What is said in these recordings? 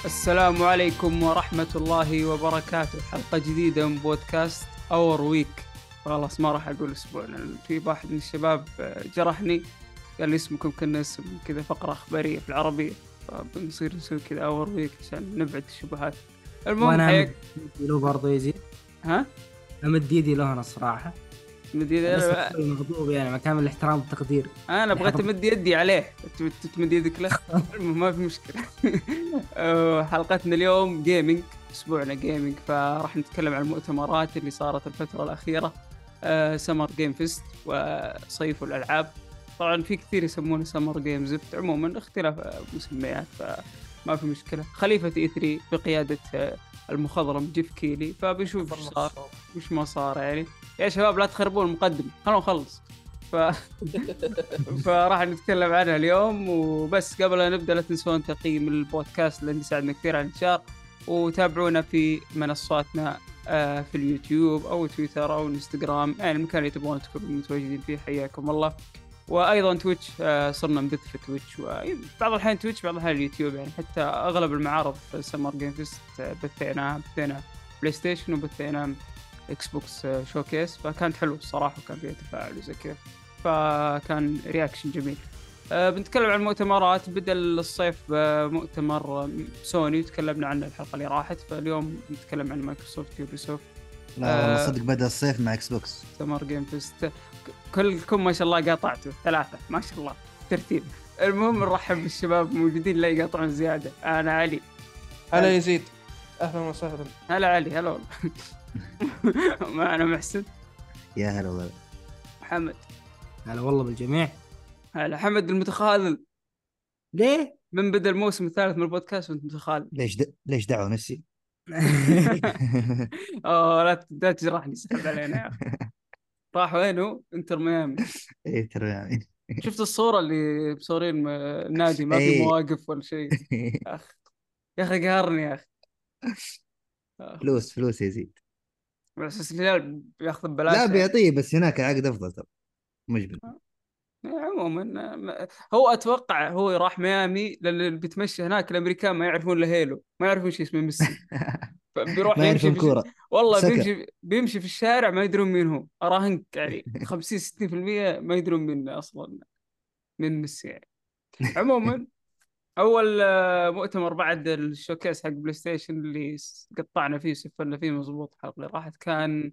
السلام عليكم ورحمة الله وبركاته. حلقة جديدة من بودكاست اور ويك. خلاص ما راح أقول أسبوع لأن في واحد من الشباب جرحني، قال لي اسمكم كنا اسم كذا فقرة أخبارية في العربية، فبنصير نسوي كذا اور ويك عشان نبعد الشبهات. المهم وانا حياك. له برضه يزيد. ها امد ايدي له انا الصراحه. بس بكل مغضوب يعني مكان الاحترام والتقدير انا بغيت لحضرتك. امد يدي عليه، تمد يدك له. المهم ما في مشكله. حلقتنا اليوم جيمنج، اسبوعنا جيمنج، فراح نتكلم عن المؤتمرات اللي صارت الفتره الاخيره. سمر جيم فيست وصيف الالعاب. طبعا في كثير يسمونه سمر جيم زفت، عموما اختلاف مسميات فما في مشكله. خليفه اي 3 بقياده المخضرم جيف كيلي، فبنشوف ايش صار وش ما صار يعني. يا شباب لا تخربون المقدمه، خلونا نخلص. ف... فراح نتكلم عنها اليوم وبس. قبل لا نبدأ لا تنسون تقييم البودكاست لأن يساعدنا كثير على الانتشار، وتابعونا في منصاتنا في اليوتيوب أو تويتر أو انستغرام، يعني المكان اللي تبغون تكونوا متواجدين فيه. حياكم الله. وأيضا تويتش، صرنا نبث في تويتش، وبعض الأحيان تويتش بعض الأحيان اليوتيوب، يعني حتى أغلب المعارض في سمر جيم فيست بثينا بلاي ستيشن وبثينا اكس بوكس شوكيس، فكانت حلوه الصراحه وكان فيها تفاعل وزي كذا، فكان رياكشن جميل. بنتكلم عن المؤتمرات. بدأ الصيف بمؤتمر سوني تكلمنا عنه الحلقة اللي راحت، فاليوم نتكلم عن مايكروسوفت يوبيسوفت. لا والله صدق بدأ الصيف مع اكس بوكس. سمر جيم فيست كلكم ما شاء الله قاطعتوا ثلاثة ما شاء الله ترتيب. المهم نرحب بالشباب موجودين لا يقاطعون زيادة. أنا علي. هلا يزيد، اهلا وسهلا. هلا علي. هلا والله. معنا محسن. يا هلا والله. محمد. هلا والله بالجميع. هلا حمد المتخاذل. ليه؟ من بدأ الموسم الثالث من البودكاست وانت متخاذل. ليش دعوة ميسي؟ لا تجرحني، سحب علينا يا اخي. راح وينه؟ انتر ميامي. ايه ترى يعني. شفت الصورة اللي مصورين النادي ما في ايه. مواقف ولا شيء؟ يا اخي، يا اخي قهرني يا اخي. فلوس يا زيد. بس الهلال بياخذ لا ببلاش يعني. بيعطيه بس هناك العقد افضل ترى. مجبر. عموما هو اتوقع هو راح ميامي لان اللي بيتمشى هناك الامريكان ما يعرفون له هيلو، ما يعرفون شيء اسمه ميسي. بيروح ما يمشي يعرفون في كورة. والله سكر. بيمشي في الشارع ما يدرون مين هو. اراهنك يعني 50 60% ما يدرون مين اصلا من ميسي يعني. عموما اول مؤتمر بعد الشوكيس حق بلاي ستيشن اللي قطعنا فيه وسفلنا فيه مضبوط الحلقه اللي راحت، كان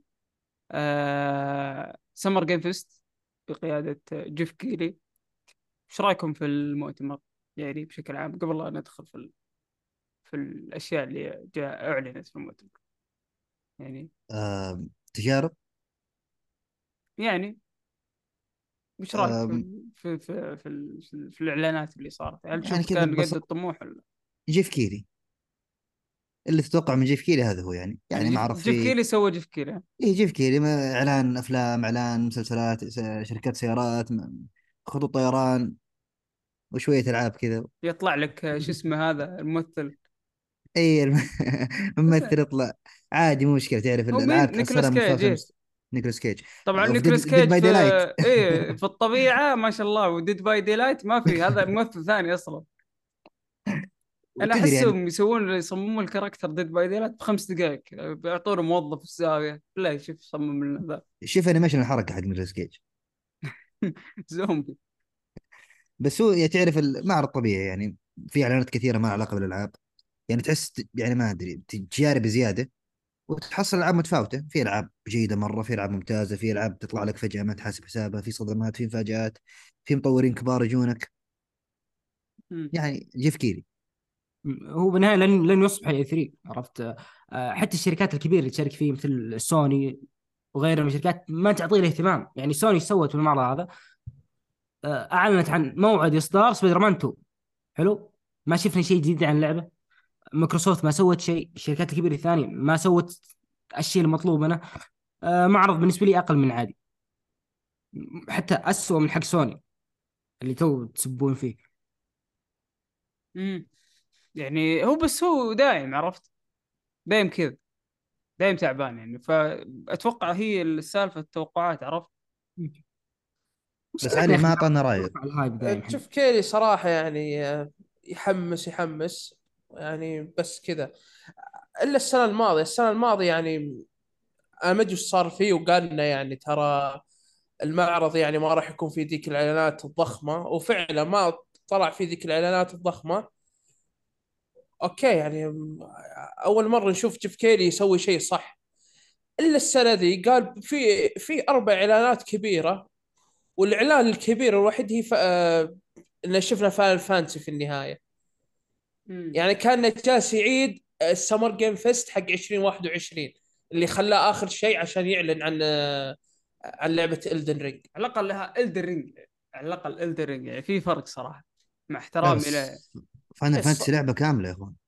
سمر جيم فيست بقياده جيف كيلي. ايش رايكم في المؤتمر يعني بشكل عام قبل لا ندخل في الاشياء اللي جاء اعلنت في المؤتمر يعني؟ تجارب. يعني وش رايك آه في الاعلانات اللي صارت؟ هل يعني تشوف كذا كان قد ببساطة. الطموح ولا؟ جيف كيري. اللي تتوقع من جيف كيري هذا هو يعني يعني ما اعرف جيف في. كيلي سوى جيف كيلي. ايه جيف كيري اعلان افلام، اعلان مسلسلات، شركات سيارات، خطوط طيران، وشوية العاب كذا. يطلع لك شو اسمه هذا الممثل؟ اي بس الممثل يطلع عادي، مو مشكله، تعرف هو الالعاب مين؟ نيكولاس تحصلها من كيج 5 إيه؟ نيكولاس كيج. طبعا وفي نيكولاس ديد كيج باي في داي لايت. ايه في الطبيعة ما شاء الله، وديد باي دي لايت ما في هذا ممثل ثاني اصلا. انا وتدري يعني. احسهم يصممون الكاركتر ديد باي دي لايت ب5 دقائق، بيعطونه موظف في الزاوية لا شوف صمم لنا ذا. شوف انيميشن الحركه حق نيكولاس كيج. زومبي. بس هو تعرف المعرض طبيعي يعني. في اعلانات كثيره ما لها علاقه بالالعاب. يعني تحس يعني ما ادري تجاري بزياده. وتحصل العاب متفاوته، في العاب جيده مره، في العاب ممتازه، في العاب تطلع لك فجاه ما تحاسب حسابها، في صدمات، في مفاجات، في مطورين كبار يجونك. مم. يعني جيف كيري. هو بالنهايه لن يصبح اي 3 عرفت. حتى الشركات الكبيره اللي تشارك فيه مثل سوني وغيرها من الشركات ما تعطيه الاهتمام. يعني سوني سوت في المعرض هذا، اعلنت عن موعد اصدار سبايدر مان 2. حلو. ما شفنا شيء جديد عن اللعبه. مايكروسوفت ما سوت شيء، الشركات الكبيره الثانيه ما سوت الشيء المطلوب منه. معرض بالنسبه لي اقل من عادي، حتى أسوأ من حق سوني اللي تو تسبون فيه. مم. يعني هو بس هو دايم عرفت، دايم كذا، دايم تعبان يعني. فأتوقع هي السالفة التوقعات عرفت. بس مسكتنا علي يا اخي ما اعطانا رايه. نرفع الهايب دايم احنا. تشوف كيري صراحة يعني يحمس. يعني بس كذا. الا السنه الماضيه يعني انا ما ادري ايش صار فيه، وقال لنا يعني ترى المعرض يعني ما راح يكون فيه ذيك الاعلانات الضخمه، وفعلا ما طلع فيه ذيك الاعلانات الضخمه. اوكي يعني اول مره نشوف جيف كيلي يسوي شيء صح. الا السنه ذي قال في 4 اعلانات كبيره، والاعلان الكبير الوحيد هي ان شفنا فاينل فانتسي في النهايه. مم. يعني كان جالس يعيد السمر جيم فيست حق 2021 اللي خلاه اخر شيء عشان يعلن عن لعبه الدن رينج. على الاقل لها الدر رينج، على الاقل الدر رينج يعني في فرق صراحه، مع لا احترامي بس له. فاينل فانتسي لعبة كاملة يا اخوان.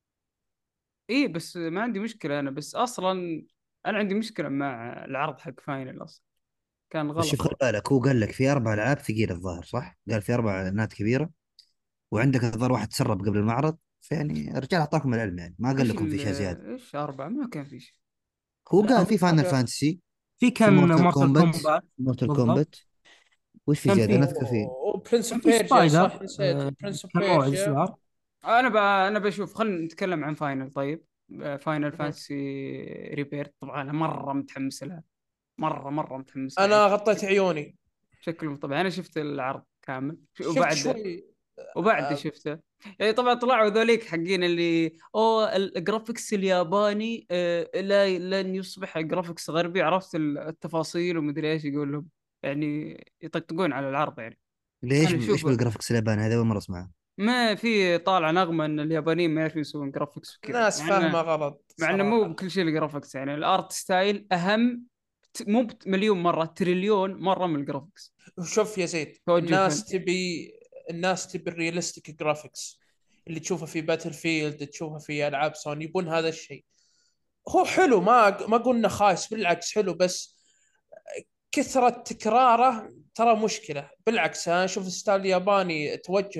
ايه بس ما عندي مشكله انا، بس اصلا انا عندي مشكله مع العرض حق فاينل اصلا، كان بس شوف، غلط. خلي بالك، هو قال لك في 4 ألعاب ثقيلة الظاهر، صح؟ قال في 4 إعلانات كبيرة، وعندك الظاهر واحد تسرب قبل المعرض. فيعني الرجال أعطاكم العلم، يعني ما قال لكم في أشياء زيادة. ايش اربعه؟ ما كان في شيء. هو لا قال مو في فاينل حاجه. فانتسي، في في كان مورتال مورتال كومبات. كومبات. مورتال بالضبط. كومبات. وش في كان زيادة؟ أنا في أذكر فيه. وبرنس كان اوف في بيرجيا، سبايدر صح نسيت برنس اوف كان موعد بيرجيا. الصغار. انا بشوف، خلينا نتكلم عن فاينل طيب. فاينل مهم. فانتسي ريبيرت طبعا انا مره متحمس لها، مره متحمس لها يعني. انا غطيت عيوني. بشكل طبعا انا شفت العرض كامل شفت وبعد شوي. آه، شفته. يعني طبعا طلعوا ذوليك حقين اللي الجرافيكس الياباني لا لن يصبح جرافيكس غربي، عرفت التفاصيل ومدري ايش يقول لهم، يعني يطقطقون على العرض يعني. ليش انا إيش شوف، بالجرافكس الياباني هذا؟ أول مرة أسمعه. ما في طالع نغمه ان اليابانيين ما يعرفون يسوون جرافيكس وكذا، ناس فاهمه غلط مع انه مو صراحه. بكل شيء الجرافيكس، يعني الارت ستايل اهم، مو مليون مره، تريليون مره من الجرافيكس. وشوف يا زيد، توجه فن. الناس تبي الريالستيك جرافيكس اللي تشوفه في باتل فيلد، تشوفه في العاب سوني، يبون هذا الشيء. هو حلو، ما قلنا خايس، بالعكس حلو، بس كثرة تكراره ترى مشكلة. بالعكس انا اشوف الستايل الياباني التوجه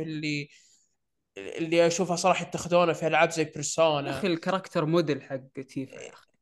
اللي اشوفه صراحة يتخذونه في العاب زي يا بيرسونا. اخي الكاركتر موديل حق تيفا يا اخي.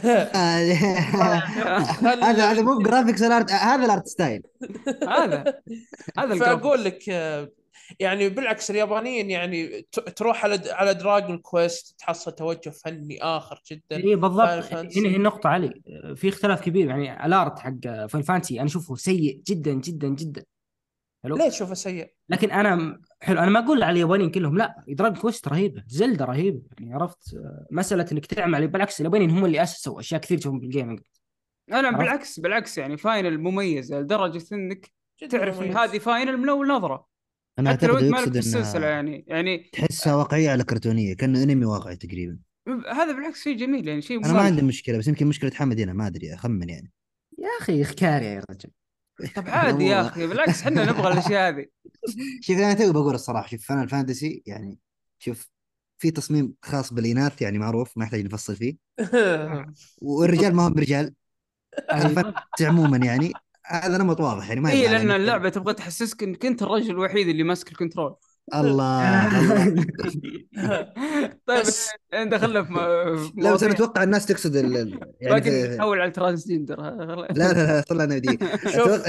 هذا خل مو بجرافيكس الارت، هذا الارت ستايل. هذا هذا فاقول الجرافيكس. لك يعني بالعكس اليابانيين يعني تروح على دراجون كويست تحصل توجه فني اخر جدا. اي بالضبط، فاينل هنا هي فانتسي النقطة علي. في اختلاف كبير، يعني الارت حق فاين فانتسي انا اشوفه سيء جدا جدا جدا. حلو. ليه تشوفه سيء؟ لكن حلو، انا ما اقول على اليابانيين كلهم لا، دراجون كويست رهيبه، زلدا رهيبه، يعني عرفت مساله انك تعمل، بالعكس اليابانيين هم اللي اسسوا اشياء كثير تشوفهم بالجيمنج. انا عرفت. بالعكس يعني فاينل مميزه لدرجه انك جدا تعرف ان هذه مميز. فاينل من اول نظره، انا حتى لو اعتقد انت مالك يقصد في السلسله انها يعني تحسها واقعيه على كرتونيه، كانه انمي واقعي تقريبا. هذا بالعكس شيء جميل، يعني شيء انا ما عندي مميز. مشكله، بس يمكن مشكله حمد هنا، ما ادري، اخمن يعني. يا اخي اخكار يا رجل. طب انا عادي يا مو اخي، بالعكس احنا نبغى الاشياء هذه. شوف انا توي بقول الصراحه، شوف فاينل فانتسي يعني، شوف، في تصميم خاص بالاناث يعني معروف، ما يحتاج نفصل فيه. والرجال ما هم برجال. ايوه. الفانتسي عموما يعني هذا نمط واضح، يعني ما اي يبغى لان انك اللعبه تبغى تحسسك انك انت الرجل الوحيد اللي ماسك الكنترول. الله الله. طيب بس دخلنا في لا بس انا مواضيع، اتوقع الناس تقصد يعني باقي في. نحول على الترانسجندر. لا طلع انا دي. شوف، اتوقع.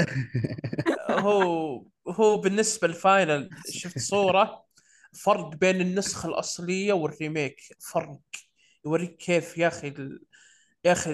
هو بالنسبة للفاينل شفت صورة فرق بين النسخة الأصلية والريميك، فرق يوريك كيف يا أخي يا أخي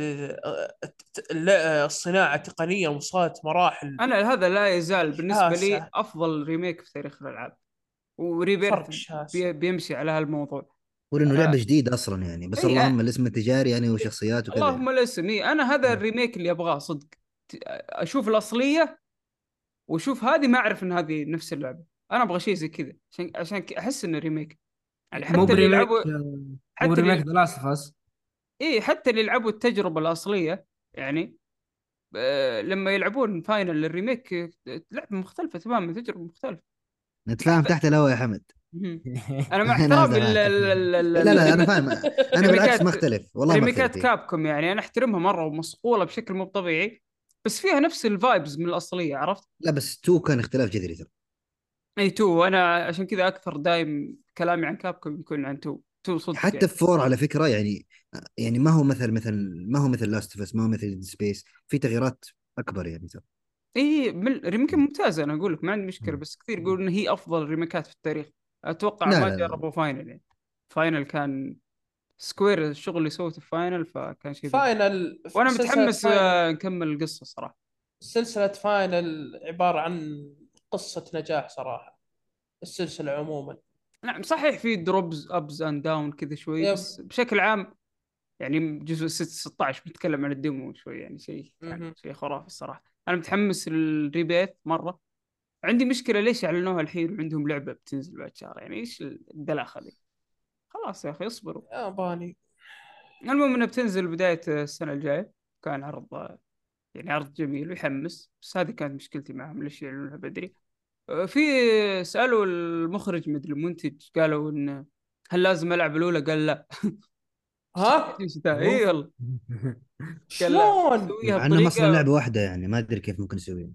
الصناعة تقنيا وصلت مراحل انا هذا لا يزال بالنسبه لي شاسعة. افضل ريميك في تاريخ الالعاب، وريبيرث فرق شاسع. بيمشي على هالموضوع. ولانه آه، لعبه جديده اصلا يعني، بس اي اللهم الاسم التجاري يعني وشخصيات وكذا يعني. اللهم الاسم، انا هذا الريميك اللي ابغاه صدق. اشوف الاصليه واشوف هذه، ما اعرف ان هذه نفس اللعبه. انا ابغى شيء زي كذا عشان احس انه ريميك، يعني مو حتى اللي بريميك يلعبوا، مو حتى بريميك اللي ذا لاست اوف اس. حتى اللي يلعبوا التجربه الاصليه يعني، لما يلعبون فاينل الريميك لعبه مختلفه تماما، تجربه مختلفه. مع نتفاهم تحت الهواء يا حمد. مهم. انا مع انا امزح احترامي معك. لا انا فاهم. انا بالعكس ما الريميكات، اختلف، والله ما اختلف ريميكات فيه. كابكوم يعني انا احترمها مره ومصقوله بشكل مو طبيعي، بس فيها نفس الفايبز من الاصليه، عرفت؟ لا بس تو كان اختلاف جذري ترى. اي تو، انا عشان كذا اكثر دايم كلامي عن كابكوم يكون عن تو صدق حتى يعني. في فور على فكره يعني، يعني ما هو ما هو مثل لاست اوف اس، ما هو مثل سبيس، في تغييرات اكبر يعني ترى. اي ريميك ممتازه، انا اقول لك ما عندي مشكله، مم. بس كثير يقولون ان هي افضل ريميكات في التاريخ. اتوقع لا ما لا لا جربوا فاينل يعني. فاينل كان سكوير الشغل اللي سوته في فاينل، فكان شيء ذكي. فاينل، وانا سلسلة متحمس فاينل، نكمل القصة صراحة. سلسلة فاينل عبارة عن قصة نجاح صراحة، السلسلة عموما. نعم صحيح، في دروبز ابز اند داون كذا شوي، يب. بس بشكل عام يعني جزء 16 بنتكلم عن الديمو شوي، يعني شيء كان مهم. شيء خرافي الصراحة. انا متحمس للريبيث مرة. عندي مشكلة ليش اعلنوها الحين وعندهم لعبة بتنزل بعد شهر؟ يعني ايش الدلاخة ذي؟ خلاص يا اخي اصبروا. ياباني. المهم انها بتنزل بداية السنة الجاية. كان عرض، يعني عرض جميل ويحمس، بس هذه كانت مشكلتي معهم ليش يعلنونها بدري. في سألوا المخرج مدري المنتج، قالوا إن هل لازم ألعب الأولى؟ قال لا. ها؟ اي اوف. والله. قال لا، شلون؟ سويها مع انهم اصلا بطريقة. لعبه واحده، يعني ما ادري كيف ممكن يسويها.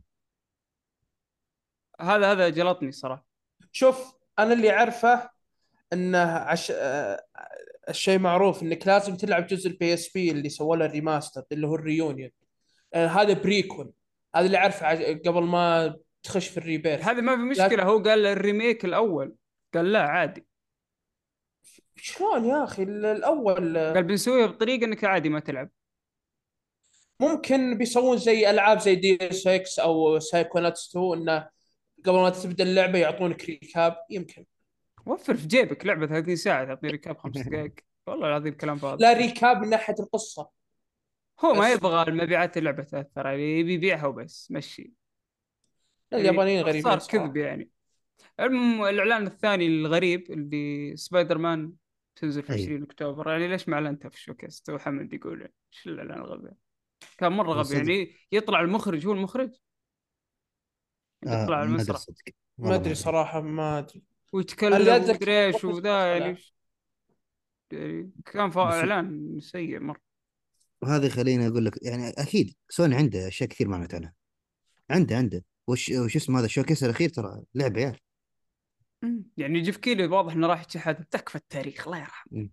هذا جلطني صراحة. شوف، انا اللي اعرفه انه الشيء معروف انك لازم تلعب جزء البي اس بي اللي سووا له الريماستر اللي هو الريونيون. هذا بريكون. هذا اللي اعرفه قبل ما تخش في الريبيرث. هذه ما في مشكلة، لا. هو قال الريميك الأول. قال لا عادي. شلون يا اخي الاول؟ قال بنسويها بطريقة إنك عادي ما تلعب. ممكن بيسوون زي العاب زي دي اس اكس او سايكوناتس 2، انه قبل ما تبدا اللعبه يعطونك ريكاب يمكن. وفر في جيبك لعبة 30 ساعة تعطي ريكاب 5 دقائق. والله العظيم كلام فاضي. لا، ريكاب من ناحيه القصه هو ما بس. يبغى المبيعات اللعبة تأثر عليه، يبي يبيعها وبس مشي. يعني اليابانيين غريبين صار كذب صراحه. يعني. المهم الإعلان الثاني الغريب اللي سبايدر مان تنزل في ايوه 20 أكتوبر، يعني ليش ما أعلنتها في الشوكيس؟ تو حمد يقول يعني ايش الإعلان الغبي؟ كان مرة هو غبي، صدق. يعني يطلع المخرج، هو المخرج يطلع على ما ادري المسرح صدق. ما والله ما ادري ادري. صراحه، ما ادري. اللي ويتكلم اتذكر ومدري ايش المخرج وذا، يعني طلع. يعني كان بس إعلان سيء مرة. وهذا خليني اقول لك، يعني اكيد سوني عنده اشياء كثير ما نعرف عنها. عنده وش اسمه هذا الشوكيس الاخير ترى لعبه يا يعني جيف كيلي واضح انه راح يتشحت، تكفى التاريخ الله يرحمه. أخي.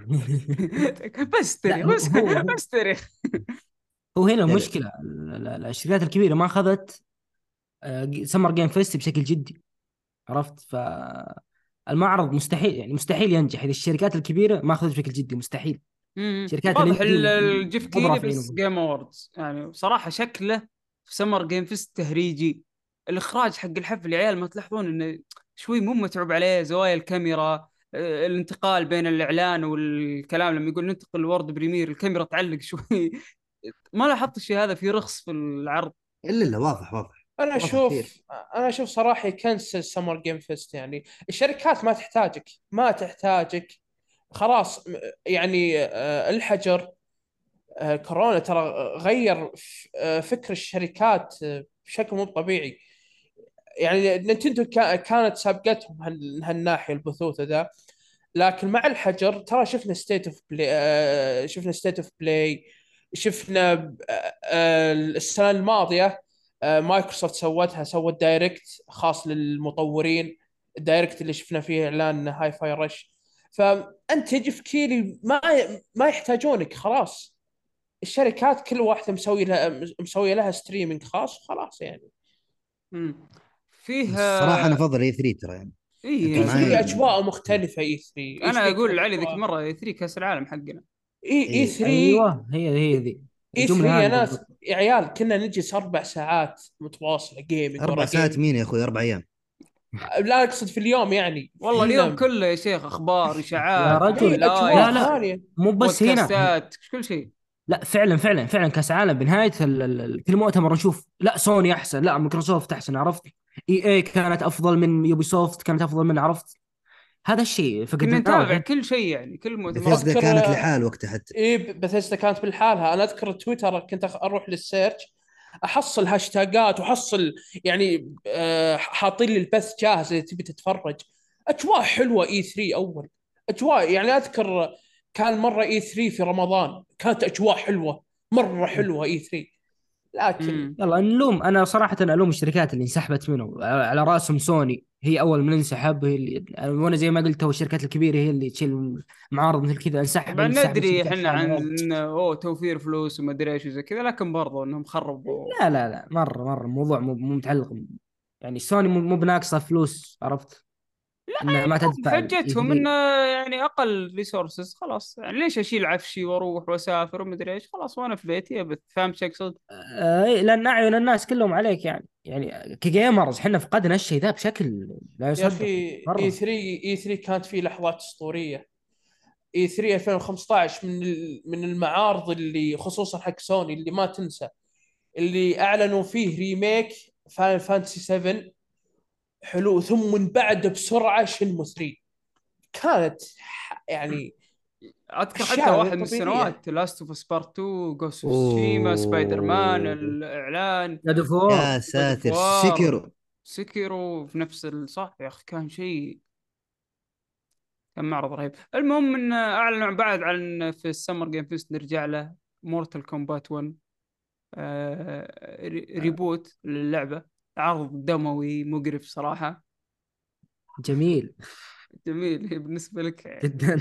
بس لا تاريخ، بس هو بس تاريخ. هو هنا يعني المشكله، الشركات الكبيره ما اخذت سمر جيم فيست بشكل جدي، عرفت؟ فالمعرض مستحيل، يعني مستحيل ينجح اذا الشركات الكبيره ما اخذت بشكل جدي، مستحيل. شركات واضح الاندي الجيف مو كيلي برافعين بس جيم اووردز، يعني بصراحه شكله في سمر جيم فيست تهريجي. الاخراج حق الحفل يا عيال ما تلاحظون انه شوي مو متعوب عليه؟ زوايا الكاميرا، الانتقال بين الاعلان والكلام، لما يقول ننتقل لورد بريمير الكاميرا تعلق شوي. ما لاحظت الشيء هذا في رخص في العرض. الا واضح واضح. انا واضح كثير. اشوف انا اشوف صراحه يكنسل سمر جيم فيست. يعني الشركات ما تحتاجك، ما تحتاجك. خلاص يعني الحجر، كورونا ترى غير فكر الشركات بشكل مو طبيعي. يعني نينتندو كانت سابقتهم هالناحيه البثوث ذا. لكن مع الحجر ترى شفنا ستيت اوف بلاي، شفنا ستيت اوف بلاي، شفنا السنه الماضيه مايكروسوفت سوت دايركت خاص للمطورين. الدايركت اللي شفنا فيه اعلان هاي فاي رش. فانت يجي في كيلي ما يحتاجونك خلاص. الشركات كل واحده مسويه لها ستريمينج خاص خلاص يعني. مم. بس فيه الصراحه انا افضل اي 3 ترى يعني. انت اي اي 3 معي. اجواء مختلفه. اي 3 اي انا 3 اقول كانت لعلي ذيك اجواء. المره 3 كاس العالم حقنا. اي اي 3. ايوه، هي ذي اي الجمله 3 يا هذه ناس بالضبط. يا عيال كنا نجلس 4 ساعات متواصله جيمنج ورا 4 ساعات جيمنج. مين يا اخوي؟ 4 ايام. لا اقصد في اليوم يعني والله اليوم كنا. كله يا شيخ اخبار، يا اشاعات، رجل، اجواء لا لا، لايف، ثانيه. مو بس هنا. بودكاستات، كل شيء. لا فعلا فعلا فعلا، كاس عالم بنهايه كل مؤتمر نشوف لا سوني احسن، لا مايكروسوفت احسن، عرفت؟ اي كانت افضل من يوبي سوفت، كانت افضل من، عرفت؟ هذا الشيء كنا فقدناه نتابع والحين. كل شيء، يعني كل المؤتمرات. بثيسدا اذكر كانت لحال وقتها حتى. اي بثيستا كانت بالحالها. انا اذكر تويتر كنت اروح للسيرش احصل هاشتاجات واحصل يعني حاطين لي البث جاهز اذا تبي تتفرج. اجواء حلوه اي 3 اول. اجواء يعني اذكر كان مره اي 3 في رمضان كانت اجواء حلوه، مره حلوه اي 3. لكن امم يلا نلوم، انا صراحه الوم الشركات اللي انسحبت منه، على راسهم سوني، هي اول من انسحب، هي اللي وانا زي ما قلت هو الشركات الكبيره هي اللي تشيل معارض مثل كذا، طبعا انسحبت ندري شركات احنا عن ثانيه. انه اوه توفير فلوس وما ادري ايش وزي كذا، لكن برضو انهم خربوا. لا لا لا، مره الموضوع مو متعلق، يعني سوني مو بناقصه فلوس، عرفت؟ انها ما تدفع الاي حجتهم 3. انه يعني اقل ريسورسز، خلاص يعني ليش اشيل عفشي واروح واسافر ومدري ايش، خلاص وانا في بيتي ابث. فهمت شو اقصد؟ لان اعين الناس كلهم عليك يعني كجيمرز احنا فقدنا الشيء ذا بشكل لا يا يصدق اخي اي مره. 3 اي 3 كانت فيه لحظات اسطوريه. اي 3 2015 من المعارض اللي خصوصا حق سوني اللي ما تنسى، اللي اعلنوا فيه ريميك فاينل فانتسي 7 حلو، ثم من بعده بسرعه شنمو 3. كانت يعني اذكر حتى اشياء غير واحد من طبيعيه. السنوات لاست اوف سبارت 2، جوست اوف تشيما، سبايدر مان، اوه الاعلان، جاد اوف وور. يا جود اوف ساتر وار، سكروا. سكيرو في نفس الصح يا اخي، كان شيء، كان معرض رهيب. المهم ان اعلنوا بعد عن في السمر جيم فيست، نرجع له، مورتال كومبات 1 ريبوت للعبة، عرض دموي مقرف صراحة. جميل جميل هي بالنسبة لك يعني. جدا.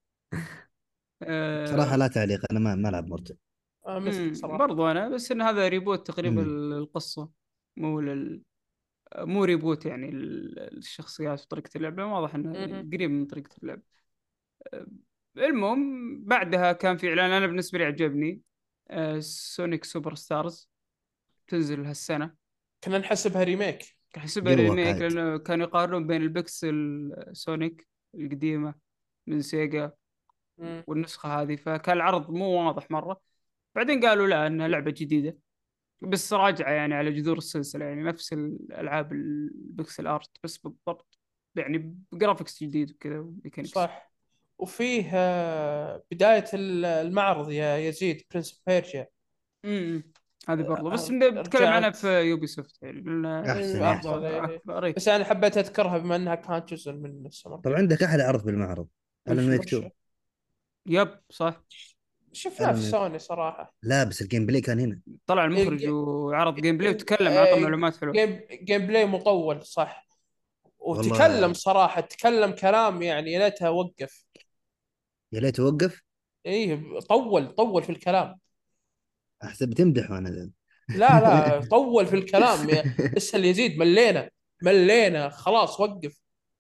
صراحة آه، لا تعليق، انا ما العب مرتب. مثلك صراحه. برضو أنا بس إن هذا ريبوت تقريبا امم للقصة، مو مو ريبوت يعني الشخصيات وطريقة اللعبة، واضح إنه مهم. قريب من طريقة اللعبة. آه، المهم بعدها كان في إعلان أنا بالنسبة لي عجبني، سونيك سوبر ستارز تنزل هالسنة. كنا نحسبها ريميك. احسبها جوك ريميك عاد. لانه كانوا يقارنون بين البكسل سونيك القديمه من سيجا مم. والنسخه هذه، فكان العرض مو واضح مره. بعدين قالوا لا انها لعبه جديده بس راجعه يعني على جذور السلسله، يعني نفس الالعاب البكسل ارت بس بالضبط، يعني بجرافيكس جديد وكذا وميكانكس. صح. وفيه بدايه المعرض يا يزيد برنس بيرجيا. امم هذه برضو بس بتكلم عنها رجعت. في يوبي سوفت يعني احسن يا احسن. افضل إيه. رهيب. بس انا حبيت اذكرها بما انها كانت جزء من السمر طب جيم عندك فيست. احلى عرض بالمعرض، الون وش ويك هو؟ 2. يب صح. شفناه في الون ويك، سوني صراحه. لا بس الجيم بلاي كان هنا. طلع المخرج الج- وعرض جيم بلاي وتكلم، اعطى معلومات حلوه. جيم بلاي مطول صح. وتكلم والله صراحه، تكلم كلام يعني يا ليتها وقف. يا ليت اوقف. ايه طول في الكلام. احسب بتمدح وانا ذا. لا لا طول في الكلام اسهل يزيد، ملينا ملينا خلاص وقف.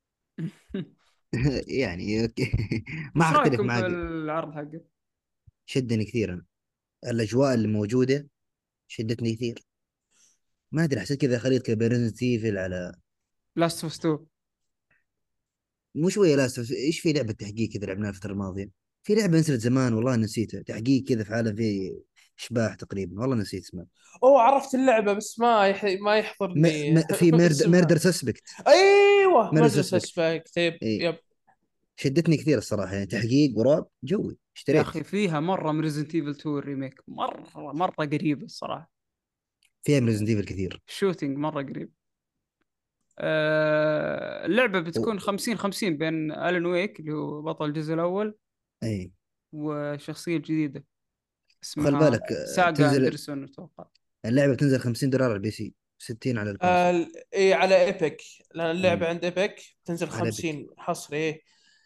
يعني اوكي. ما وش اختلف رايكم في معك. العرض حقه؟ شدني كثيرا، الاجواء اللي موجوده شدتني كثير. ما ادري، حسيت كذا خليط كذا بين ريزنت ايفل على لاست اوف 2. مو شويه لاست. ايش في لعبه تحقيق كذا لعبناها الفتره الماضيه؟ في لعبه نزلت زمان والله نسيتها، تحقيق كذا في عالم فيه اشباح تقريبا، والله نسيت اسمها. اوه عرفت اللعبه بس ما يحضرني في اسمها. ميردر سسبكت. ايوه ميردر مدرسه سسبكت سبايك طيب اي، يب. شدتني كثير الصراحه، يعني تحقيق ورعب جوي، يا اشتريت. اخي فيها مره من ريزنت ايفل 2 الريميك، مره قريبه الصراحه. فيها من ريزنت ايفل كثير. شوتينج مره قريب. اللعبه بتكون 50-50 بين الون ويك اللي هو بطل الجزء الاول اي، وشخصيه جديده وخلي اسمها بالك ساغا بتنزل اندرسون اتوقع. اللعبه بتنزل $50 على البي سي، 60 على الكونسول. ايه على ايبك، لان اللعبه امم عند ايبك تنزل على بك. 50 حصري ايه.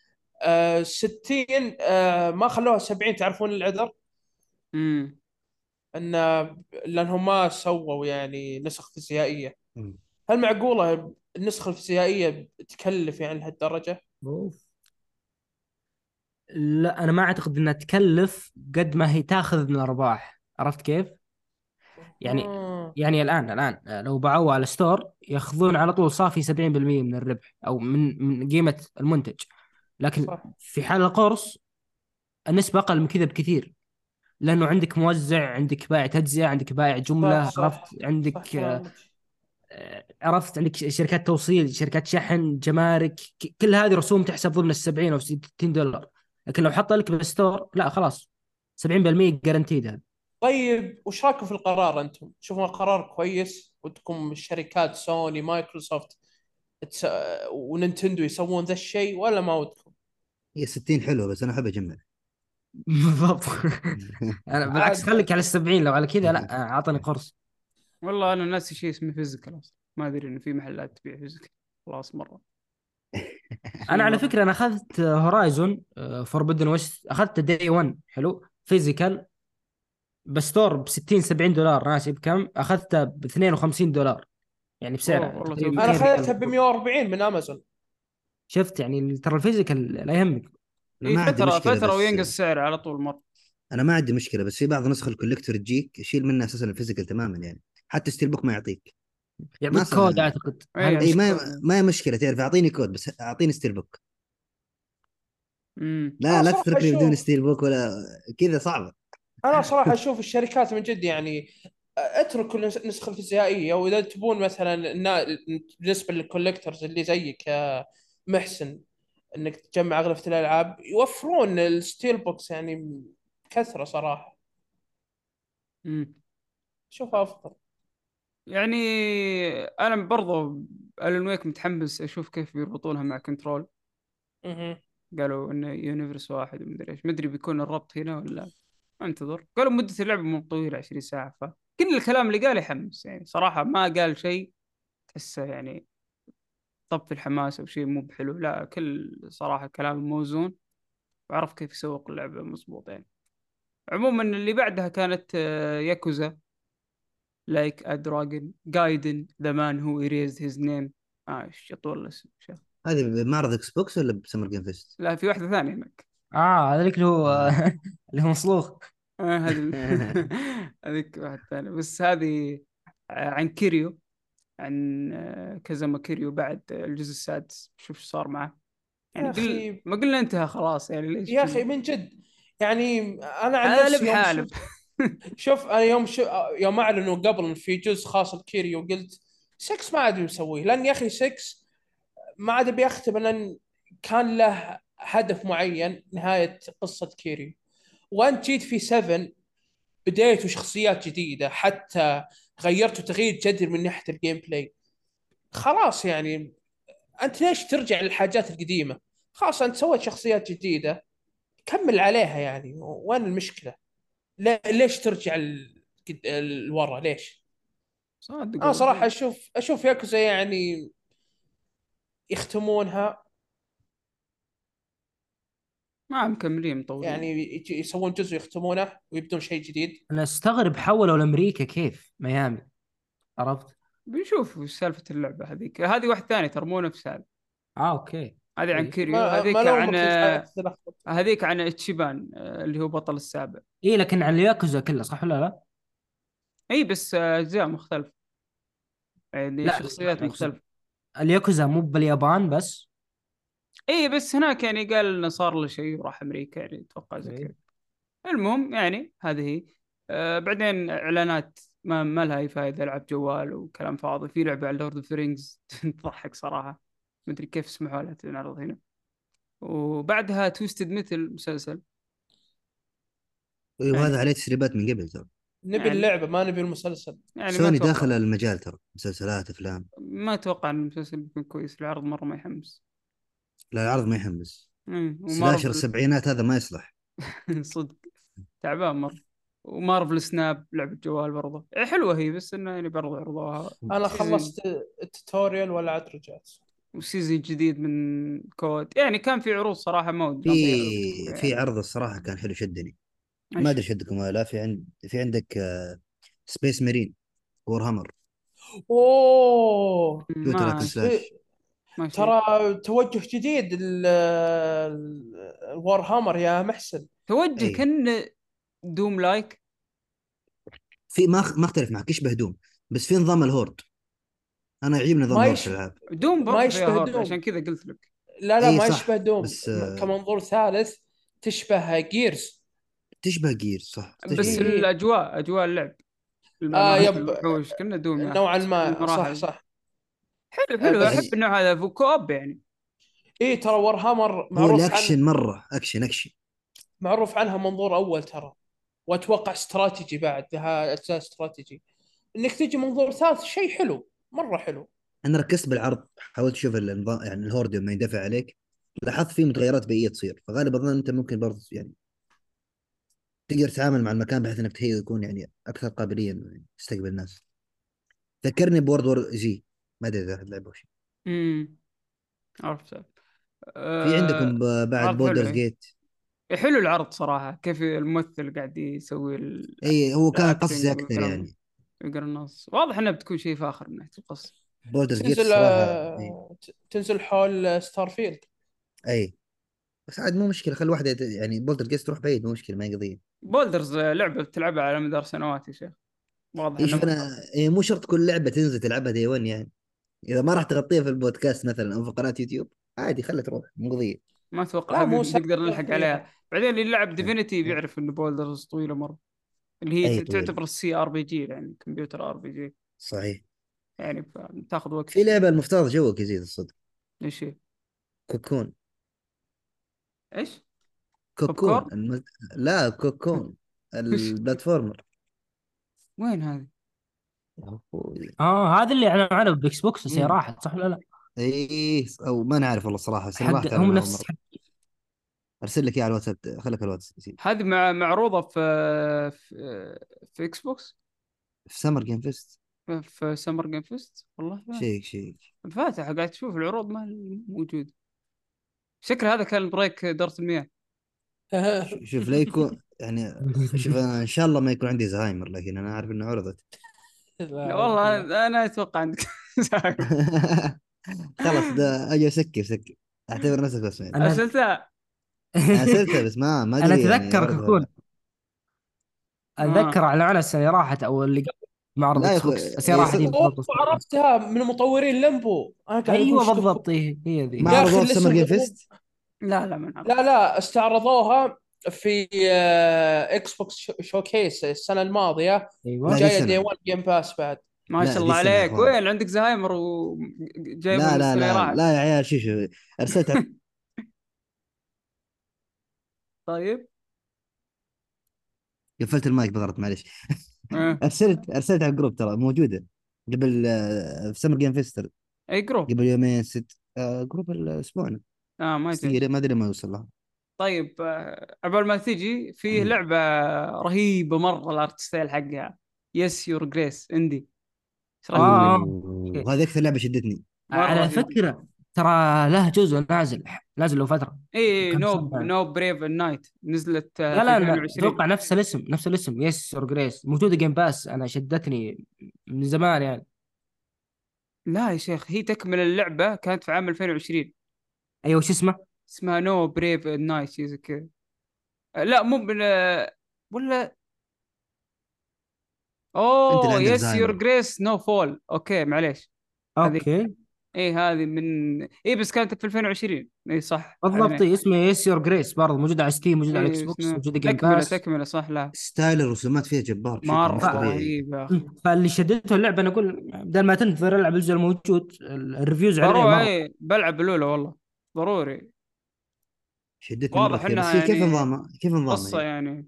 60 ما خلوها 70، تعرفون العذر؟ امم ان لانهم ما سووا يعني نسخ فيزيائيه. مم. هل معقوله النسخه الفيزيائيه تكلف يعني لهالدرجه؟ أوف. لا انا ما اعتقد انها تكلف قد ما هي تاخذ من الارباح، عرفت كيف؟ يعني آه. يعني الان لو باعوها على ستور ياخذون على طول صافي 70% من الربح او من قيمه المنتج. لكن صح في حال القرص النسبه اقل من كذا بكثير، لانه عندك موزع، عندك بائع تجزئه، عندك بائع صح جمله، عرفت؟ صح صح عندك كلامك. عرفت، عندك شركات توصيل، شركات شحن، جمارك، كل هذه رسوم تحسب ضمن ال 70 او $60. لكن لو حط لك بالستور لا خلاص 70% جارنتيد هذا. طيب وش رايكم في القرار انتم؟ تشوفون القرار كويس ودكم الشركات سوني مايكروسوفت تس... ونينتندو يسوون ذا الشيء ولا ما ودكم؟ هي 60 حلوه بس انا احب اجمع. بالضبط. انا بالعكس عاد خليك على ال 70، لو على كذا لا اعطني قرص. والله انا ناسي شيء اسمه فيزيكال اصلا، ما ادري انه في محلات تبيع فيزيكال، خلاص مره شيء انا على مره. فكره انا اخذت هورايزون فوربدن ويست، اخذت دي 1 حلو فيزيكال بستور ب 60 $70 ناسي بكم، اخذته ب $52 يعني اوه بسعر والله تقريبا توفير. انا 200 اخذتها ريال ب 140 من امازون. شفت يعني ترى الفيزيكال لا يهمك. انا اي ما عندي فتره مشكله، فتره بس وينقص السعر على طول مره. انا ما عندي مشكله، بس في بعض نسخ الكوليكتور تجيك يشيل منها اساسا الفيزيكال تماما يعني، حتى ستيل بوك ما يعطيك. ما يعطيك صح. كود اعتقد، اي هل اي، عندك مش؟ كود. ما هي مشكله، تعرف اعطيني كود بس اعطيني ستيل بوك. انا لا صراحه تتركني بدون اشوف ستيل بوك ولا كذا، صعبه. انا صراحه اشوف الشركات من جد يعني اتركوا النسخه الفيزيائيه، واذا تبون مثلا بالنسبه للكوليكتورز اللي زيك يا محسن انك تجمع اغلفه الالعاب، يوفرون الستيل بوكس يعني كثره صراحه. امم شوفها افضل. يعني انا برضو الون ويك متحمس اشوف كيف بيربطونها مع كنترول. مهم. قالوا انه يونيفرس واحد ومدري ايش، مدري بيكون الربط هنا ولا. انتظر. قالوا مدة اللعبة مو طويلة 20 ساعة، فكل الكلام اللي قاله يحمس يعني صراحة. ما قال شيء تحسه يعني طب في الحماس او شيء مو بحلو، لا كل صراحة كلام موزون، وعرف كيف يسوق اللعبة مضبوط يعني. عموما اللي بعدها كانت ياكوزا لايك ا دراجون جايدن ذا مان هو erased his name. ايش يطول الاسم هذه بمعرض اكس بوكس ولا بسمر جيم فيست؟ لا في واحدة ثانية هناك. هذاك اللي هو آه. اللي هو مصلوخ. هذه هذيك واحدة ثانية، بس هذه عن كيريو، عن كازاما كيريو بعد الجزء السادس. شوف ايش صار معه يا يعني. اخي ما قلنا انتهى خلاص يعني ليش يا اخي من جد يعني انا عن حالب نفسي يوم حالب. شفت، شوف انا يوم اعلنوا قبل إن في جزء خاص بكيريو، قلت 6 ما عاد مسويه، لان يا اخي 6 ما عاد بيختم، لان كان له هدف معين نهايه قصه كيريو. وانت جيت في 7 بديت وشخصيات جديده، حتى غيرتوا تغيير جذري من ناحيه الجيم بلاي. خلاص يعني انت ليش ترجع للحاجات القديمه؟ خلاص انت سويت شخصيات جديده، كمل عليها يعني. وين المشكله؟ ليش ترجع لورا ليش؟ صادق انا صراحه والله. اشوف ياكوزا يعني يختمونها، ما مكملين مطولين. يعني يسوون جزء يختمونه ويبدون شيء جديد. انا استغرب حولوا لامريكا كيف ميامي، عرفت؟ بنشوف وش سالفة اللعبة هذيك. هذه واحد ثاني ترى مو نفس هذا. اوكي هذه عن كويس. كيريو، ما هذيك لهم عن تلخبط. هذيك عن اتشيبان اللي هو بطل السابع. اي لكن عن الياكوزا كلها صح ولا لا؟ اي بس اجزاء مختلفة يعني لا شخصيات اقصد مختلفة. الياكوزا مو باليابان بس. اي بس هناك يعني قال انه صار له شيء وراح امريكا يعني اتوقع زي اوكي. كذا. المهم يعني هذه هي. بعدين اعلانات ما لها اي فائده، العاب جوال وكلام فاضي. في لعبه على لورد اوف ذا رينجز تضحك صراحه، مدري كيف سمحوا لها تنعرض هنا. وبعدها تويستد مثل مسلسل يعني. وهذا عليه تسريبات من قبل ترى. نبي يعني اللعبه ما نبي المسلسل. ما سوني اتوقع. داخل المجال ترى، مسلسلات افلام. ما اتوقع ان المسلسل بيكون كويس، العرض مره ما يحمس. لا العرض ما يحمس. سلاشر ومارفل السبعينات هذا ما يصلح. صدق تعبان مره. ومارفل سناب لعبه جوال برضه حلوه هي، بس انه يعني برضه عرضوها انا سيزون. خلصت التوتوريال ولا عاد رجعت. وسيزون جديد من كود يعني. كان في عروض صراحة ما ودي نضيع وقت في يعني. عرض الصراحه كان حلو شدني. ما ايش؟ ادري شدكم ولا لا. في عندك سبيس مارين وور هامر. اوه شوتر هاك ما سلاش. ما شيء. ترى توجه جديد الوار هامر يا محسن. توجه اي، كان دوم لايك. في ما اختلف معك، يشبه دوم، بس في نظام الهورد. انا يعجبني نظام ما الهورد في يشبه الالعاب. دوم ما برضه فيها يشبه هورد دوم. عشان كذا قلت لك. لا اي ما يشبه صح، دوم. بس كمنظور ثالث تشبه جيرز. تشبه جير، صح تشبه بس اي جير. اي اجواء اللعب، المعارك يب الوحوش كنا دوم يا اخي، نوعا ما صح المراحل. صح. حلو حلو، احب بس يعني النوع هذا في كوب يعني. اي ترى وار هامر هو معروف عنه، الاكشن مره اكشن اكشن. معروف عنها منظور اول ترى. واتوقع استراتيجي بعد لها اجزاء استراتيجي. انك تجي منظور ثالث شيء حلو مره حلو. انا ركزت بالعرض، حاولت اشوف النظام يعني الهورد لما يندفع عليك، لاحظت فيه متغيرات بيئيه تصير، فغالبا اظن انت ممكن برضه يعني تقدر تتعامل مع المكان بحيث انك تهيئ يكون يعني اكثر قابليه انه يعني يستقبل الناس. ذكرني بورد وور جي، ما ادري اذا لعبه وش. امم عرفت. في أه... عندكم بعد عرض حلو بولدرز إيه. جيت. حلو العرض صراحة، كيف الممثل قاعد يسوي اي هو كان قصصي الاكتنج اكثر والكلام، يعني. يقرا النص واضح انها بتكون شيء فاخر من ناحيه القصه. بولدرز جيت تنزل الصراحه إيه. تنزل حول ستار فيلد. اي، بس عاد مو مشكله، خلي واحده يعني بولدرز جيت تروح بعيد، مو مشكله، ما هي قضيه. بولدرز لعبه بتلعبها على مدار سنوات يا شيخ، واضح اي انه شوف ما تخلص. انا إيه، مو شرط كل لعبه تنزل تلعبها دي 1 يعني. اذا ما راح تغطيها في البودكاست مثلا او في قناه يوتيوب، عادي خلها تروح، مو قضيه. ما اتوقع لا مو سهل نقدر نلحق فيها. عليها. بعدين اللي لعب ديفينيتي إيه. بيعرف انه بولدرز طويله مره، اللي هي اي طويله. تعتبر السي ار بي جي، يعني كمبيوتر ار بي جي، صحيح. يعني بتاخذ وقت في شوي. لعبه المفترض جوك يزيد الصدق. ايش هي؟ كوكون. ايش؟ بوب كوكون كورن؟ لا كوكون، وش؟ البلاتفورمر. وين هذه؟ يا أخوي. هذا اللي اعلنوا عنه باكس بوكس بس هي مم. راحت صح ولا لا؟ ايه او ما نعرف والله صراحه، بس انا حق راحت هم على اول نفس مره. حق. ارسل لك اياه على الواتساب، خليك على الواتساب يا سيدي. هذه معروضه في اكس بوكس، في سمر جيم فيست. في سمر جيم فيست والله. شيك. فاتح قاعد تشوف العروض ما موجود. شكل هذا كان بريك دورة المياه. شوف لا يكون يعني، شوف انا ان شاء الله ما يكون عندي زهايمر، لكن انا عارف انه عرضت. لا لا أعوذ والله بالله. أنا اتوقع عندك. خلاص ده اجي اسكر، اعتبر نفسك ما سمعت. انا ارسلتها. انا ارسلته بس ما انا ادري يعني اتذكر عرض ولا كوكون، لا. اه اتذكر على السنه اللي راحت او اللي قبل معرض لا يا اكس اخوي بوكس، بس هي إيه، راحت هي اوه بالضبط. عرفتها، من مطورين لمبو، انا قاعد اقول ايوه ايش بالضبط، كوكو. هي ذي. ما يا اخي عرضوها في سمر الاسم جيم غريب. فيست. لا لا ما نعرف. لا استعرضوها في اكس بوكس شوكيس السنه الماضيه، ايوه. لا ذي وجايه دي سنه. 1 جيم باس بعد. ما لا شاء ذي الله سنه يا عليك، اخوان. وين عندك زهايمر وجايبها لا من لا السنة اللي لا راحت؟ لا يا عيال، شو ارسلت. طيب. قفلت المايك بغلط معلش. آه. ارسلت على الجروب ترى موجوده، قبل في سمر جيم فيستر، اي جروب. قبل يومين ست جروب اسبوعنا. اه ما بس جاء. دقيقة ما ادري ما يوصل لها. طيب عبال ما تجي فيه لعبة رهيبة مرة، الارت ستايل حقها يس يور جريس اندي، ايش رايك فيها؟ اوكي. اوه هذه اكثر لعبه شدتني. مرة على رهيبة. فكره ترى له جزء نازل له فتره، اي كم نو سنه يعني. نو بريف النايت نزلت لا في لا لا 2020. اتوقع نفس الاسم يس اور جريس، موجوده جيم باس، انا شدتني من زمان يعني. لا يا شيخ، هي تكمل اللعبة كانت في عام 2020. ايوه شو اسمه؟ اسمها نو بريف نايت شيء زي كذا. لا مو ولا انت اللي اوه عندك يس يور زهايمر. جريس نو فول، اوكي معليش. هذه اوكي هذه من بس كانت في 2020، اي صح بالضبط، علينا. اسمه يس يور جريس، برضه موجود على ستيم، موجود على اكس بس بوكس، موجود جيم تكمله باس. تكمله صح. لا ستايل الرسومات فيها جبار بشكل ف... مش مرة طبيعي. رهيب يا اخي. فاللي شدته اللعبه انا اقول بدل ما تنتظر العب الجزء الموجود، الريفيوز عليه ضروري مره. بلعب الاولى والله، ضروري. شدتني مره واضح كثير، بس انها هي كيف يعني نظامها، كيف نظامها قصة هي؟ يعني.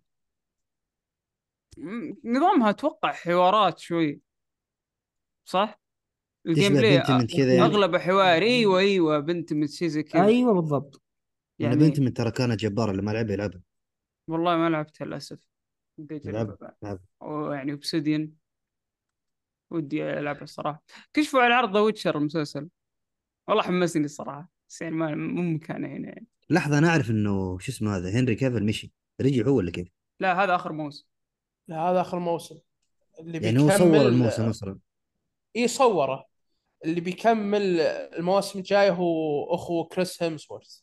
نظامها اتوقع حوارات شوي، صح؟ الجيم تشبه بلاي بنتمنت كذا يعني. اغلب حوار. ايوه بنت من شيء زي كذا ايوه بالضبط. انا يعني. بنتمنت ترى كانت جباره، اللي ما لعبها يلعبها. والله ما لعبتها للاسف، بدي اجربها يلعبها بعد. يلعبها. يعني اوبسيديان ودي العبها الصراحه. كشفوا على عرض ذا ويتشر المسلسل، والله حمسني الصراحه، بس يعني ما مو مكانه هنا يعني. لحظه، انا اعرف انه شو اسمه هذا هنري كافل مشي، رجع هو ولا كيف؟ لا هذا اخر موسم. لا هذا اخر موسم اللي يعني هو صور بيكمل. الموسم اصلا. اي صوره. اللي بيكمل المواسم الجايه هو اخو كريس هيمسورث.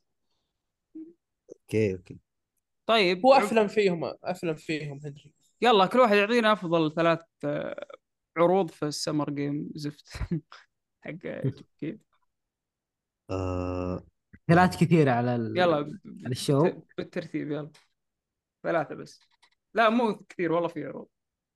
اوكي. طيب هو افلم فيهم هنري. يلا كل واحد يعطينا افضل ثلاث عروض في السمر جيم زفت حق كيف. آه... ثلاث كثيره على يلا على الشو. بالترتيب يلا، ثلاثة بس. لا مو كثير والله في عروض.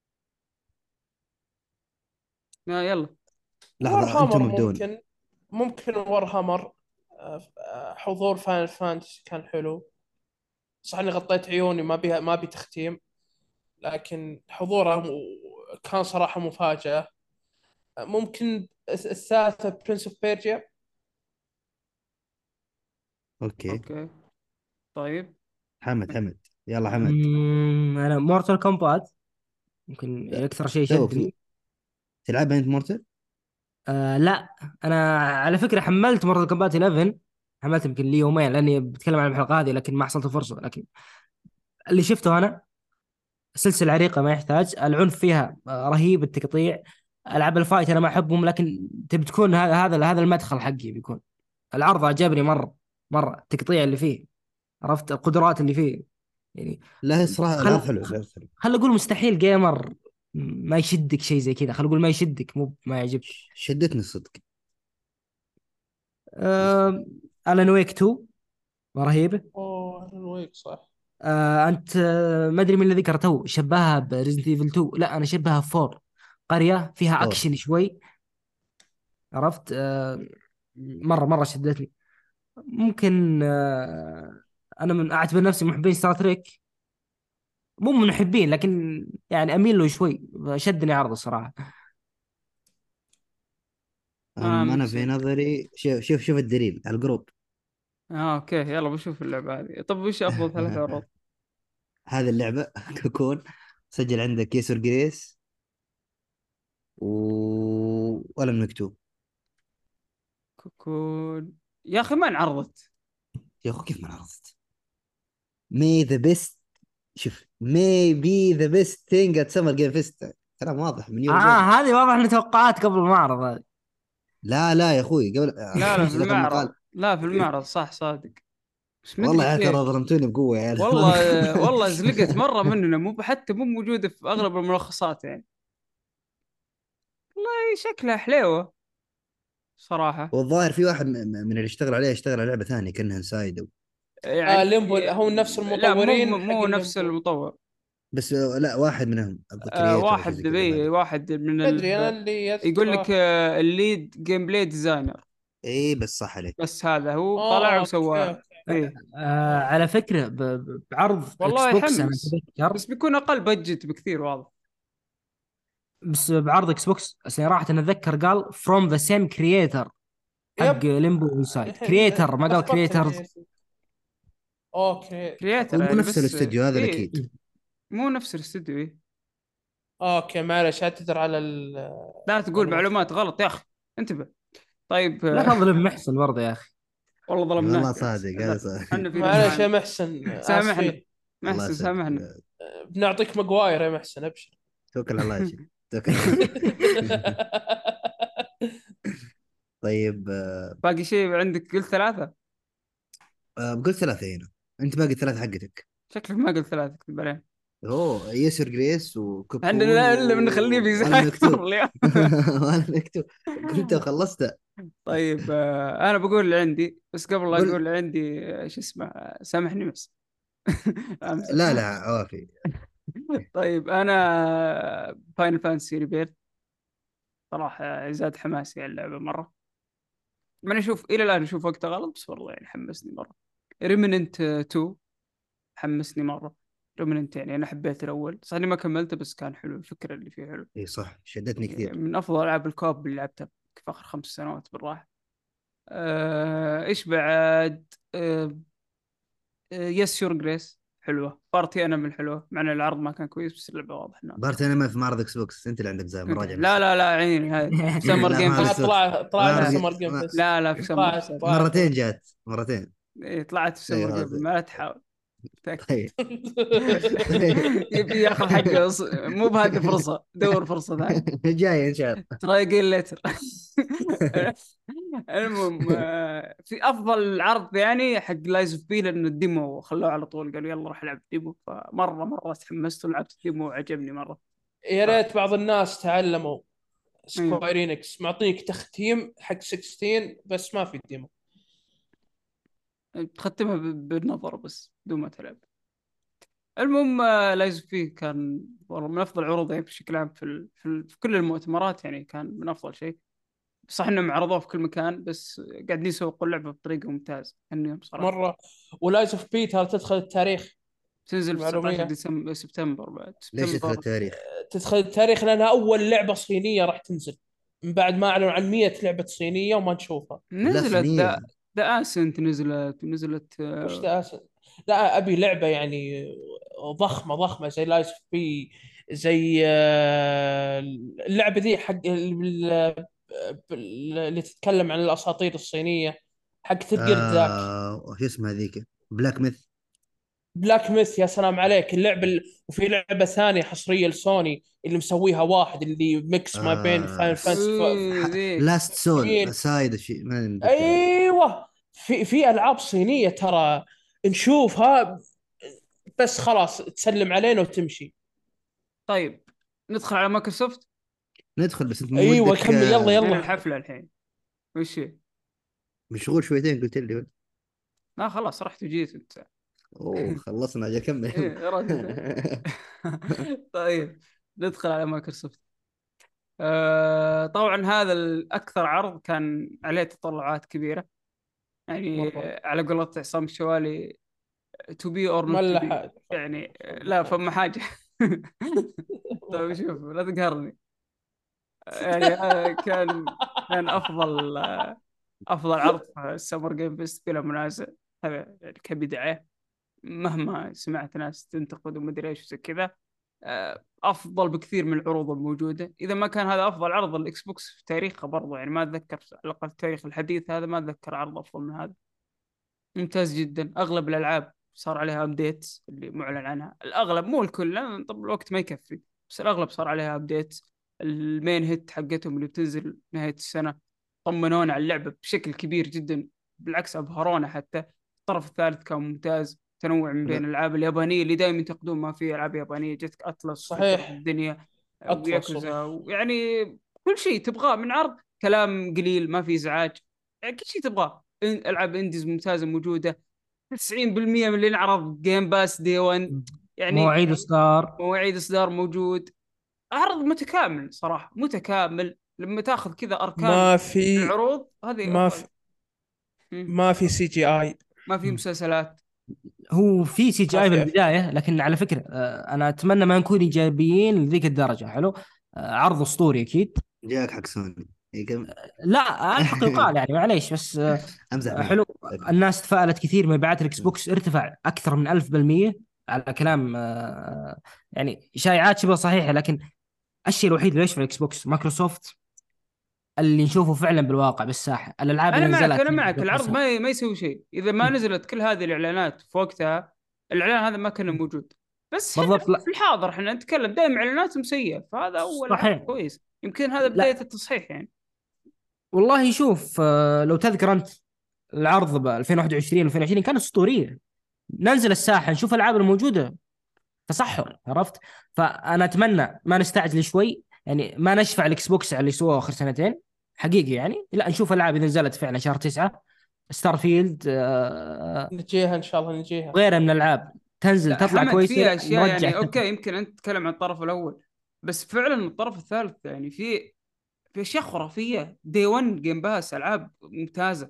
يلا. لحظه وارهامر انتم مبدون. ممكن وارهامر. حضور فاينل فانتسي كان حلو. صح اني غطيت عيوني، ما بي تختيم، لكن حضوره كان صراحة مفاجأة. ممكن الثالثة برنس اوف بيرجيا. اوكي. اوكي طيب. حمد يلا حمد. انا مورتال كومبات يمكن اكثر شيء توك شدني. تلعبها انت مورتل؟ لا انا على فكره حملت مورتال كومبات 11، حملت يمكن لي يومين لاني بتكلم عن الحلقه هذه، لكن ما حصلت فرصه. لكن اللي شفته انا سلسله عريقه ما يحتاج، العنف فيها رهيب، التقطيع العاب الفايت انا ما احبهم، لكن تبي تكون هذا المدخل حقي بيكون. العرض عجبني مره، مره التقطيع اللي فيه، عرفت القدرات اللي فيه يعني. لا هي صراحة العاب خل حلوة، العاب حلوة. خل اقول مستحيل جيمر ما يشدك شيء زي كذا، خل اقول ما يشدك مو ما يعجبك. شدتني الصدق. الان ويك 2 رهيبه. اوه ألان ويك صح. انت ما ادري من اللي ذكر تو شبهها بريزنت ايفل 2، لا انا شبهها 4. قريه فيها فور. اكشن شوي، عرفت. مره مره شدتني. ممكن انا من اعتبر نفسي محبين ستار تريك، مو من محبين لكن يعني اميل له شوي، شدني عرض الصراحه. أنا في مكسوم. نظري، شوف الدليل على الجروب. اوكي يلا بشوف اللعبة هذه. طب وش افضل 3 عروض؟ هذه اللعبة كوكون، سجل عندك يسر جريس ولا مكتوب. كوكون يا اخي ما انعرضت. يا أخو كيف ما عرفت؟ مي ذا بيست. شوف، مي بي ذا بيست ثينج ات سمر جيم فيست. كلام واضح من يوم جون. هذه واضح ان توقعات قبل المعرض هذه. لا لا يا اخوي، قبل لا لا في ايش دخل المعرض، مقال. لا في المعرض صح صادق. بس والله مدري يا عيال ترى كيف. ظلمتوني بقوه يا عيال. والله زلقت مرة مننا، مو حتى مو موجودة في اغلب الملخصات يعني. والله شكلها حليوة صراحة. والظاهر في واحد من اللي اشتغل عليها اشتغل على لعبه ثانيه كانها انسايد. يعني ليمبو هو نفس لا المطورين حق مو نفس الليمبو. المطور. بس لا، واحد منهم الكرييتر او شيء واحد زي كذا بي بعد. واحد من مدري انا اللي يقول لك اذكره. الليد جيم بلاي ديزاينر. اي بس صح عليك. بس هذا هو طلع اوكي وسوى. اوكي. ايه على فكره بعرض اكس والله بوكس انا يحمس، اتذكر. بس بيكون اقل بجت بكثير واضح. بس بعرض اكس بوكس صراحه انا اتذكر قال فروم ذا سيم كرييتر حق يب. ليمبو انسايد، كرييتر ما قال لخبطت كرييترز. اني. اوكي كرياتر هو مو يعني نفس بس. الاستوديو هذا ايه الاكيد. مو نفس الاستوديو إيه. اوكي معلش اعتذر على لا تقول المعلومات. معلومات غلط يا اخي، انتبه. طيب لا تظلم محسن برضه يا اخي. والله والله ظلمناك يا صادق، هذا صادق. احنا في ناس معلش يا معنا. محسن سامحنا اسفين. الله محسن يسعدك. سامحنا. بنعطيك مقواير يا محسن ابشر. توكل على الله يا شيخ، توكل على الله. طيب باقي شيء عندك؟ قلت 3. قلت ثلاثة هنا. انت باقي الثلاثة حقتك. شكلك ما قلت 3 اكتب عليه. اوه يسر جريس عندنا وكوكون لا الا بنخليه ولا بيزعل مكتوب. اليوم. ولا مكتوب. قلت وخلصت. طيب انا بقول اللي عندي، بس قبل لا اقول قل. اللي عندي شو اسمه سامحني بس. امزح. لا لا عوافي. طيب انا فاينل فانتسي ريبيرث صراحه زاد حماسي على اللعبه مره. ما انا اشوف الى الان اشوف وقتها غلط، بس والله يعني حمسني مره. ريمننت 2 حمسني مره. ريمننت يعني انا حبيت الاول، صح اني ما كملته بس كان حلو، الفكره اللي فيه حلو. اي صح، شدتني يعني كثير. من افضل العاب الكوب اللي لعبتها في اخر 5 سنوات بالراحه. ايش بعد؟ يس شور جريس حلوه، بارتي انا من الحلوه، مع ان العرض ما كان كويس بس اللعبه واضح انها بارتي انا ما في معرض اكس بوكس، انت اللي عندك زي مراجع لا نفسك. لا لا عيني هاي سمر لا جيم معرض اه اكس فيست. بوكس. طلعت في لا سمر جيم فيست. لا لا في سمر طلعت مرتين جات مرتين. إيه طلعت في اي سمر خلاص. جيم، ما لا تحاول تأكد. طيب. طيب. يبي ياخذ حقه مو بهذه فرصه، دور فرصه ثانيه. جاي ان شاء الله. تراي جيل ليتر. المهم في افضل عرض يعني حق لايز اوف بي، لان الديمو خلوه على طول، قالوا يلا روح العب الديمو، فمره مره تحمست ولعبت الديمو وعجبني مره. يا ريت بعض الناس تعلموا. ايوه سكوير انكس معطيك تختيم حق 16 بس ما في ديمو. تختمها بالنظر بس بدون ما تلعب. المهم لايز اوف بي كان والله من افضل العروض يعني بشكل عام في كل المؤتمرات، يعني كان من افضل شيء. صح انهم عرضوه في كل مكان، بس قاعدين يسوقوا اللعبه بطريقه ممتازه انهم صراحه. مره. ولايز اوف بي ترى تدخل التاريخ. تنزل في 19 معلوميه. ديسمبر سبتمبر، بعد ليش يدخل سبتمبر. التاريخ؟ تدخل التاريخ لانها اول لعبه صينيه راح تنزل من بعد ما اعلنوا عن 100 لعبه صينيه وما نشوفها. لا نزلت صينية. ذا اسنت، نزلت وش ذا لا ابي لعبه يعني ضخمه ضخمه زي لايز اوف بي. زي اللعبه ذي حق اللي تتكلم عن الاساطير الصينيه حق ثقرد ذاك. شو اسمها هذيك؟ بلاك ميث. بلاك ميث يا سلام عليك، وفي لعبه ثانيه حصريه لسوني اللي مسويها واحد اللي ميكس ما بين فاين فانتسي ذيك لاست سول 15. سايد شيء ما نتذكر. ايوه، في العاب صينيه ترى نشوفها بس خلاص تسلم علينا وتمشي. طيب ندخل على مايكروسوفت. ندخل، بس انت مو ايوه ودك كمل، يلا من يلا. الحفله الحين وش هي؟ مشغول شويتين قلت لي. لا خلاص رحت وجيت انت. اوه خلصنا، اجي اكمل. ايه ردت. طيب ندخل على مايكروسوفت. طبعا هذا الأكثر عرض كان عليه تطلعات كبيرة، يعني مره على قولة عصام الشوالي to be or not to ملا be. حاجه. يعني لا فما حاجة. طيب شوف لا تقهرني. يعني كان أفضل عرض في السمر جيم فيست بلا منازع. هذا يعني كبداية، مهما سمعت ناس تنتقد ومدري ايش وزي كذا، افضل بكثير من العروض الموجوده. اذا ما كان هذا افضل عرض الاكس بوكس في تاريخه برضو، يعني ما اتذكر على الاقل في التاريخ الحديث هذا ما اتذكر عرض افضل من هذا. ممتاز جدا. اغلب الالعاب صار عليها ابديت اللي معلن عنها، الاغلب مو الكل لأن طب الوقت ما يكفي، بس الاغلب صار عليها ابديت. المين هيت حقتهم اللي بتنزل نهايه السنه طمنونا على اللعبه بشكل كبير جدا، بالعكس ابهرونا. حتى الطرف الثالث كان ممتاز، تنوع من بين لا الالعاب اليابانيه اللي دائما ينتقدون ما في العاب يابانيه. جتك اطلس وخربت صحيح. الدنيا اطلس وياكوزا، ويعني كل شيء تبغاه من عرض. كلام قليل، ما في ازعاج، يعني كل شيء تبغاه. العاب انديز ممتازه موجوده. 90% من اللي انعرض جيم باس دي 1 يعني. مواعيد اصدار. مواعيد اصدار موجود. عرض متكامل صراحه، متكامل. لما تاخذ كذا اركان ما في العروض هذه ما في مم. ما في سي جي اي. ما في مسلسلات. هو في سي جي ما اي في بالبدايه، لكن على فكره انا اتمنى ما نكون ايجابيين لذيك الدرجه. حلو. عرض اسطوري اكيد. جاك حق سوني. إيه كم. لا الحق يقال يعني معليش، بس امزح امزح. حلو. الناس تفائلت كثير، مبيعات الاكس بوكس ارتفع اكثر من 1000% على كلام يعني شائعات شبه صحيحه، لكن الشيء الوحيد اللي يشفع الاكس بوكس مايكروسوفت اللي نشوفه فعلا بالواقع بالساحه، الالعاب انا اللي معك، نزلت انا معك. العرض ما يسوي شيء اذا ما نزلت كل هذه الاعلانات في وقتها. الاعلان هذا ما كان موجود. بس احنا بالضبط. لا في الحاضر احنا نتكلم دائما اعلاناتهم سيئه، فهذا اول عرض صحيح. كويس. يمكن هذا بدايه لا التصحيح يعني. والله شوف، لو تذكر انت العرض ب 2021 2020 كانت اسطوريه. ننزل الساحه نشوف الالعاب الموجوده، تصحر، عرفت؟ فانا اتمنى ما نستعجل شوي، يعني ما نشفع الاكس بوكس على اللي سووه اخر سنتين حقيقي، يعني لا نشوف العاب اذا نزلت فعلا شهر 9. ستار فيلد نجيها ان شاء الله نجيها. غيرها من الالعاب تنزل لا تطلع حمد، كويسه، فيها اشياء نرجع يعني الثقه. اوكي. يمكن انت تتكلم عن الطرف الاول، بس فعلا الطرف الثالث يعني في اشياء خرافيه. دي 1 جيم باس العاب ممتازه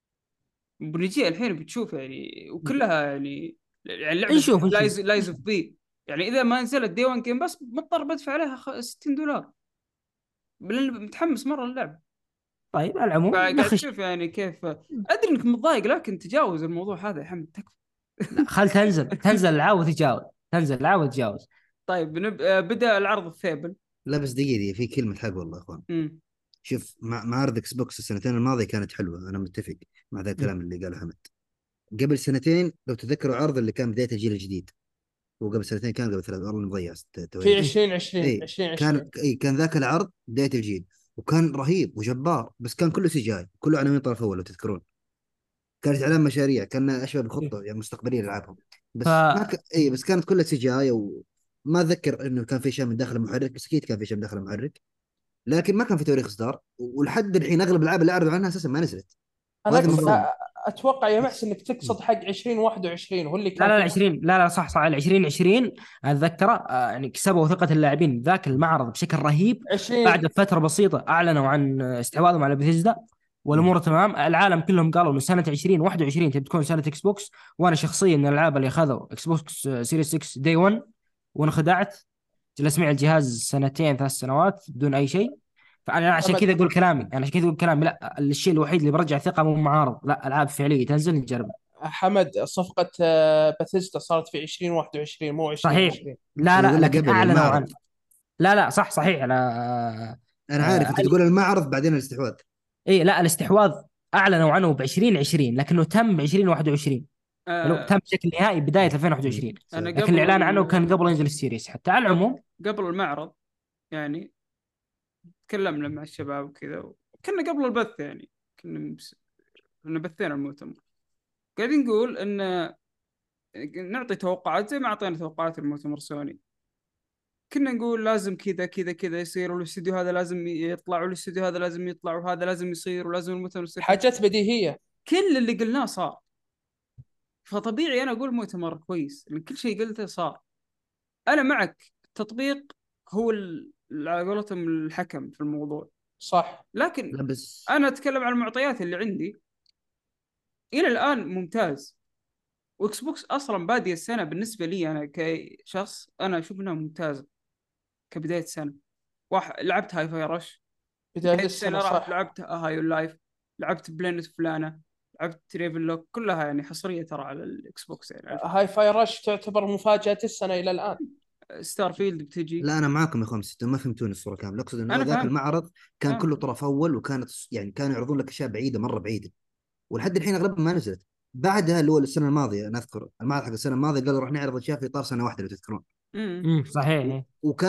بنجي الحين بتشوف يعني، وكلها يعني لعبه نشوف نشوف. لايز اوف بي. يعني اذا ما نزلت دي 1 جيم باس مضطر بدفع عليها $60، لأني متحمس مره للعبه. طيب على العموم فقاعد نخش. تشوف يعني كيف. ادري انك متضايق لكن تجاوز الموضوع هذا يا حمد، تكفى. لا خل تنزل العاب وتتجاوز، تنزل العاب وتتجاوز. طيب بدا العرض الثيبل. لا بس دقيقة، في كلمة حق والله يا اخوان. امم شوف، معارض اكس بوكس السنتين الماضية كانت حلوة، انا متفق مع ذا الكلام اللي قاله حمد. قبل سنتين لو تذكروا عرض اللي كان بداية الجيل الجديد، وقبل سنتين كان قبل ثلاث، والله مضيع في تواريخ. 2020 اي 2020 كان ذاك العرض بداية الجيل، وكان رهيب وجبار، بس كان كله سي جاي، كله عناوين طرف اول لو تذكرون. كانت اعلان مشاريع، كان اشبه بخطه يعني مستقبليه لالعابهم. بس ما فالشيء ك... اي بس كانت كلها سي جي اي، وما اتذكر انه كان في شيء من داخل المحرك، بس اكيد كان في شيء من داخل المحرك. لكن ما كان في تواريخ اصدار، ولحد الحين اغلب الالعاب اللي اعرضوا عنها اساسا ما نزلت. انا وهذا المفروض. اتوقع يا محسن انك تقصد حق 2021 هو اللي لا كان لا فيه. 20، لا صح 2020 اتذكره. يعني كسبوا ثقة اللاعبين ذاك المعرض بشكل رهيب. 20 بعد فترة بسيطة اعلنوا عن استحواذهم على بثيسدا مم. والامور تمام. العالم كلهم قالوا من سنة 2021 تبي تكون سنة اكس بوكس، وانا شخصيا من الالعاب اللي اخذوا اكس بوكس سيريس 6 دي 1 وانخدعت. جلس معي الجهاز سنتين 3 سنوات بدون اي شيء. فانا عشان حمد كذا اقول كلامي، انا عشان كذا اقول كلامي، لا الشيء الوحيد اللي برجع ثقة مو معارض، لا العاب فعلية تنزل نجربها. حمد صفقة باتيستا صارت في 2021 مو صحيح. 2020. لا ويقول لك لكن قبل اعلنوا المعرض. عنه. لا صح صحيح. انا انا عارف انت تقول المعرض بعدين الاستحواذ. اي لا الاستحواذ اعلنوا عنه ب 2020 لكنه تم ب 2021. تم بشكل نهائي بدايه 2021. انا لكن الاعلان عنه كان قبل ينزل السيريس. حتى على العموم قبل المعرض يعني تكلمنا مع الشباب وكذا، كنا قبل البث يعني كنا بثينا المؤتمر، قاعدين نقول ان نعطي توقعات زي ما اعطينا توقعات المؤتمر سوني. كنا نقول لازم كذا كذا كذا يصير، والاستوديو هذا لازم يطلع، والاستوديو هذا لازم يطلع، وهذا لازم يصير، ولازم المؤتمر يصير كذا. حاجات بديهيه. كل اللي قلناه صار، فطبيعي انا اقول مؤتمر كويس لان كل شيء قلته صار. انا معك، التطبيق هو على قولتهم الحكم في الموضوع، صح. لكن لا بس انا اتكلم عن المعطيات اللي عندي الى الان ممتاز. واكس بوكس اصلا بادية السنه بالنسبه لي انا كشخص انا اشوف انها ممتازه كبدايه سنه. لعبت هاي فاي رش بدايه بدايه السنه السنه، رحت صح. لعبت هاي لايف، لعبت بلينت فلانه، لعبت تريفل لوك، كلها يعني حصريه ترى على الاكس بوكس يعني على هاي فاي رش تعتبر مفاجاه السنه الى الان. ستار فيلد بتجي. لا انا معاكم يا اخوان، بس انتم ما فهمتوني الصوره كامله. اقصد انه انا ذاك فهمت. المعرض كان فهمت. كله طرف اول، وكانت يعني كانوا يعرضون لك اشياء بعيده مره بعيده، ولحد الحين اغلبها ما نزلت. بعدها اللي هو السنه الماضيه، انا اذكر المعرض حق السنه الماضيه قالوا راح نعرض اشياء في اطار سنه واحده لو تذكرون. صحيح.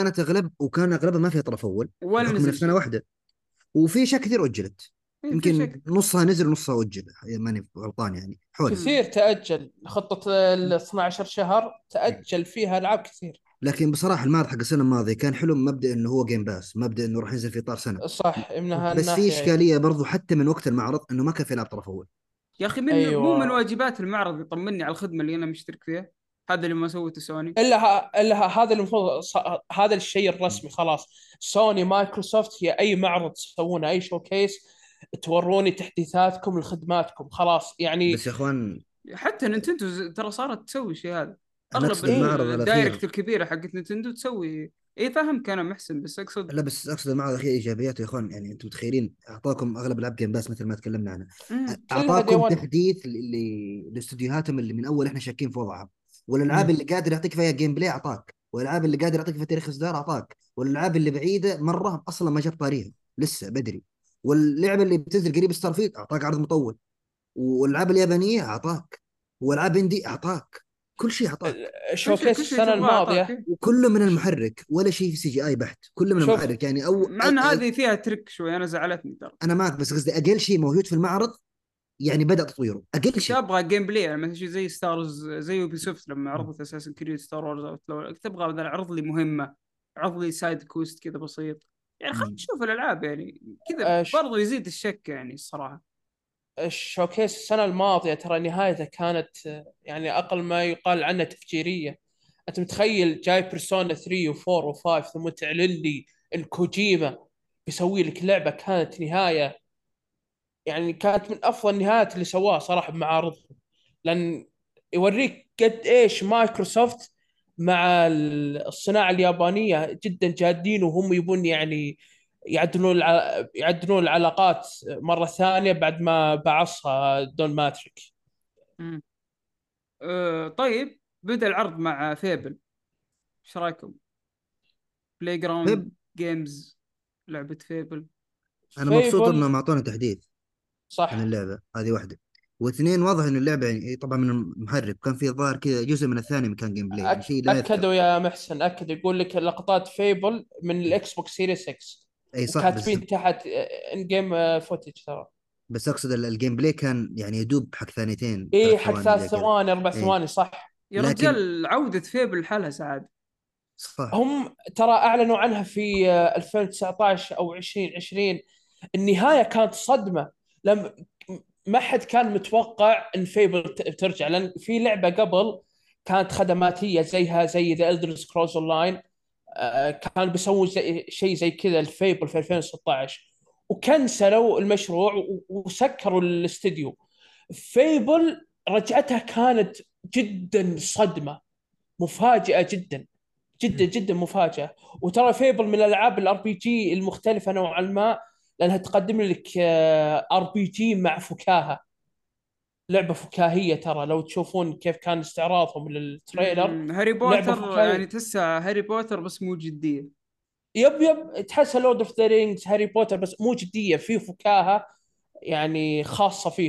وكان اغلبها ما فيها طرف اول ولا بحكم انه نزل في سنه شيء. واحده. وفي اشياء كثير اجلت، في يمكن شك. نصها نزل ونصها اجل، ماني غلطان يعني حولها. مم. كثير تاجل خطه ال 12 شهر تاجل فيها العاب كثير. لكن بصراحه المعرض حق السنه الماضيه كان حلو، مبدا انه هو جيم باس، مبدا انه راح ينزل في اطار سنه. صح من بس في هالناحيه. اشكاليه برضو حتى من وقت المعرض انه ما كان في العاب طرف اول. يا اخي مو من ايوه. واجبات المعرض يطمني على الخدمه اللي انا مشترك فيها؟ هذا اللي ما سوته سوني. هذا المفروض هذا الشيء الرسمي خلاص. سوني مايكروسوفت هي اي معرض تسوونه اي شوكيس توروني تحديثاتكم لخدماتكم خلاص يعني. بس يا اخوان حتى نينتندو ترى صارت تسوي شيء هذا. انا اغلب اقصد المعرض الدايركت الاخير. الكبيره حقت نينتندو تسوي. اي فاهم كان محسن، بس اقصد لا بس اقصد المعرض الاخير ايجابياته يا اخوان، يعني انتم متخيلين اعطاكم اغلب العاب جيم باس مثل ما تكلمنا عنها. كلها دي اعطاكم 1. تحديث لاستديوهاتهم اللي من اول احنا شاكين في وضعها، والالعاب مم. اللي قادر يعطيك فيها جيم بلاي اعطاك، والالعاب اللي قادر يعطيك فيها تاريخ اصدار اعطاك، والالعاب اللي بعيده مره اصلا ما جت طاريها لسه بدري، واللعبه اللي بتنزل قريب ستار فيلد اعطاك عرض مطول، والالعاب اليابانيه اعطاك، والعاب اندي اعطاك، كل شيء اعطاك. كل شوكيس شيء السنه تبغاه اعطاك الماضيه. إيه. وكله من المحرك، ولا شيء في سي جي اي بحت، كله من شوف المحرك يعني مع ان هذه فيها ترك شوي، انا زعلتني ترى. انا معك، بس قصدي اقل شيء موجود في المعرض يعني بدا تطويره اقل كنت شيء. ابغى جيم بلاي يعني مثلا شيء زي ستارز، زي يوبي سوفت لما عرضت اساسن كريد ستار وورز، كنت ابغى بدل عرض لي مهمه، عرض لي سايد كوست كذا بسيط يعني. خلينا مم. نشوف الالعاب يعني كذا الش- برضو يزيد الشك يعني الصراحه. الشوكيس السنه الماضيه ترى نهايته كانت يعني اقل ما يقال عنها تفجيريه. انت متخيل جاي بيرسونا 3 و4 و5 ثم تعلن لي ان كوجيما بيسوي لك لعبه كانت نهايه، يعني كانت من افضل النهايات اللي سواها صراحه بمعارضهم. لان يوريك قد ايش مايكروسوفت مع الصناعه اليابانيه جدا جادين، وهم يبون يعني يعدلون العلاقات مره ثانيه بعد ما بعصها دون ماتريك. مم. طيب بدأ العرض مع فيبل، ايش رايكم؟ بلاي جراوند طيب جيمز، لعبه فيبل. انا مبسوط فيبل انهم اعطونا تحديث عن صح. اللعبه هذه واحده، واثنين واضح ان اللعبه يعني طبعا من المحرك كان في ظاهر كذا جزء من الثاني كان جيم بلاي يعني شيء لا يذكر. اكدوا يا محسن، اكد يقول لك لقطات فيبل من الاكس بوكس سيريس 6 اي صح، بس وكاتبين تحت ان جيم فوتج ترى. اقصد الجيم بلاي كان يعني يدوب حق ثانيتين ايه ثلاث حق ثواني زي ثلاث كذا. ثواني اربع اي ثواني صح. يا لكن رجال عوده فيبل لحالها سعاده. صح. هم ترى اعلنوا عنها في 2019 او 2020. النهايه كانت صدمه. لم ما حد كان متوقع ان فيبل بترجع، لان في لعبه قبل كانت خدماتيه زيها زي ذا الدر سكرولز اون لاين. كان بيسوون شيء زي كذا الفيبل في 2016 وكنسلوا المشروع وسكروا الاستديو. فيبل رجعتها كانت جدا صدمه، مفاجئه جدا جدا جدا مفاجاه. وترى فيبل من الالعاب الار بي جي المختلفه نوعا ما، لانها تقدم لك ار بي جي مع فكاهه. لعبه فكاهيه ترى لو تشوفون كيف كان استعراضهم للتريلر. هاري لعبه بوتر يعني فكاهيه. تحسها هاري بوتر بس مو جديه. يب تحسها لورد اوف ذا رينجز هاري بوتر بس مو جديه، في فكاهه يعني خاصه فيهم.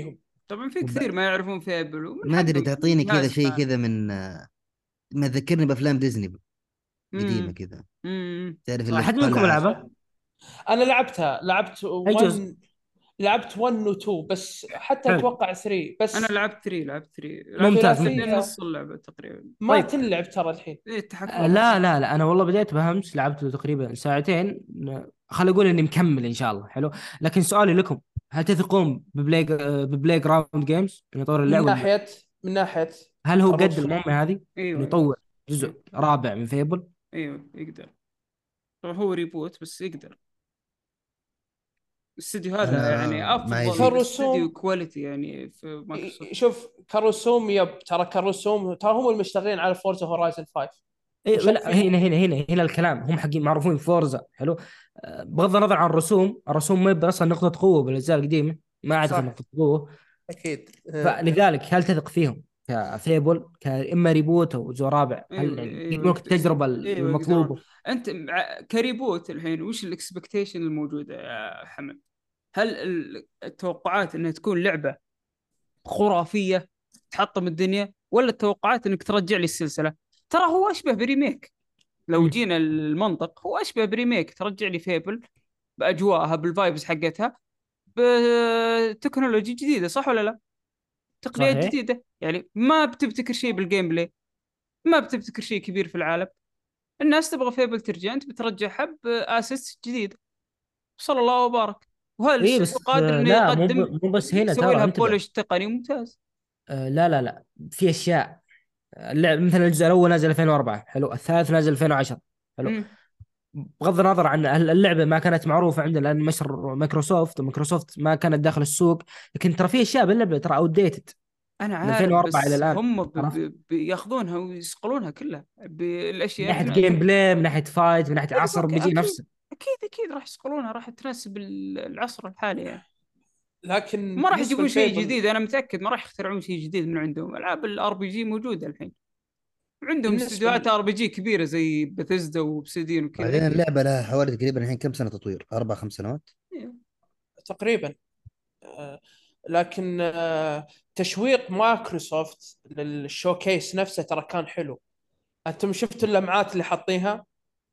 طبعا في كثير ما يعرفون فيبل ومن ما ادري، حقهم تعطيني كذا لازم شيء يعني. كذا من ما ذكرني بافلام ديزني قديمه امم كذا، امم تعرف اللي احد منكم تطلع. لعبه؟ انا لعبتها، لعبت اي جزء؟ 1، لعبت 1 و 2 بس، حتى حلو، اتوقع 3 انا بس. لعبت 3 لكن ممتاز وصلت ممتاز. لنص ثلاثية اللعبه تقريبا. ما طيب تنلعب ترى الحين. ايه التحكم لا لا لا، انا والله بديت بهمس، لعبت له تقريبا ساعتين، خلي اقول اني مكمل ان شاء الله. حلو. لكن سؤالي لكم، هل تثقون ببلاي جراوند جيمز انه يطور من اللعبه ناحية من ناحية هل هو قد الرسوم. المهمه هذه انه ايوه ايوه يطور جزء ايوه رابع من فيبل؟ ايوه يقدر. طبعا هو ريبوت بس يقدر. الاستديو هذا يعني انا ما افضل يزيد. استديو كرسوم، كواليتي يعني في مايكروسوفت. شوف كرسوم، يب ترى كرسوم، ترى هم المشتغلين على فورزا هورايزن 5 إيه لا، وشايفين. هنا الكلام، هم حقين معروفين فورزا. حلو. بغض النظر عن الرسوم، الرسوم ما يبقى اصلا نقطه قوه بالاجزاء القديمه، ما اعتقد صح، نقطه قوه. اكيد. فلذلك هل تثق فيهم كفيبل كإما ريبوت او جزء رابع؟ هل ايوه يعني ايوه يقدمون لك التجربه ايوه يقدرون. المطلوبه؟ انت كريبوت الحين وش الاكسبكتيشن الموجوده يا حمد؟ هل التوقعات انها تكون لعبه خرافيه تحطم الدنيا، ولا التوقعات انك ترجع لي السلسله؟ ترى هو اشبه بريميك. لو مم. جينا المنطق هو اشبه بريميك، ترجع لي فيبل باجواءها بالفايبز حقتها بتكنولوجيا جديده، صح ولا لا؟ تقنيات صحيح. جديده، يعني ما بتبتكر شيء بالجيم بلاي، ما بتبتكر شيء كبير في العالم. الناس تبغى فيبل ترجع، انت بترجعها باسيست جديد. صلى الله وبارك. وهذا ايه الاستوديو بس قادر انه لا، يقدم، مو بس هنا، يسوي ترى لها انتبه. بولش تقني ممتاز. لا لا لا، في اشياء. اللعب مثلا الجزء الاول نازل 2004، حلو، الثالث نازل 2010، حلو. امم بغض النظر عن اللعبه ما كانت معروفه عندنا لان مشر مايكروسوفت، ومايكروسوفت ما كانت داخل السوق، لكن ترى في اشياء باللعبه ترى اوت ديتد انا من عارف 2004 الى بس الان. هم عرفت؟ بياخذونها ويصقلونها كلها من بالاشياء ناحيه اللي جيم بلاي، من ناحيه فايت، من ناحيه العصر اوكي بيجي اكيد نفسه. اكيد راح يصقلونها، راح تناسب العصر الحالي يعني. لكن ما راح بالنسبة يجيبون شيء لفيبل، جديد، انا متاكد ما راح يخترعون شيء جديد من عندهم. العاب الار بي جي موجوده الحين، عندهم بالنسبة استديوهات ار بي جي كبيره زي بثيسدا وبسيدين وكذا بعدين يقدر. اللعبه لها حوالي تقريبا الحين كم سنه تطوير؟ 4 5 سنوات. إيه. تقريبا. آه، لكن تشويق مايكروسوفت للشوكيس نفسه ترى كان حلو. انتم شفتوا اللمعات اللي حاطينها؟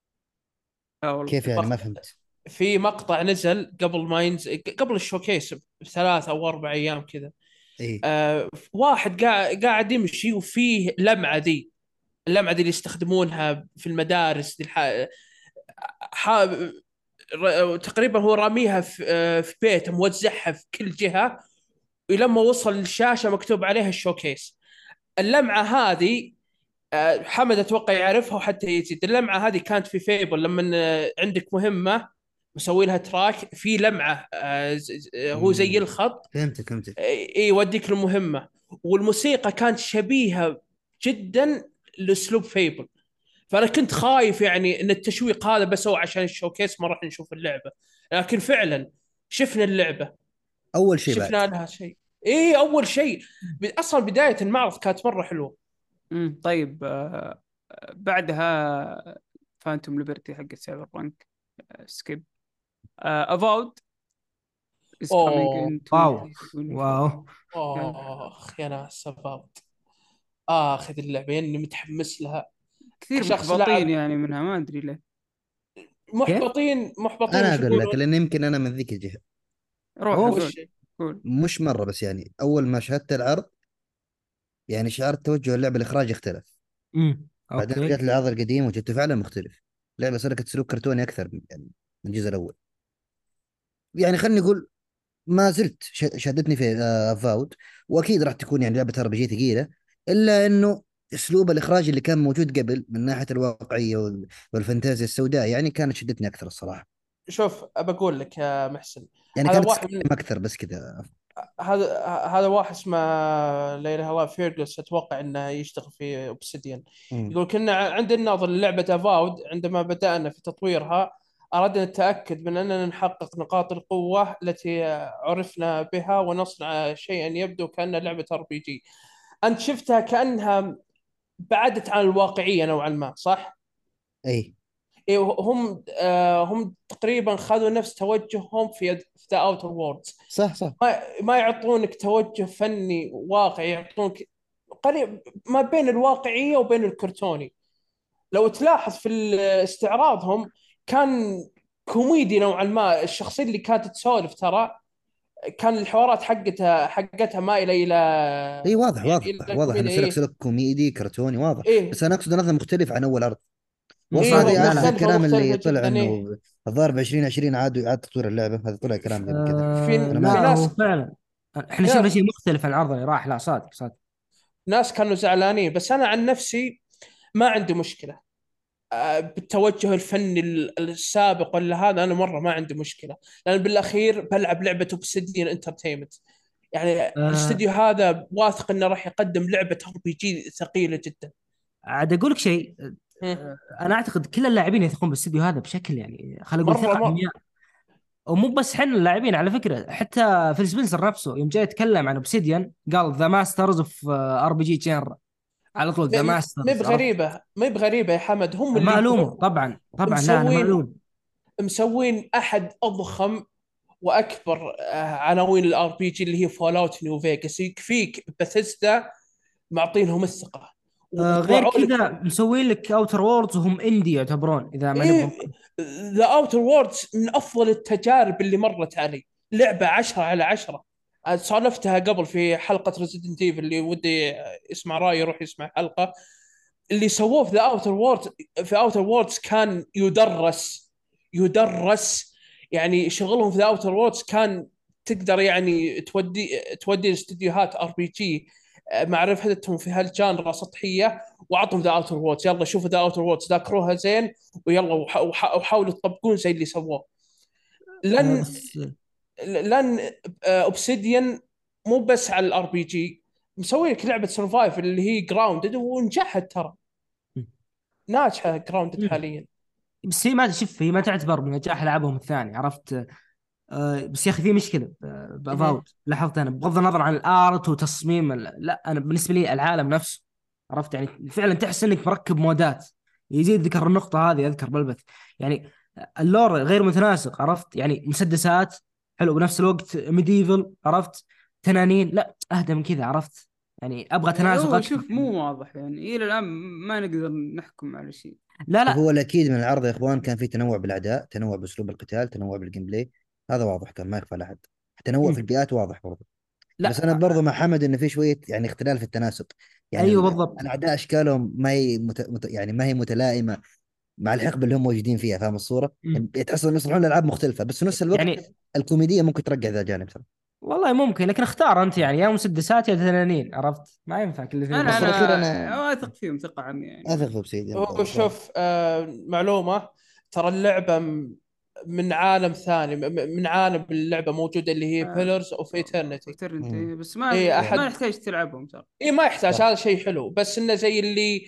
لا والله. كيف يعني؟ ما فهمت. في مقطع نزل قبل ما ينزل، قبل الشوكيس ب3 أو 4 أيام كذا. اي. واحد قاعد يمشي وفيه لمعة ذي، اللمعة ذي اللي يستخدمونها في المدارس دي ح... تقريبا هو راميها في بيته، موزعها في كل جهة. ولما وصل للشاشة مكتوب عليها الشوكيس. اللمعة هذه حمد اتوقع يعرفها، وحتى يزيد اللمعه هذه كانت في فيبل لما عندك مهمه مسوي لها تراك في لمعه، هو زي مم. الخط، فهمتك. يوديك المهمه. والموسيقى كانت شبيهه جدا لاسلوب فيبل. فانا كنت خايف يعني ان التشويق هذا بس هو عشان الشوكيس ما راح نشوف اللعبه، لكن فعلا شفنا اللعبه، اول شيء بعد. شفنا لها شيء. ايه اول شيء، اصلا بدايه المعرض كانت مره حلوه. طيب بعدها فانتوم ليبرتي حق سايبر بانك، سكيب. افاود is coming اوه، in واو 2024. واو. اخ يا ناس سبابت، اخذ اللعبه اني متحمس لها كثير كشخص محبطين لاعب. يعني منها، ما ادري ليه. كيف؟ محبطين انا وش اقول لك، يقولون؟ لان يمكن انا من ذيك الجهه. روح اوف. قول. وش؟ قول. مش مره بس يعني اول ما شاهدت العرض يعني شعرت توجه اللعبه، الاخراج اختلف. بعدين اوكي. رجعت للعرض القديم وجدته فعلا مختلف. لعبه سلكت سلوك كرتوني اكثر يعني من الجزء الاول. يعني خليني اقول ما زلت شدتني في فاود. واكيد راح تكون يعني لعبه ار بي جي ثقيله، الا انه اسلوب الاخراج اللي كان موجود قبل من ناحيه الواقعيه والفانتازيا السوداء يعني كانت شدتني اكثر الصراحه. شوف بقول لك يا محسن، يعني هذا كانت واحد من تسكلم اكثر بس كذا. هذا واحد اسمه لا اله الا الله فيرجس، اتوقع انه يشتغل في اوبسيديان. مم. يقول كنا عندنا نظر للعبه افاود عندما بدانا في تطويرها، اردنا التاكد من اننا نحقق نقاط القوه التي عرفنا بها ونصنع شيئا يبدو كانه لعبه ار بي جي. انت شفتها كانها بعدت عن الواقعيه نوعا ما، صح؟ اي. إيه، هم تقريبا خذوا نفس توجههم في ذا اوتر ووردز. صح صح. ما يعطونك توجه فني واقعي، يعطونك قريب ما بين الواقعية وبين الكرتوني. لو تلاحظ في استعراضهم كان كوميدي نوعا ما، الشخصية اللي كانت تسولف ترى كان الحوارات حقتها مائلة إلى اي واضح يعني واضح إلى واضح انه الكوميديا. سلك إيه سلك كوميدي كرتوني واضح. إيه بس انا اقصد انه مختلف عن اول عرض. إيه، واصلا صح. هذا لا لا. يعكس مختلفة الكلام اللي مختلفة طلع جدا. إيه انه الظاهر ب 2020 عادوا اعاده تطوير اللعبه، هذا طلع كلام قبل كذا. انا ما لا في ادري. هو ناس فعلا احنا في شفنا ناس شيء مختلف عن العرض اللي راح. لا صادق صادق. ناس كانوا زعلانين، بس أنا عن نفسي ما عندي مشكلة بالتوجه الفني السابق ولا هذا. انا مره ما عندي مشكله، لان بالاخير بلعب لعبه اوبسيديان انترتينمنت. يعني آه الاستديو هذا واثق انه راح يقدم لعبه ار بي جي ثقيله جدا. عاد اقول لك شيء. مم. انا اعتقد كل اللاعبين يثقون بالاستديو هذا بشكل، يعني خلينا نقول مره ثقه ما 100. ومو بس حنا اللاعبين على فكره، حتى فيل سبنسر نفسه يوم جاي يتكلم عن اوبسيديان قال ذا ماسترز اوف ار بي جي جنرا، على طول ذا ما ماسترز. عرفت؟ بغريبه ما بغريبه يا حمد، هم ما اللي الومه هم طبعا طبعا، لا انا ما مسوين الوم. مسوين احد اضخم واكبر عناوين الار بي جي اللي هي فول اوت نيو فيجاس. يكفيك بثيستا معطينهم الثقه غير وطلعوا لك. كذا مسوين لك اوتر ووردز وهم اندي يعتبرون اذا ما نبغى. ايه، ذا اوتر ووردز من افضل التجارب اللي مرت علي، لعبه 10/10. سولفتها قبل في حلقه ريزيدنت ايفل، اللي ودي يسمع رايي يروح يسمع حلقه. اللي سووه في ذا اوتر ووردز، في اوتر ووردز كان يدرس. يعني شغلهم في ذا اوتر ووردز كان تقدر يعني تودي استديوهات ار بي جي معرفتهم في هالجانرا سطحيه، وعطهم ذا اوتر ووردز، يلا شوفوا ذا اوتر ووردز ذاكروها زين، ويلا وحاولوا تطبقون زي اللي سووه. لن بس لن اوبسيديان مو بس على الار بي جي، مسوي لك لعبه سرفايف اللي هي جراوندد ونجحت ترى، ناجحه جراوندد حاليا. بس هي ما شوف، هي ما تعتبر من نجاح العابهم الثاني. عرفت؟ بس يا اخي في مشكله مهم. بافاوت. لاحظت انا بغض النظر عن الارت وتصميم لا انا بالنسبه لي العالم نفسه. عرفت؟ يعني فعلا تحس انك مركب مودات. يزيد ذكر النقطه هذه اذكر بالبث، يعني اللور غير متناسق. عرفت؟ يعني مسدسات حلو بنفس الوقت ميديفل. عرفت؟ تنانين، لا اهدى من كذا. عرفت؟ يعني ابغى تناسق هو اكثر. شوف مو واضح يعني الى الان، ما نقدر نحكم على شيء. لا شوف، هو لا. الاكيد من العرض يا اخوان كان في تنوع بالاعداء، تنوع باسلوب القتال، تنوع بالجيم بلاي. هذا واضح كان ما يخفى لاحد. تنوع في البيئات واضح برضه. بس انا لا. برضه مع حمد انه في شويه يعني اختلال في التناسق. يعني ايوه بالضبط. الاعداء اشكالهم ما هي يعني ما هي متلائمه مع الحقبه اللي هم موجودين فيها. فاهم الصوره؟ يعني تحس انهم يصنعون العاب مختلفه، بس في نفس الوقت يعني الكوميديا ممكن ترجع ذا جانب ترى. والله ممكن، لكن اختار انت يعني يا مسدسات يا تنانين. عرفت؟ ما ينفع كل الاثنين انا بس مع في بعض. الاخير انا انا اثق فيهم ثقه عمياء يعني. اثق في بسيد هو برضه. شوف معلومة، ترى اللعبة من عالم ثاني، من عالم اللعبة موجودة اللي هي بيلرز اوف ايترنتي. افترنتي بس اي ما احد، يحتاج تلعبهم ترى. اي ما يحتاج، صح. هذا شيء حلو، بس انه زي اللي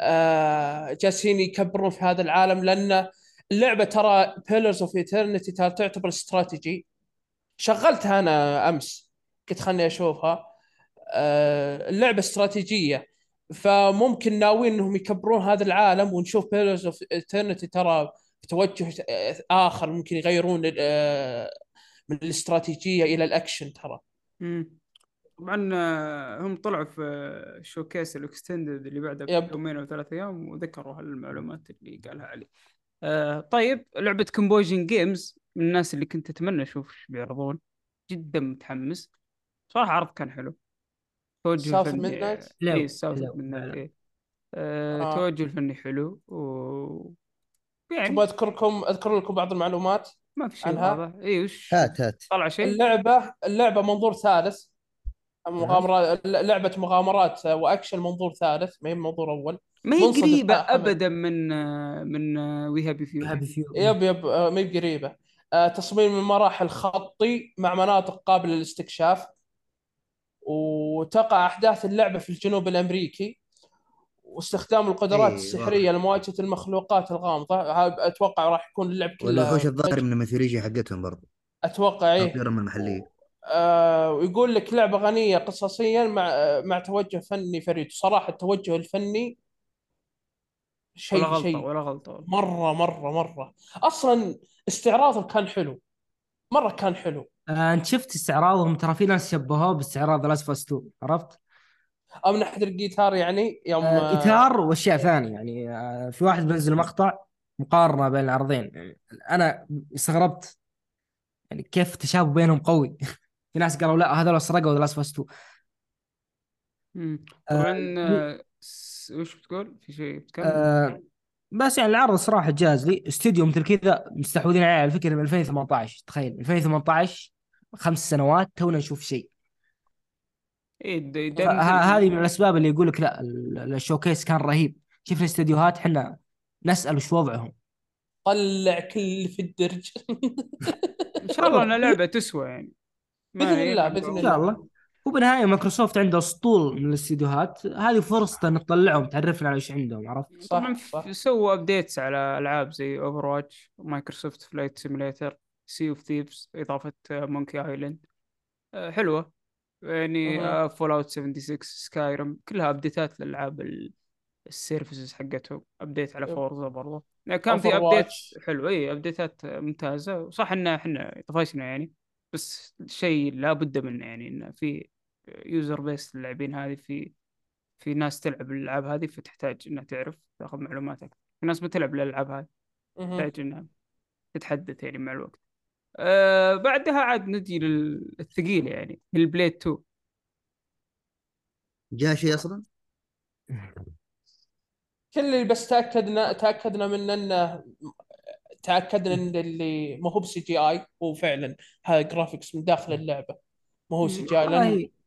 جالسين يكبرون في هذا العالم، لان اللعبة ترى بيلرز اوف ايترنتي ترى تعتبر استراتيجي. شغلتها انا امس، قلت خلني اشوفها. اللعبة استراتيجية، فممكن ناويين انهم يكبرون هذا العالم، ونشوف بيلرز اوف ايترنتي ترى في توجه اخر، ممكن يغيرون من الاستراتيجية الى الاكشن ترى. مم. طبعا هم طلعوا في شوكيس الاكستندد اللي بعده يب بيومين او 3 ايام، وذكروا هالمعلومات اللي قالها علي. طيب لعبة كومبوجين جيمز من الناس اللي كنت اتمنى اشوف ايش بيعرضون. جدا متحمس صراحة، عرض كان حلو. توجه ساوث الفني ميد نايت. ايه حلو الساوث حلو من نايت فعلا. ايه. آه. توجه الفني حلو تبغى يعني اذكر لكم بعض المعلومات ما في شيء عنها. واضح. ايه وش هات هات. طلع شيء؟ اللعبة منظور ثالث، أها. مغامرات، لعبة مغامرات واكشن منظور ثالث، ما هي منظور اول. ما هي منصدم قريبة حمد. ابدا من وي هابي فيو. هابي فيو. يب ما هي بقريبة. تصميم المراحل خطي مع مناطق قابلة للاستكشاف، وتقع أحداث اللعبة في الجنوب الأمريكي، واستخدام القدرات اي واضح. السحرية لمواجهة المخلوقات الغامضة. أتوقع راح يكون اللعب والوحوش كلها الظاهر من الميثولوجيا حقتهم برضه، أتوقع إيه. تطويرهم المحليه. ويقول لك لعبة غنية قصصيا مع توجه فني فريد. صراحة التوجه الفني ولا شيء غلطة شيء ولا غلطة والله. مرة اصلا استعراضه كان حلو، مرة كان حلو. انت شفت استعراضهم؟ ترى في ناس شبهوه باستعراض لاست اوف اس 2، عرفت؟ او من ناحية الجيتار يعني يوم اثار واشياء ثانيه يعني. في واحد بنزل مقطع مقارنه بين العرضين، يعني انا استغربت يعني كيف التشابه بينهم قوي. في ناس قالوا لا هذول سرقوا ذا لاست اوف اس 2. طبعا وش بتقول؟ في شيء بتكمل؟ آه بس يعني العرض صراحه جاز لي. استوديو مثل كذا مستحوذين عليه على فكره من 2018، تخيل 2018، 5 سنوات تونا نشوف شيء. ايه ده مثل هذه من الاسباب اللي يقول لك لا الشوكيس كان رهيب. شفنا استديوهات احنا نسال وش وضعهم. طلع كل اللي في الدرج. ان شاء الله انها لعبة تسوى يعني، ما باذن هي الله لعبة باذن ان شاء والله. الله. الله. وبالنهايه مايكروسوفت عنده اسطول من الاستديوهات، هذه فرصة ان تطلعهم تعرفنا على ايش عندهم، عرفت؟ طبعا صح صح. سووا ابديتس على العاب زي اوفر واتش، مايكروسوفت فلايت سيميليتر، سي اوف ثيفز، اضافة مونكي ايلاند حلوة يعني. مه. فول اوت 76، سكايرم، كلها ابديتات للالعاب السيرفيسز حقتهم. ابديت على فورزا برضه يعني، كان اوفر في ابديتس واتش. حلوه، اي ابديتات ممتازه. صح ان احنا طفشنا يعني، بس شيء لا بد منه يعني، ان في يوزر بيس للاعبين هذه، في ناس تلعب الالعاب هذه، فتحتاج انها تعرف تاخذ معلومات اكثر. في ناس ما تلعب الالعاب هذه، تحتاج انها تتحدث يعني مع الوقت. بعدها عاد نجي للثقيل يعني، البليد 2. جاء شيء اصلا؟ كل اللي بس تاكدنا من انه، تاكدنا ان اللي ما هو بسي جي اي، هو فعلا هذا جرافيكس من داخل اللعبه، ما هو سي جي اي. لان والله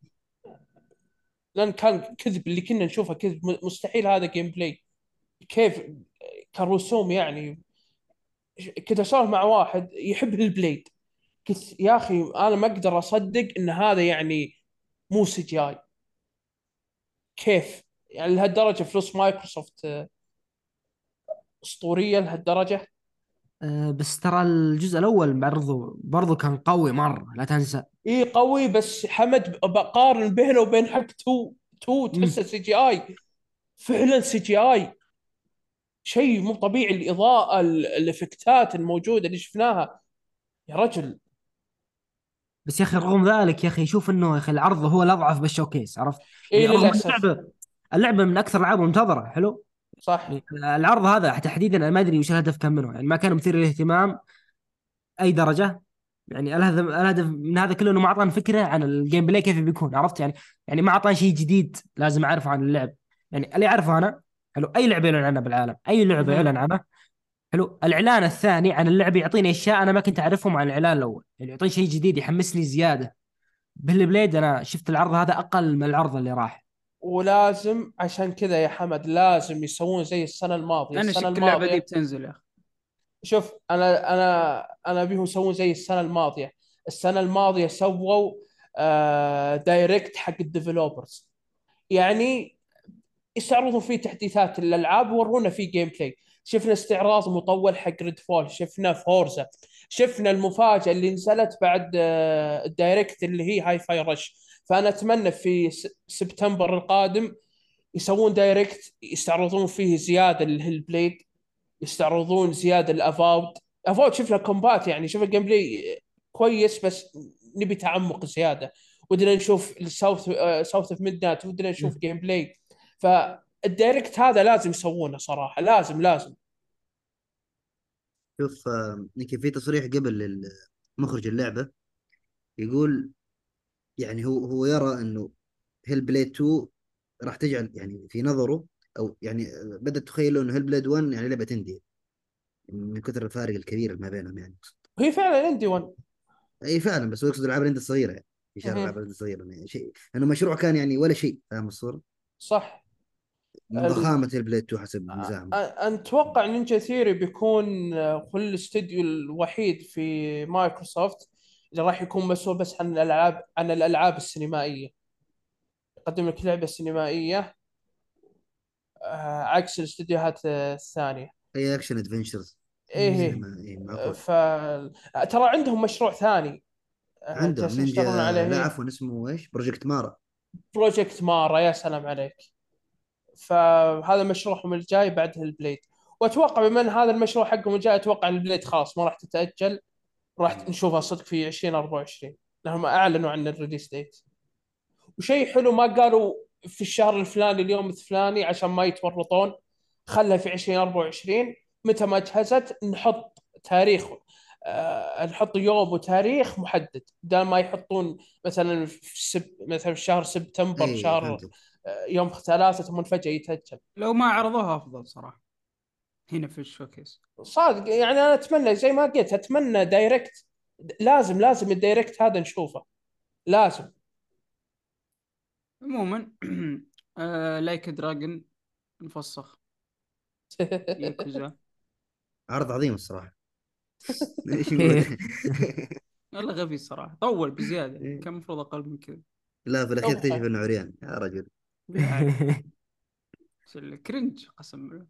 كان كذب اللي كنا نشوفه، كذب. مستحيل هذا جيم بلاي. كيف كرسوم يعني. كنت اسولف مع واحد يحب البليد، قلت يا اخي انا ما اقدر اصدق ان هذا يعني مو سي جي اي. كيف يعني لهالدرجه فلوس مايكروسوفت اسطوريه لهالدرجه؟ بس ترى الجزء الاول برضو كان قوي مره، لا تنسى. اي قوي، بس حمد بقارن بينه وبين حق 2. 2 مم. تحسه سي جي اي، فعلا سي جي اي. شيء مو طبيعي. الاضاءه، الافكتات الموجوده اللي شفناها، يا رجل. بس يا اخي رغم ذلك يا اخي شوف انه يا اخي العرض هو الاضعف بالشوكيس، عرفت؟ اي يعني رغم للاسف. اللعبه من اكثر الالعاب المنتظره، حلو. صح. يعني العرض هذا تحديدا انا ما ادري وش الهدف كان منه، يعني ما كان مثير للاهتمام اي درجه. يعني الهدف من هذا كله انه ما اعطانا فكره عن الجيم بلاي كيف بيكون، عرفت؟ يعني ما اعطانا شيء جديد لازم اعرفه عن اللعب. يعني اللي اعرفه انا، حلو، اي لعبه يعلن عنها بالعالم، اي لعبه مهم. يعلن عنها، حلو، الاعلان الثاني عن اللعبه يعطيني اشياء انا ما كنت اعرفهم عن الاعلان الاول، يعني يعطيني شيء جديد يحمسني زياده. بالبليد انا شفت العرض هذا اقل من العرض اللي راح. ولازم عشان كذا يا حمد لازم يسوون زي السنه الماضيه. انا السنه شك اللعبه دي الماضيه بتنزل يا اخي. شوف، انا ابيهم يسوون زي السنه الماضيه. السنه الماضيه سووا دايركت حق الديفلوبرز، يعني يستعرضوا فيه تحديثات الالعاب وورونا فيه جيم بلاي. شفنا استعراض مطول حق ريد فول، شفنا فورزا، شفنا المفاجاه اللي نزلت بعد الدايركت اللي هي هاي فاي رش. فانا اتمنى في سبتمبر القادم يسوون دايركت يستعرضون فيه زياده الهيل بليد، يستعرضون زياده الافاود. افاود شفنا كومبات، يعني شفنا جيم بلاي كويس، بس نبي تعمق زياده. ودنا نشوف الساوث ساوث اوف ميد نايت، ودنا نشوف جيم بلاي. فالدايركت هذا لازم يسوونه صراحه، لازم لازم. شوف يمكن في تصريح قبل مخرج اللعبه يقول، يعني هو يرى انه هيل بليد 2 راح تجعل يعني في نظره، او يعني بدأت تخيل انه هيل بليد 1 يعني لعبه اندي من كثر الفارق الكبير ما بينهم يعني. وهي فعلا عندي 1. اي فعلا، بس هو يقصد العاب الاندي الصغيره يعني، اشاره العاب الاندي الصغيره يعني شيء، انه مشروع كان يعني ولا شيء، فاهم الصوره؟ صح. من ضخامه هيل بليد 2 حسب مزاعم. اتوقع نينجا ثيري بيكون هو الاستديو الوحيد في مايكروسوفت اللي راح يكون مسؤول بس عن الالعاب، عن الالعاب السينمائيه. يقدم لك لعبه سينمائيه عكس الاستديوهات الثانيه. اي اكشن ادفنشرز ايه. سينما، اي معقول. ف ترى عندهم مشروع ثاني عندهم جالسين نينجا، يشتغلون عليه. لا إيه. عفوا اسمه ايش، بروجكت مارا. بروجكت مارا، يا سلام عليك. فهذا مشروعهم الجاي بعده البليد. واتوقع بما ان هذا المشروع حقهم الجاي، اتوقع ان البليد خلاص ما راح تتاجل، راح نشوفها صدق في 2024 لهم اعلنوا عن الريليس ديت. وشيء حلو ما قالوا في الشهر الفلاني اليوم الفلاني عشان ما يتورطون، خلها في 2024. متى ما جهزت نحط تاريخ، نحط يوم وتاريخ محدد، بدل ما يحطون مثلا مثلا في شهر سبتمبر اي شهر فهمت. يوم 3 ثم فجأة يتأجل. لو ما عرضوها افضل صراحه هنا في الشوكيس. صادق يعني انا اتمنى زي ما قلت، اتمنى دايركت. لازم الدايركت هذا نشوفه، لازم. عموما لايك دراجون مفسخ ياكوزا. عرض عظيم الصراحه. ايش نقول؟ والله غبي الصراحه، طول بزياده، كان المفروض اقل من كذا. لا في الاخير تكتشف انه عريان يا رجل. كرنج قسم بالله.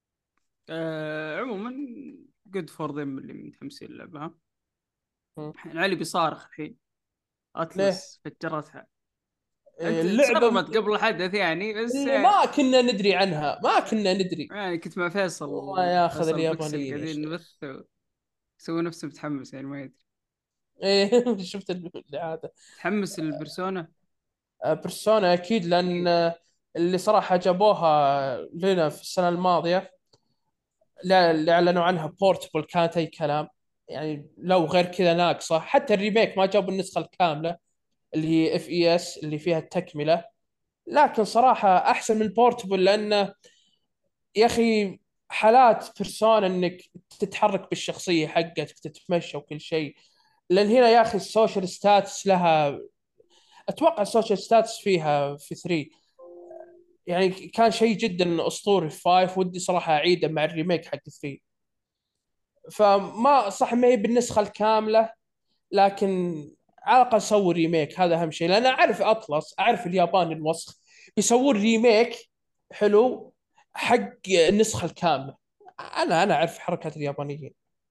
عموما جود فور ذيم اللي متحمسين لعبها. علي بيصارخ الحين، ليه؟ اطلس فجرتها. انت اللعبة تسربت قبل حدث يعني، بس اللي ما كنا ندري عنها، ما كنا ندري. يعني كنت مع والله ياخذ فيصل بيكسل اليابانيين يا قاعدين شيخ. نبث، سووا نفسه متحمس يعني ما يدري. ايه شفت العادة. تحمس البرسونا. بيرسونا اكيد، لان اللي صراحة جابوها لنا في السنة الماضية، لا اللي اعلنوا عنها بورتبل كانت اي كلام. يعني لو غير كذا ناقصة. حتى الريميك ما جابوا النسخة الكاملة اللي هي اف اي اس اللي فيها التكملة. لكن صراحة احسن من بورتبل، لانه يا اخي حالات بيرسونا انك تتحرك بالشخصيه حقتك تتمشى وكل شيء. لان هنا يا اخي السوشيال ستاتس لها، اتوقع السوشيال ستاتس فيها في 3. يعني كان شيء جدا اسطوري في 5، ودي صراحه اعيده مع الريميك حق 3. فما صح ما هي بالنسخه الكامله، لكن على الاقل سووا ريميك، هذا اهم شيء. لان اعرف اطلس، اعرف اليابان الوسخ بيسوون ريميك حلو حق النسخه الكامله. انا اعرف حركات اليابانيين.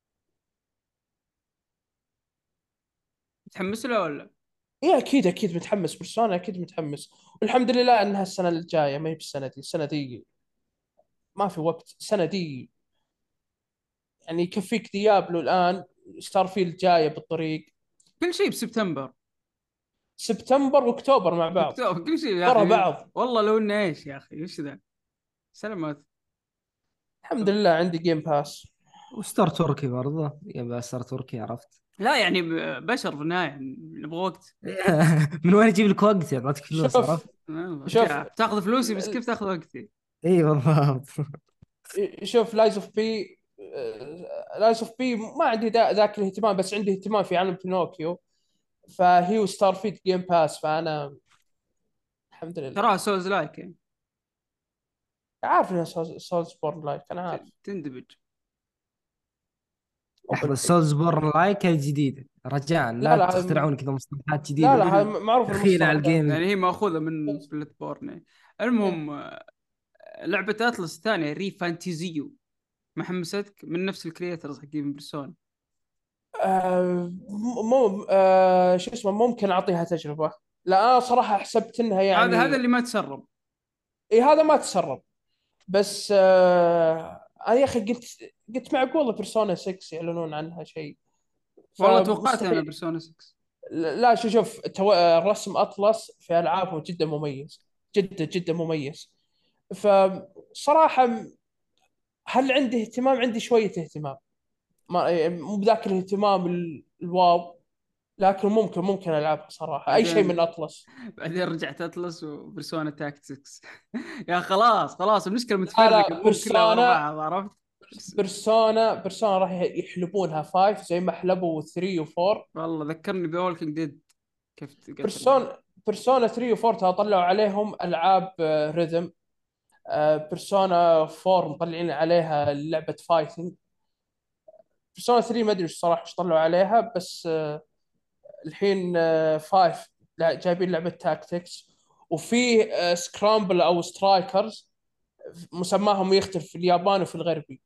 متحمس له ولا؟ ايه اكيد اكيد متحمس، بيرسونا اكيد متحمس. والحمد لله انها السنه الجايه، ما هي بالسنه دي. السنه دي ما في وقت، السنه دي يعني يكفيك ديابلو الان، ستارفيلد جايه بالطريق، كل شيء بسبتمبر سبتمبر واكتوبر مع بعض اكتوبر، كل شيء يا ورا اخي. بعض. والله لو انه ايش يا اخي، ايش ذا. سلامات. الحمد لله عندي جيم باس. وستار تركي برضه يبقى ستار تركي عرفت. لا يعني بشر في النهايه يعني نبغى وقت. من وين اجيب لك وقت؟ يعطيك فلوس شوف عرفت. شوف تاخذ فلوسي بس كيف تاخذ وقتي؟ اي بالضبط. شوف لايز اوف بي. لايز اوف بي ما عندي ذاك الاهتمام، بس عندي اهتمام في عالم بينوكيو. فهي وستار فيد جيم باس، فانا الحمد لله. تراها سولز لايك يعني عارف انها سولز بورن لايك، انا عارف. تندبج. مو لحظه، بالحق. سولزبورن لايك الجديده رجاء لا لا لا هذا، تخترعون كذا مصطلحات لا جديده لا هذا معروف دخيله على المصطلح ذا. الجيمنج. يعني هي ماخوذه من بلت بورن يعني. المهم لعبه اتلس الثانيه ري فانتيزيو ما حمستك؟ من نفس الكرياترز حقين بيرسونا. مو شو اسمه، ممكن اعطيها تجربه. لا انا صراحه حسبت انها هذا يعني. اللي ما تسرب. اي هذا ما تسرب. بس انا يا اخي قلت معقوله بيرسونا 6 يعلنون عنها شيء. والله توقعت انا فمستحيل. بيرسونا 6. لا شوف رسم اطلس في العابه جدا مميز، جدا جدا مميز. فصراحه هل عندي اهتمام؟ عندي شويه اهتمام، ما مو بذاك الاهتمام الواو. لكن ممكن العبها صراحه، اي شيء من بعدين اطلس. بعدين رجعت اتلس وبرسونا تاكتكس. يا خلاص المشكله لا متفرقه لا مو كلها ورا بعض عرفت. بيرسونا راح يحلبونها 5 زي ما حلبوا 3 و4. والله ذكرني بولكينج ديد كيف تقتل. بيرسونا 3 و4 طلعوا عليهم العاب ريذم. بيرسونا 4 مطلعين عليها لعبه فايتنج. بيرسونا 3 ما ادري ايش صراحه ايش طلعوا عليها، بس الحين 5 جايبين لعبه تاكتكس. وفي سكرامبل او سترايكرز، مسماهم يختلف في اليابان وفي الغربي.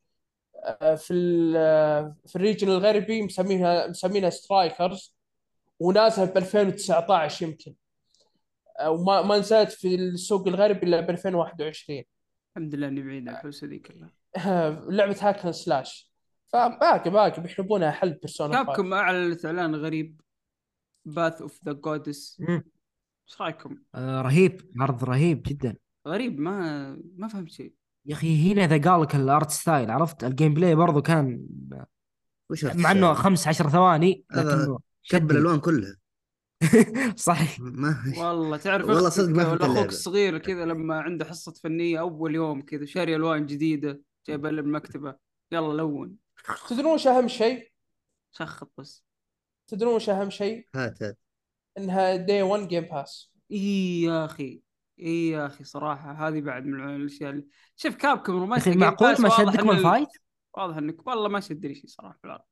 في الريجن الغربي مسمينها سترايكرز، ونازله ب 2019 يمكن. وما ما نزلت في السوق الغربي الا ب 2021. الحمد لله اني بعيد عن الحوسه ذي كلها. لعبه هاكن سلاش، فباقي بيحبونها حل بيرسونا 5. كابكم اعلنت اعلان غريب، باث اوف ذا جودس، مم. ايش رايكم؟ رهيب، عرض رهيب جدا. غريب، ما فهمت شيء. يا اخي هنا اذا قال لك الارت ستايل، عرفت الجيم بلاي برضو كان، وش مع انه الرسالة؟ 15 ثواني هذا لكنه كب شدني. الالوان كلها. صحيح. ما والله تعرف والله صدق اختك ما ولا فهمت اخوك اللعبة. الصغير كذا لما عنده حصه فنيه اول يوم كذا شاري الوان جديده جايبها للمكتبه، يلا لون. تدرون وش اهم شيء؟ شخط بس. تدرون وش اهم شيء؟ هات. انها دي 1 جيم باس. اي يا اخي، اي يا اخي صراحه هذه بعد من الاشياء اللي شوف كابكم يا رومانسي اخي جيم معقول باس، ما واضح شدك ان من الفايت؟ واضح انك والله ما شدني شيء صراحه في العرض.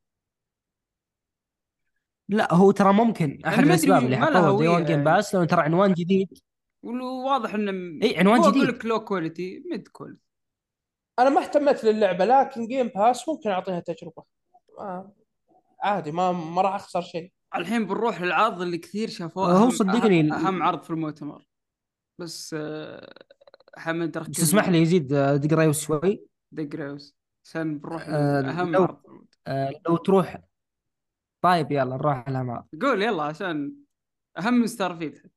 لا هو ترى ممكن لانه احد ما الاسباب ادري اللي ما له حطوه دي هويه 1 جيم يعني، باس لانه ترى عنوان جديد. واضح انه اي عنوان مو اقول جديد. لك لو كواليتي ميد كواليتي. انا ما اهتمت للعبه، لكن جيم باس ممكن اعطيها تجربه. آه. عادي، ما راح اخسر شيء. الحين بنروح للعرض اللي كثير شافوه هو أهم صدقني أهم عرض في المؤتمر. بس حمد بس ركز اسمح معي. لي يزيد دقيقة شوي. دقريوس عشان بنروح آه، لأهم لو عرض في المؤتمر. لو تروح. طيب يلا نروح لها مع. قول يلا عشان أهم من ستارفيلد.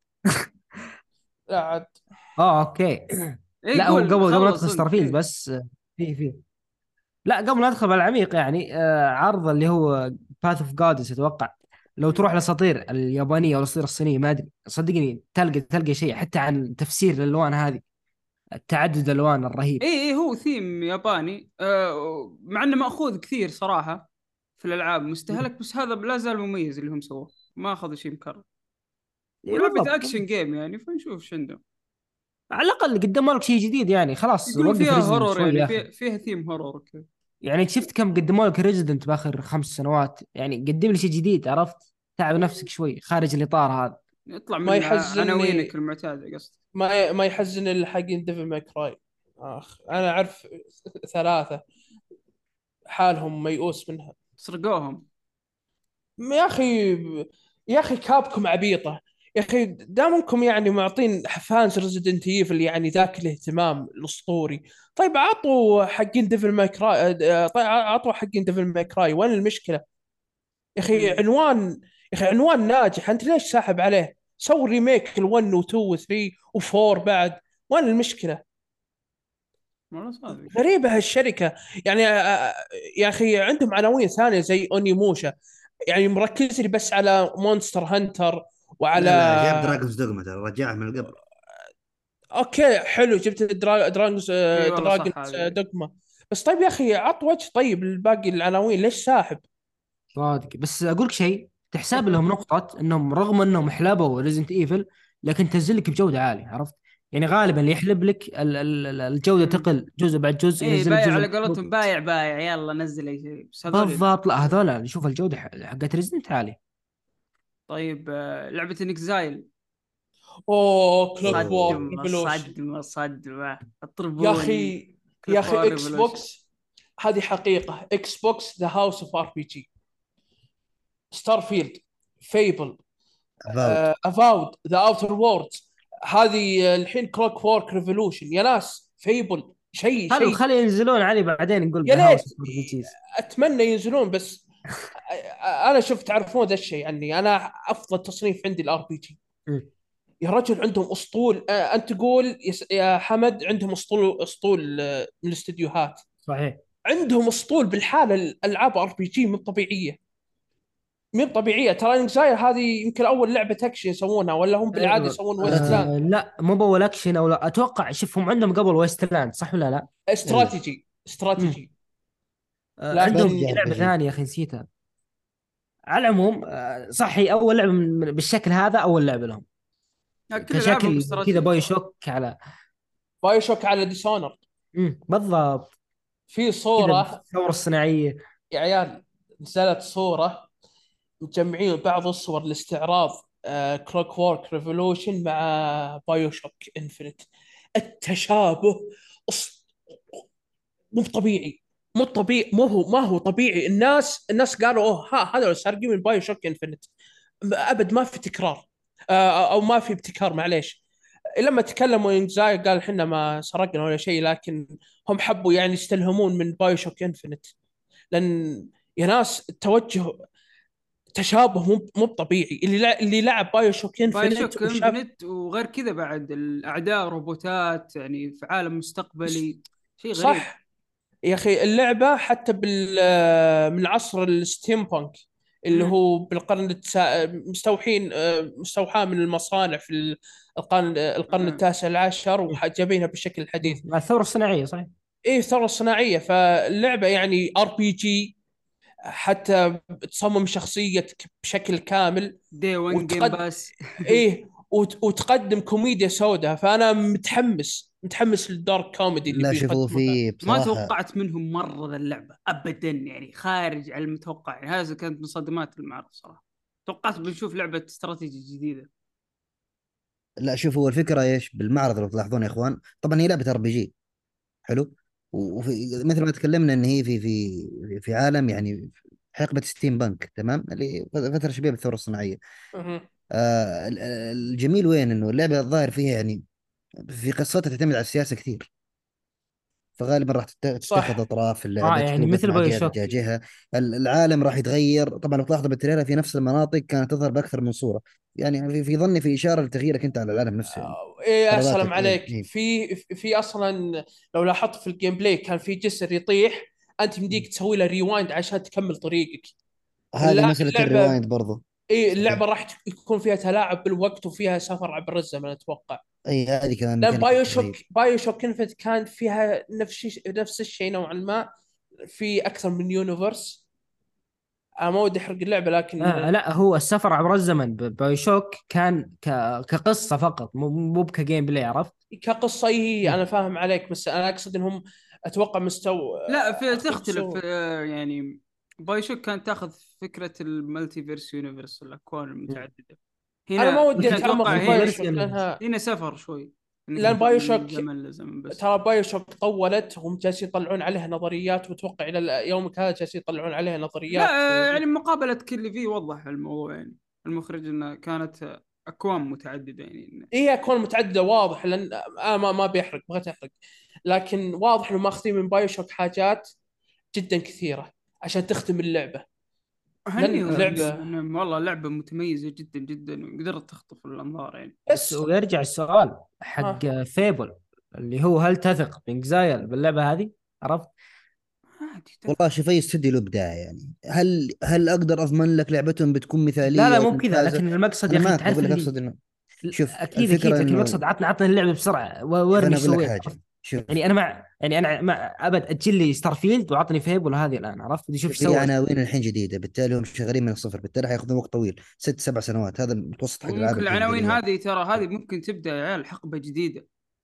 لا عاد. اوكي. إيه لا هو قول قبل خلص ندخل أنت ستارفيلد إيه. بس في لا قبل لا ندخل على العميق يعني عرض اللي هو باث اوف جادس اتوقع. لو تروح للاساطير اليابانيه او الاساطير الصينيه ما ادري صدقني تلقى شيء حتى عن تفسير الالوان هذه، التعدد الالوان الرهيب. إيه هو ثيم ياباني مع إنه مأخوذ كثير صراحة في الألعاب مستهلك، بس هذا لا زال مميز اللي هم سووه، ما أخذوا شيء مكرر. اي ولعبة بالضبط. أكشن جيم يعني، فنشوف ايش عندهم. على الاقل قدموا لك شيء جديد يعني، خلاص يقولون وقف فيها ريزدنت هورور شوي يعني، يا اخي. فيها ثيم هورور كذا. يعني شفت كم قدموا لك ريزدنت باخر 5 سنوات، يعني قدم لي شيء جديد، عرفت؟ تعب نفسك شوي خارج الاطار هذا. يطلع ما من عناوينك يحزنني المعتادة قصدي. ما يحزن الحقين ديفل ماي كراي. انا اعرف 3 حالهم ميؤوس منها. سرقوهم. يا اخي، يا اخي كابكم عبيطه. يا اخي دامكم يعني معطين فانز ريزيدنت ايفل يعني ذاك الاهتمام الاسطوري، طيب عطوا حقين ديفل ماي كراي. طيب عطوا حقين ديفل ماي كراي، وين المشكله؟ يا اخي مم. عنوان، يا اخي عنوان ناجح، انت ليش ساحب عليه؟ سوي ريميك ال1 و2 و3 و4 بعد، وين المشكله؟ والله صادق. غريبه هالشركه يعني. يا اخي عندهم عناوين ثانيه زي اونيموشا، يعني مركز لي بس على مونستر هانتر وعلى. لا جاب دراجونز دوغما ترى، رجعه من قبل. اوكي حلو، جبت دراجونز اي والله دراجونز صح هذه. دوغما. بس طيب يا اخي عط وجه طيب لباقي العناوين، ليش ساحب؟ صادق. بس اقول لك شيء تحسب لهم نقطة انهم رغم انهم حلبوا ريزنت ايفل لكن تنزل لك بجودة عالية، عرفت؟ يعني غالبا اللي يحلب لك الجودة مم. تقل جزء بعد جزء، ايه ينزل لك بايع جزء على قولتهم، بايع يلا نزل اي شيء، بس هذول لا. بالضبط. لا هذول شوف الجودة حقت ريزنت عالية. طيب لعبة انكزايل. اوه كلوك وور اوه. صدمة ريفولوشن. صدمة صدمة، يا اطربوني. اخي، يا كلوك اخي وور اكس ريفولوشن. بوكس، هذه حقيقه. اكس بوكس ذا هاوس اوف ار بي جي، ستار فيلد، فيبل، افاود. افاود، ذا اوتر ووردز. هذه الحين كلوك وورك ريفولوشن يا ناس. فيبل شيء. خلي ينزلون علي بعدين نقول يا ذا هاوس ليت اوف ار بي جيز. اتمنى ينزلون، بس انا شفت تعرفون ذا الشيء عني، انا افضل تصنيف عندي الار بي جي. يا رجل عندهم اسطول. انت تقول يا حمد عندهم اسطول من الاستديوهات. صحيح. عندهم اسطول بالحاله. الالعاب ار بي جي مو طبيعيه ترى. انكزاير هذه يمكن اول لعبه اكشن يسوونها، ولا هم بالعاده يسوون ويست لاند. لا مو باول اكشن او لا اتوقع، شوفهم عندهم قبل ويست لاند صح ولا لا؟ الا استراتيجي. عندهم بس لكن جي ار بي لعبه جي. ثانيه يا اخي نسيتها. على العموم صح هي اول لعبه بالشكل هذا، اول لعبه لهم كل العابهم كشكل كذا استراتيجي. باي شوك على. باي شوك على ديسونر. بالضبط. في كذا صوره الثوره الصناعيه. يا عيال، نزلت صوره مجمعين بعض الصور لاستعراض كلوك وورك ريفولوشن مع بايو شوك انفنت. التشابه أص... مو طبيعي. مو طبيعي، ما هو طبيعي. الناس قالوا اوه هذا سارقين من بايو شوك انفنت. ابد ما في تكرار. او ما في ابتكار، معليش. لما تكلموا انجزاي قال احنا ما سرقنا ولا شيء، لكن هم حبوا يعني يستلهمون من بايو شوك انفنت، لان يا ناس التوجه تشابه مو طبيعي. اللي لعب بايو شوك باي انفنت شوك وشاف. انفنت، وغير كذا بعد الاعداء روبوتات يعني في عالم مستقبلي، شيء غريب. صح يا اخي، اللعبه حتى من عصر الستيم بانك، اللي مم. هو بالقرن مستوحين، مستوحاه من المصانع في القرن آه. التاسع العشر، وجايبينها بالشكل الحديث. مع الثوره الصناعيه صحيح. ايه، ثوره صناعيه. فاللعبه يعني ار بي جي، حتى تصمم شخصيتك بشكل كامل. دي 1 جيم وتقد باس. ايه وتقدم كوميديا سوداء. فانا متحمس للدارك كوميدي اللي لا شوفوا بيقدمونها. في ما بصراحة. توقعت منهم مره ذا اللعبه ابدا، يعني خارج عن المتوقع، يعني هذا كانت من صدمات المعرض صراحه. توقعت بنشوف لعبه استراتيجي جديده. لا شوفوا الفكرة ايش بالمعرض لو تلاحظون يا اخوان، طبعا هي لعبة ار بي جي حلو، وفي مثل ما تكلمنا ان هي في عالم يعني حقبة ستيم بنك تمام، اللي فترة شبيهة بالثورة الصناعية. مهم. الجميل وين انه اللعبة الظاهر فيها يعني في قصتها تعتمد على السياسة كثير، فغالبا راح تتخذ صح. اطراف في اه اللعبه، يعني تتوقف مثل مع بايو جهه شوك. ضد جهه. العالم راح يتغير طبعا، لو تلاحظوا بالتريلر في نفس المناطق كانت تظهر باكثر من صوره، يعني في ظني في اشاره لتغييرك انت على العالم نفسه يعني. ايه، اسلم قراراتك اي عليك. اي. في اصلا لو لاحظت في الجيم بلاي كان في جسر يطيح، انت مديك تسوي له ريوايند عشان تكمل طريقك. هذه مساله اللعبه، الريوايند برضو. ايه صحيح. اللعبه راح يكون فيها تلاعب بالوقت وفيها سفر عبر الزمن اتوقع. اي هذه كمان لان ميكانيك رهيب. بايو شوك انفنت كان فيها نفس الشيء نوعا ما، في اكثر من يونيفرس. انا ما ودي احرق اللعبه، لكن لا هو السفر عبر الزمن بايو شوك كان كقصه فقط، مو كجيم بلاي، عرفت؟ كقصه هي مم. انا فاهم عليك، بس انا اقصد انهم اتوقع لا، في تختلف اقتبسوا. يعني باي شوك كانت تاخذ فكره المالتي فيرس يونيفرس، الاكوان المتعدده. انا ما هنا ودي هنا اتعمق اتوقع في بايو هنا مالتيفيرس شوك يونيفرس. لانها، هنا سفر شوي، انك لان تنتقل بايو من شوك، زمن لزمن بس. ترى بايو شوك طولت، هم جالسين يطلعون عليها نظريات، واتوقع الى يومك هذا جالسين يطلعون عليها لا، نظريات. يعني مقابله كل في وضح الموضوع، يعني المخرج انه كانت اكوان متعدده، يعني هي اكوان متعدده واضح، لان انا ما بيحرق، بغيت احرق، لكن واضح انه ماخذين من بايو شوك حاجات جدا كثيره عشان تختم اللعبه. لان اهنيهم اللعبه انهم والله لعبه متميزه جدا جدا، وقدرت تخطف الانظار يعني. بس بس. ويرجع السؤال ها، حق فيبل، اللي هو هل تثق بإنكزايل باللعبه هذه؟ عرفت؟ عادي والله تثق. شوف اي استديو له ابداع يعني، هل اقدر اضمن لك لعبتهم بتكون لا مثاليه لا او مو بكذا، ممتازه؟ لكن المقصد يا انا اخي معك، تعرف بقول لك اللي، اقصد انه شوف اكيد اكيد، الفكره لكن انه، المقصد عطنا اللعبه بسرعه شوف ورني انا ايش اقول لك سويت، حاجه. عرفت؟ شوف يعني انا مع ابد اجل لي ستار فيلد وعطني فيبل هذه الان، عرفت؟ بدي اشوف ايش في سوت. عناوين الحين جديده، بالتالي هم شغالين من الصفر، بالتالي حياخذون وقت طويل 6 7 سنوات، هذا المتوسط حق الالعاب وممكن العناوين الجيمنجيه. هذه، ترى هذه ممكن تبدا يا عيال حقبه جديده،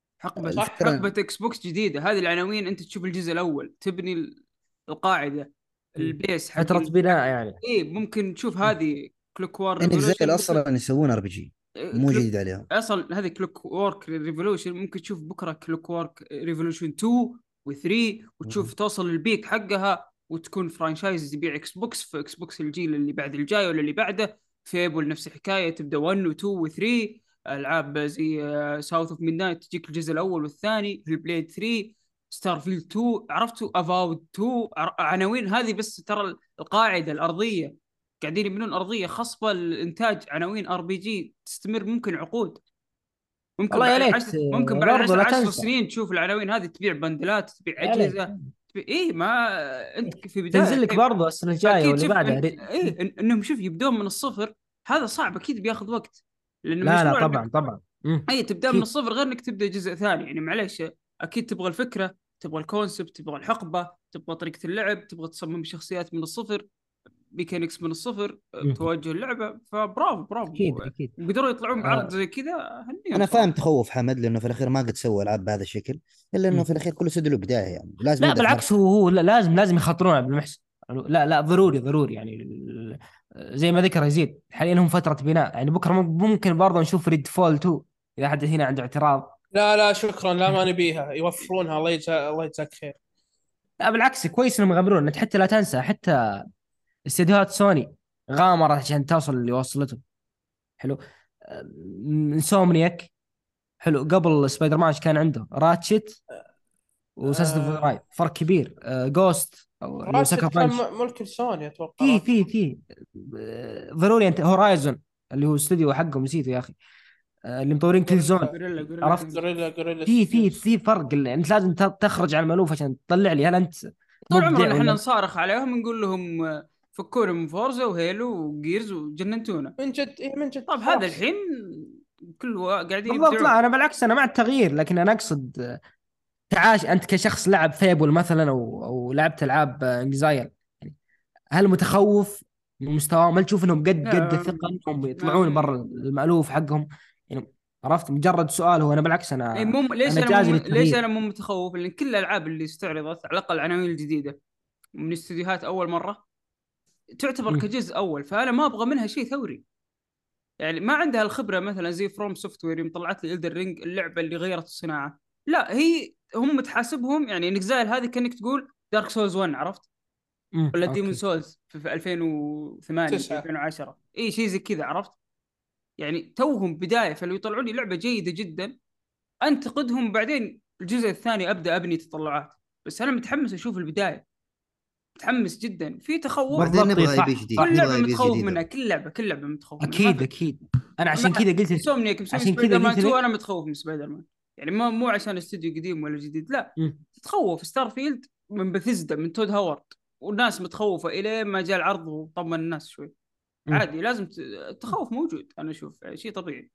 صح. الفكره حقبه اكس بوكس جديده. هذه العناوين انت تشوف الجزء الاول تبني القاعده، البيس حق فتره بناء يعني. ايه، ممكن تشوف هذه كلوك وار انك زي ريفولوشن بكره. اصلا يسوون ار بي جي، مو كلوك جديد عليهم. اصلا هذه كلوك وورك ريفولوشن، ممكن تشوف بكره كلوك وورك ريفولوشن 2 و3، وتشوف توصل البيك حقها، وتكون فرانشايز يبيع اكس بوكس في اكس بوكس الجيل اللي بعد الجاي ولا اللي بعده. فيبل نفس الحكايه، تبدا 1 و2 و3. العاب زي ساوث اوف ميد نايت تجيك الجزء الاول والثاني، البليد 3، ستار فيلد 2، عرفتوا افاود 2. عناوين هذه بس، ترى القاعده الارضيه قاعدين يبنون ارضيه خصبه لانتاج عناوين ار بي جي تستمر ممكن عقود. والله يا ليت ممكن بعد برضو لا عشر تنسى. سنين تشوف العناوين هذه تبيع بندلات، تبيع يا ليت اجهزه، تبيع ايه. ما انت في بدايه تنزل لك كيف؟ برضو السنه الجايه فاكيد واللي شوف بعدها انهم شوف يبدون من الصفر، هذا صعب، اكيد بياخذ وقت، لان لا لا المشروع طبعا طبعا. اي تبدا من اكيد. الصفر غير انك تبدا جزء ثاني، يعني معليش. اكيد تبغى الفكره، تبغى الكونسبت، تبغى الحقبه، تبغى طريقه اللعب، تبغى تصمم شخصيات من الصفر، ميكانيكس من الصفر، مم. توجه اللعبه. فبرافو اكيد برافو، اكيد. قدروا يطلعون بعرض آه. زي كذا، هنيهم انا فاهم صراحه. تخوف حمد، لانه في الاخير ما قد سوى العاب بهذا الشكل، الا انه مم. في الاخير كله سد له بدايه يعني، لازم لا يبدا في بالعكس، مرحله. هو لازم يخاطرون عبد المحسن. لا لا ضروري ضروري يعني زي ما ذكر يزيد، حاليا هم فتره بناء، يعني بكره ممكن برضه نشوف ريد فول 2 اذا حد هنا عنده اعتراض. لا لا شكرا، لا ما نبيها، يوفرونها. الله يجزاك خير. لا بالعكس كويس انهم يغامرون، انت حتى لا تنسى حتى استديوهات سوني غامرت عشان توصل اللي وصلته. حلو. انسومنياك حلو. قبل سبايدر مان إيش كان عنده؟ راتشت وسلسلة آه راي، فرق كبير. جوست او اللي هو راشد سكر كان بانش. ملك سوني اتوقع في راشد. في في ضروري انت هورايزون اللي هو استوديو حقه، نسيته يا اخي. اللي مطورين كل زون. غوريلا عرفت؟ كيلز. غوريلا في ستوديوز. في فرق، انت لازم تخرج عن المألوف عشان تطلع لي هل انت طول مبدع عمرنا احنا ولا. نصارخ عليهم نقول لهم فكونا من فورزا وهيلو وجيرز وجننتونا. من جد إيه من جد طب هذا خلاص. الحين قاعدين بالضبط. يبدعون. لا انا بالعكس، انا مع التغيير، لكن انا اقصد تعاش انت كشخص لعب فيبل مثلا او لعبت العاب انجزاير، يعني هل متخوف من مستواهم؟ هل تشوف انهم قد لا، الثقه انهم ما يطلعون برا المألوف حقهم؟ يعني عرفت، مجرد سؤال. هو انا بالعكس، اي انا انا مو جازي ليش انا للتغيير. مو متخوف؟ لان كل الالعاب اللي استعرضت على الاقل العناوين الجديده من استديوهات اول مره تعتبر مم. كجزء اول، فانا ما ابغى منها شيء ثوري. يعني ما عندها الخبره مثلا زي فروم سوفت وير يوم طلعت لي إلدر رينج، اللعبه اللي غيرت الصناعه. لا، هي هم تحاسبهم يعني انكزايل هذه كانك تقول دارك سولز 1، عرفت؟ ولا ديمون اوكي. سولز في 2008 في 9. 2010، اي شيء زي كذا، عرفت؟ يعني توهم بدايه، فلو يطلعوا لي لعبه جيده جدا انتقدهم بعدين الجزء الثاني ابدا ابني تطلعات. بس انا متحمس اشوف البدايه، متحمس جدا. في تخوف، بعدين بالضبط. نبغى اي بي صح جديد، كل صح. لعبه نبغى اي بي متخوف منها، جديده. كل لعبه متخوف منها، ما اكيد في. اكيد. انا عشان مع كذا قلت لك. مسوي عشان سبايدر كذا مان قلت 2 انا لك. متخوف من سبايدر مان. يعني مو عشان استوديو قديم ولا جديد، لا، مم. تتخوف. ستار فيلد من بثزدا من تود هاورد، والناس متخوفه الين ما جاء العرض وطمن الناس شوي. مم. عادي، لازم التخوف موجود، انا اشوف شيء طبيعي.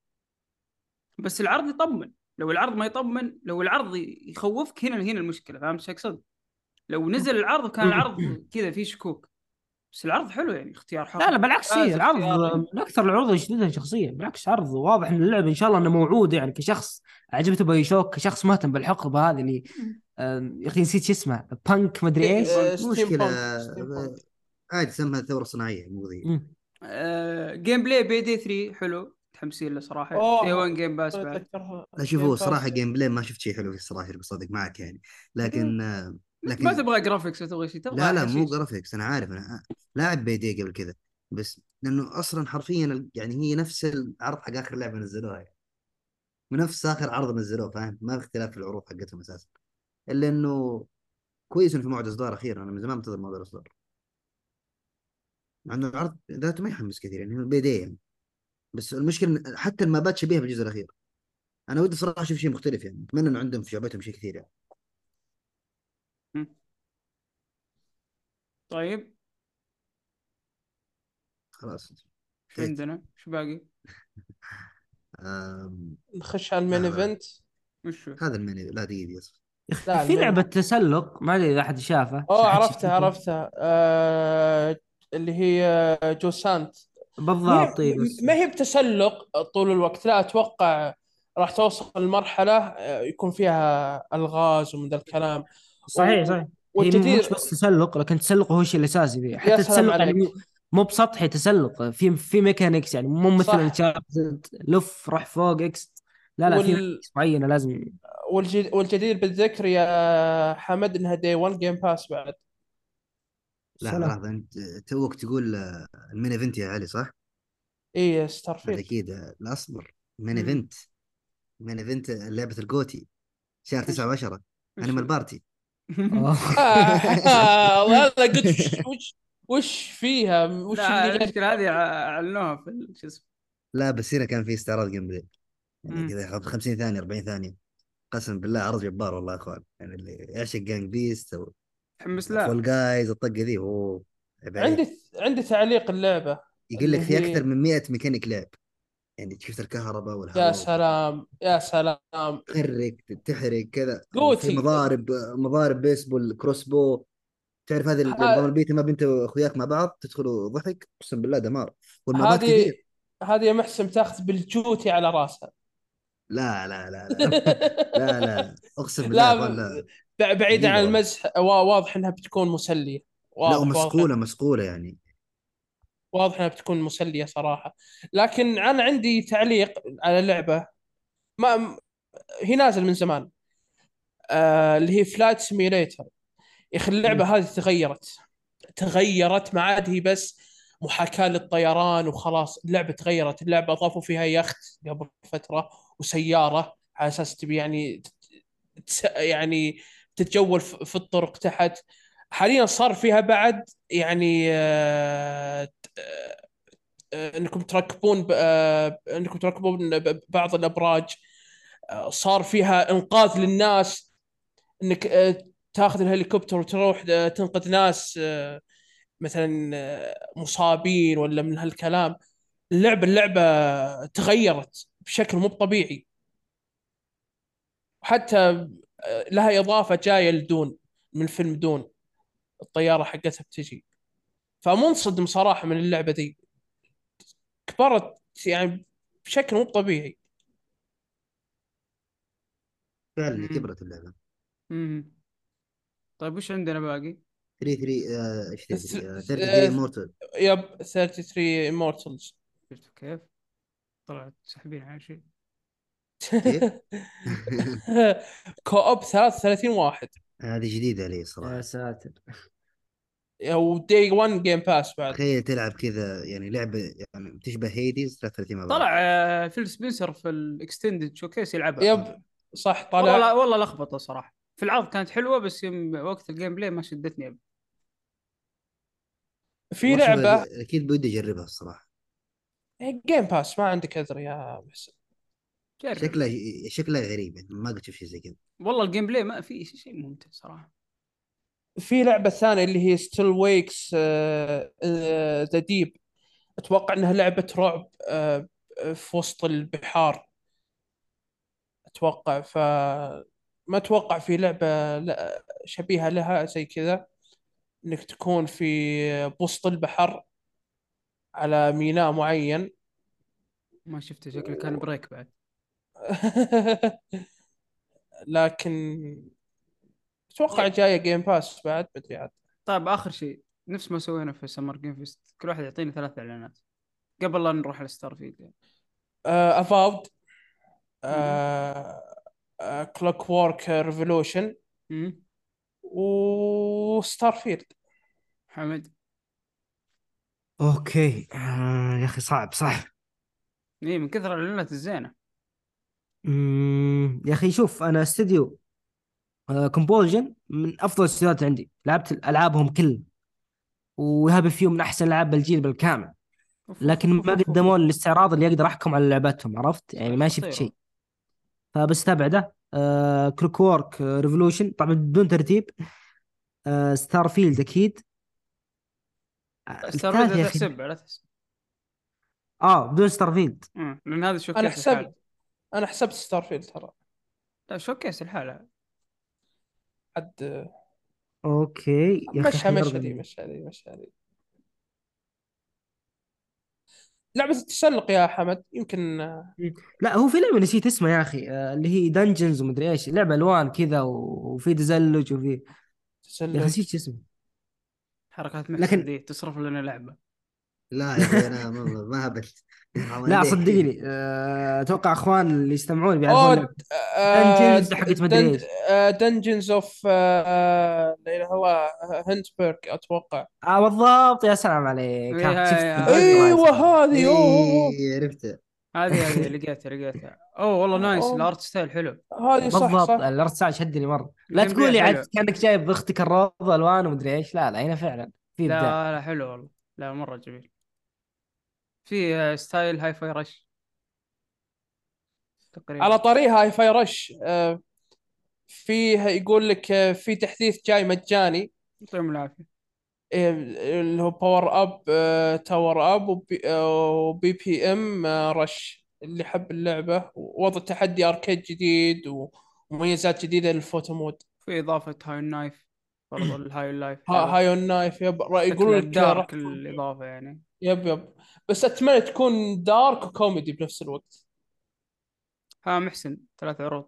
بس العرض يطمن. لو العرض ما يطمن، لو العرض يخوفك، هنا المشكله، فهمت ايش اقصد؟ لو نزل العرض كان العرض كذا فيه شكوك. بس العرض حلو، يعني اختيار لا لا، حقبه بالعكس، هي ممتاز، العرض اختيار يعني. من اكثر العروض اللي شديدة شخصيا. بالعكس عرض واضح ان اللعبه ان شاء الله انه موعود، يعني كشخص عجبته باي شوك، كشخص مهتم بالحقبه هذه اللي يا اخي نسيت شو اسمه، بانك مدري ايش. ستيم مشكله. بانك ستيم بانك. عادي سمها ثوره صناعيه مو ذي. مم. جيم بلاي بي دي 3 حلو، متحمسين له صراحه. دي 1 اوه جيم باس بعد. اتذكرها. لا شوف، جيم هو صراحه باس. جيم بلاي ما شفت شيء حلو في الصراحه، بصدق معك يعني. لكن انت ما لكن تبغى جرافيكس، تبغى شيء، لا تبغى لا مو حشيش. جرافيكس، انا عارف، انا لاعب بيدي قبل كذا. بس لانه اصلا حرفيا يعني هي نفس العرض حق اخر لعبه نزلوها يعني. ونفس اخر عرض نزلوه، فاهم؟ ما في اختلاف في العروض حقتهم اساسا. الا انه كويس انه في موعد اصدار اخيرا، انا من زمان منتظر موعد الاصدار. مع انه العرض ذاته ما يحمس كثير يعني، هو بيدي يعني. بس المشكله حتى المابات شبيهه بالجزء الاخير. انا ودي صراحه اشوف شيء مختلف يعني، اتمنى انه عندهم في لعبتهم شيء كثير يعني. مم. طيب، خلاص. شو انتهيت. عندنا؟ شو باقي؟ نخش على المين لا لا، ايفنت. وشو؟ هذا المنيو، لا دقيقة يصف. لا في لعبه المين. تسلق، ما ادري اذا احد شافه، اوه حد عرفتها شفتها. عرفتها اللي هي جوسانت. ما هي بالضبط، اي بس. ما هي بتسلق طول الوقت، لا اتوقع راح توصل لمرحلة يكون فيها الغاز ومن ذا الكلام. صحيح و... صحيح. هي مش والجدير. بس تسلق، لكن تسلق هو الشيء الاساسي فيه. يا حتى سلام التسلق يعني عليك. مو بسطحي، تسلق في ميكانيكس، يعني مو مثل صح. الشارج لف روح فوق اكس. لا في وال... ميكانيكس معينه لازم. والجدير بالذكر يا حمد انها دي 1 جيم باس بعد. لحظة سلام. لحظة، انت توك تقول المين ايفنت يا علي صح؟ اي ستار هذا فيلد. اكيد لا اصبر. المين مم. ايفنت. المين ايفنت لعبة الجوتي شهر وش 9 و10. وشو؟ انيمال بارتي. آه. والله قلت وش فيها وش اللي لا، غير. المشكله هذه اعلنوها في شو اسمه. لا بس هنا كان في استعراض جيم بلاي يعني مم. كذا 50 ثانية 40 ثانية. قسم بالله عرض جبار والله يا اخوان، يعني اللي يعشق جانج بيست او متحمس فول لا. جايز الطقة ذي اوه. عيب عليه. عندي تعليق اللعبة يقول اللي لك في اكثر هي. من 100 ميكانيك لعب. يعني شفت الكهرباء يا والهواء. سلام يا سلام. تحرك تحرك كذا، وفي قوتي. مضارب بيسبول كروس بو. تعرف هذه نظام ه- البيت ما بنت واخوياك مع بعض تدخلوا ضحك، اقسم بالله دمار. والمابات هذه كثير. هذه يا محسن تاخذ بالجوتي على راسها. لا لا لا لا لا لا لا اقسم بالله يا لا اخوان لا. بعيدا عن ثقيله والله. المزح، واضح انها بتكون مسلية. لا واضح ومسقوله مسقوله يعني. واضح انها بتكون مسلية صراحة. لكن انا عندي تعليق على اللعبة. ما هي نازل من زمان. اللي هي فلايت سيميوليتر. يا اخي اللعبه هذه تغيرت، ما عاد هي بس محاكاه للطيران وخلاص. اللعبه تغيرت، اللعبه اضافوا فيها يخت قبل فتره وسياره. على اساس تبي يعني يعني تتجول في الطرق تحت. حاليا صار فيها بعد يعني انكم تركبون بعض الابراج. صار فيها انقاذ للناس، انك تاخذ الهليكوبتر وتروح تنقذ ناس مثلا مصابين ولا من هالكلام. اللعبة تغيرت بشكل مو طبيعي. وحتى لها إضافة جاية لدون، من فيلم دون، الطيارة حقتها بتجي. فمنصدم صراحة من اللعبة دي، كبرت يعني بشكل مو طبيعي. فعلا مم. كبرت اللعبه. مم. طيب وش عندنا باقي؟ 3 3 ايش 3 ث- 3 33 مورتال. يب 33 Immortals. شفتوا كيف؟ طلعت ساحبين على شيء. كيف؟ كوب 33 واحد، هذه جديده علي يا صراحه. ساتر. او دي 1 جيم باس بعد. تخيل تلعب كذا يعني لعبه يعني تشبه هيديز 33 مع بعض. طلع فيل سبنسر في الاكستندد شوكيس يلعبها. يب صح والله لا طلع. والله لخبطه صراحه. في العرض كانت حلوه بس وقت الجيم بلاي ما شدتني أبد. في والله شوف لعبة اكيد بدي اجربها الصراحه. جيم باس ما عندك عذر يا محسن. جرب. شكلها شكلها غريب يعني ما قد شفت شيء زي كذا. والله الجيم بلاي ما في شيء ممتع صراحه. في لعبة ثانية اللي هي ستيل ويكس ذا ديب. اتوقع انها لعبة رعب في وسط البحار. اتوقع ما اتوقع في لعبة شبيهة لها زي كذا، انك تكون في وسط البحر على ميناء معين. ما شفته شكله كان بريك بعد. لكن اتوقع طيب. جايه جيم باس بعد، بدري عاد. طيب اخر شيء نفس ما سوينا في سمر جيم فيست، كل واحد يعطيني 3 اعلانات قبل لا نروح على ستار فيلد يعني. افاود، مم. كلوك وورك ريفولوشن، مم. وستار فيلد. حمد. اوكي يا اخي صعب صح. ايه من كثر الاعلانات الزينه. يا اخي شوف انا استديو كومبولجن من افضل الاستديوهات عندي، لعبت العابهم كل، وهذا فيه من احسن العاب الجيل بالكامل. أوف أوف لكن أوف ما أوف أوف. قدموا لي الاستعراض اللي اقدر احكم على لعبتهم، عرفت يعني ما شفت خطيره. شيء. فبستبعده. كلوك وورك ريفولوشن طبعا بدون ترتيب. ستار فيلد اكيد. ستار فيلد الثالث لا يا اخي. تحسب لا تحسب. بدون ستار فيلد. لان هذا انا شوكيس الحالة. حسبت انا حسبت ستار فيلد ترى. لا شوكيس الحالة. حد اوكي يا اخي مشى مشى حيرضى. لي مشى لي مشى لي. لعبة التسلق يا حمد يمكن. لا هو في لعبه نسيت اسمها يا اخي، اللي هي دنجنز ومدري ايش، لعبه الوان كذا وفي تزلج وفي، يا اخي تسلج. نسيت شو اسمه. حركات محسن لكن دي تصرف لنا لعبة. لا يا اخوي انا ما هبلت. حرام لا عليك. صدقني اتوقع اخوان اللي يستمعون بيعرفون لعبه اوه دنجنز حقت مدري ايش. دنجنز اوف اللي هو هنتبرغ اتوقع. بالضبط، يا سلام عليك، ها شفت هذه الله ايوه يسلمك. هذه اوه. اي عرفته. هذه لقيتها اوه والله نايس أوه. الارت ستايل حلو. هذه صح بالضبط صح. الارت ستايل شدني مره، لا الجيم تقول بلاي لي عاد حلو. كانك جايب اختك الروضه الوان ومدري ايش، لا لا هنا فعلا في ابداع. لا لا حلو والله. لا مرة جميل. في ستايل هاي فاي رش على تقريبا. طريقها هاي فاي رش فيه يقول لك في تحديث جاي مجاني، يعطيهم العافية. اللي هو باور اب تاور اب وبي بي ام رش. اللي حب اللعبة ووضع تحدي اركيد جديد ومميزات جديدة للفوتو مود. في اضافة هاي نايف برضو الهاي لايف حلوة. هاي اون نايف يب شكلها يقولوا لك راح دارك تكون الاضافة يعني. يب بس اتمنى تكون دارك وكوميدي بنفس الوقت. ها محسن 3 عروض.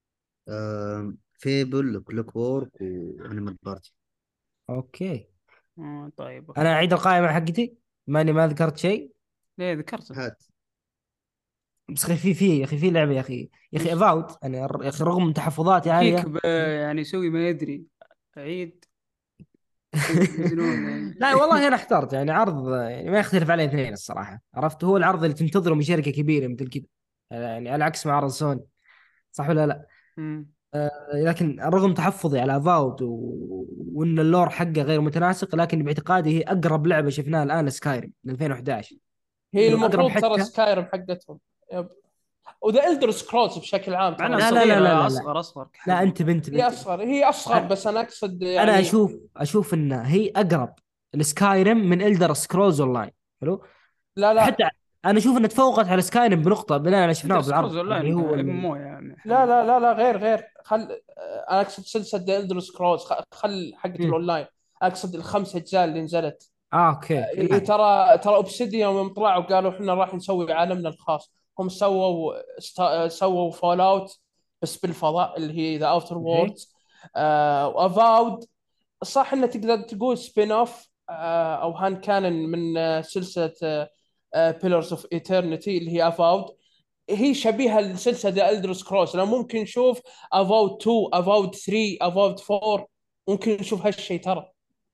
فيبل كلوك وورك وانيمال بارتي. اوكي طيب اوكي. انا اعيد القائمه حقتي، ماني ما ذكرت شيء. ليه ذكرته؟ هات. بس اخي في يا اخي في لعبه يا اخي وش افاوت انا يا اخي رغم تحفظاتي فيك عاليه. يعني يسوي ما يدري. عيد. مجنون يعني. لا والله انا احترت يعني عرض يعني ما يختلف عليه اثنين الصراحه، عرفت هو العرض اللي تنتظره من شركه كبيره مثل كذا، يعني على عكس ما عرض سوني. صح ولا لا؟ مم. لكن رغم تحفظي على فاود وان اللور حقه غير متناسق، لكن باعتقادي هي اقرب لعبه شفناها الان سكايرم من 2011. هي اقرب المفروض ترى حتى. سكايرم حقتهم. يب. وذا إلدر سكرولز بشكل عام مع ترى انها لا لا صغيره، لا لا لا لا، اصغر لا كحجم. انت بنت هي بنت. اصغر، هي اصغر، بس انا اقصد انا يعني. اشوف ان هي اقرب السكايرم من إلدر سكرولز اونلاين. حلو. لا حتى لا انا اشوف انها تفوقت على سكايرم بنقطه بناء على شفناه الدر سكرولز بالعرض اللي اونلاين هو ام ام او يا لا حبيبي. لا لا لا، غير انا اقصد سلسله ذا إلدر سكرولز، خل حقه مم. الاونلاين. اقصد الخمس اجزاء اللي نزلت. اوكي هي لا. ترى اوبسيديان يوم طلعوا قالوا احنا راح نسوي عالمنا الخاص. هم سووا فول اوت بس بالفضاء اللي هي ذا اوتر إيه؟ ووردز. وافاود صح انه تقدر تقول سبين اوف، او هان كان من سلسله بيلرز اوف ايترنتي اللي هي افاود. هي شبيهه لسلسله ذا الدر سكرولز. لو ممكن نشوف افاود 2، افاود 3، افاود 4، ممكن نشوف هالشيء ترى.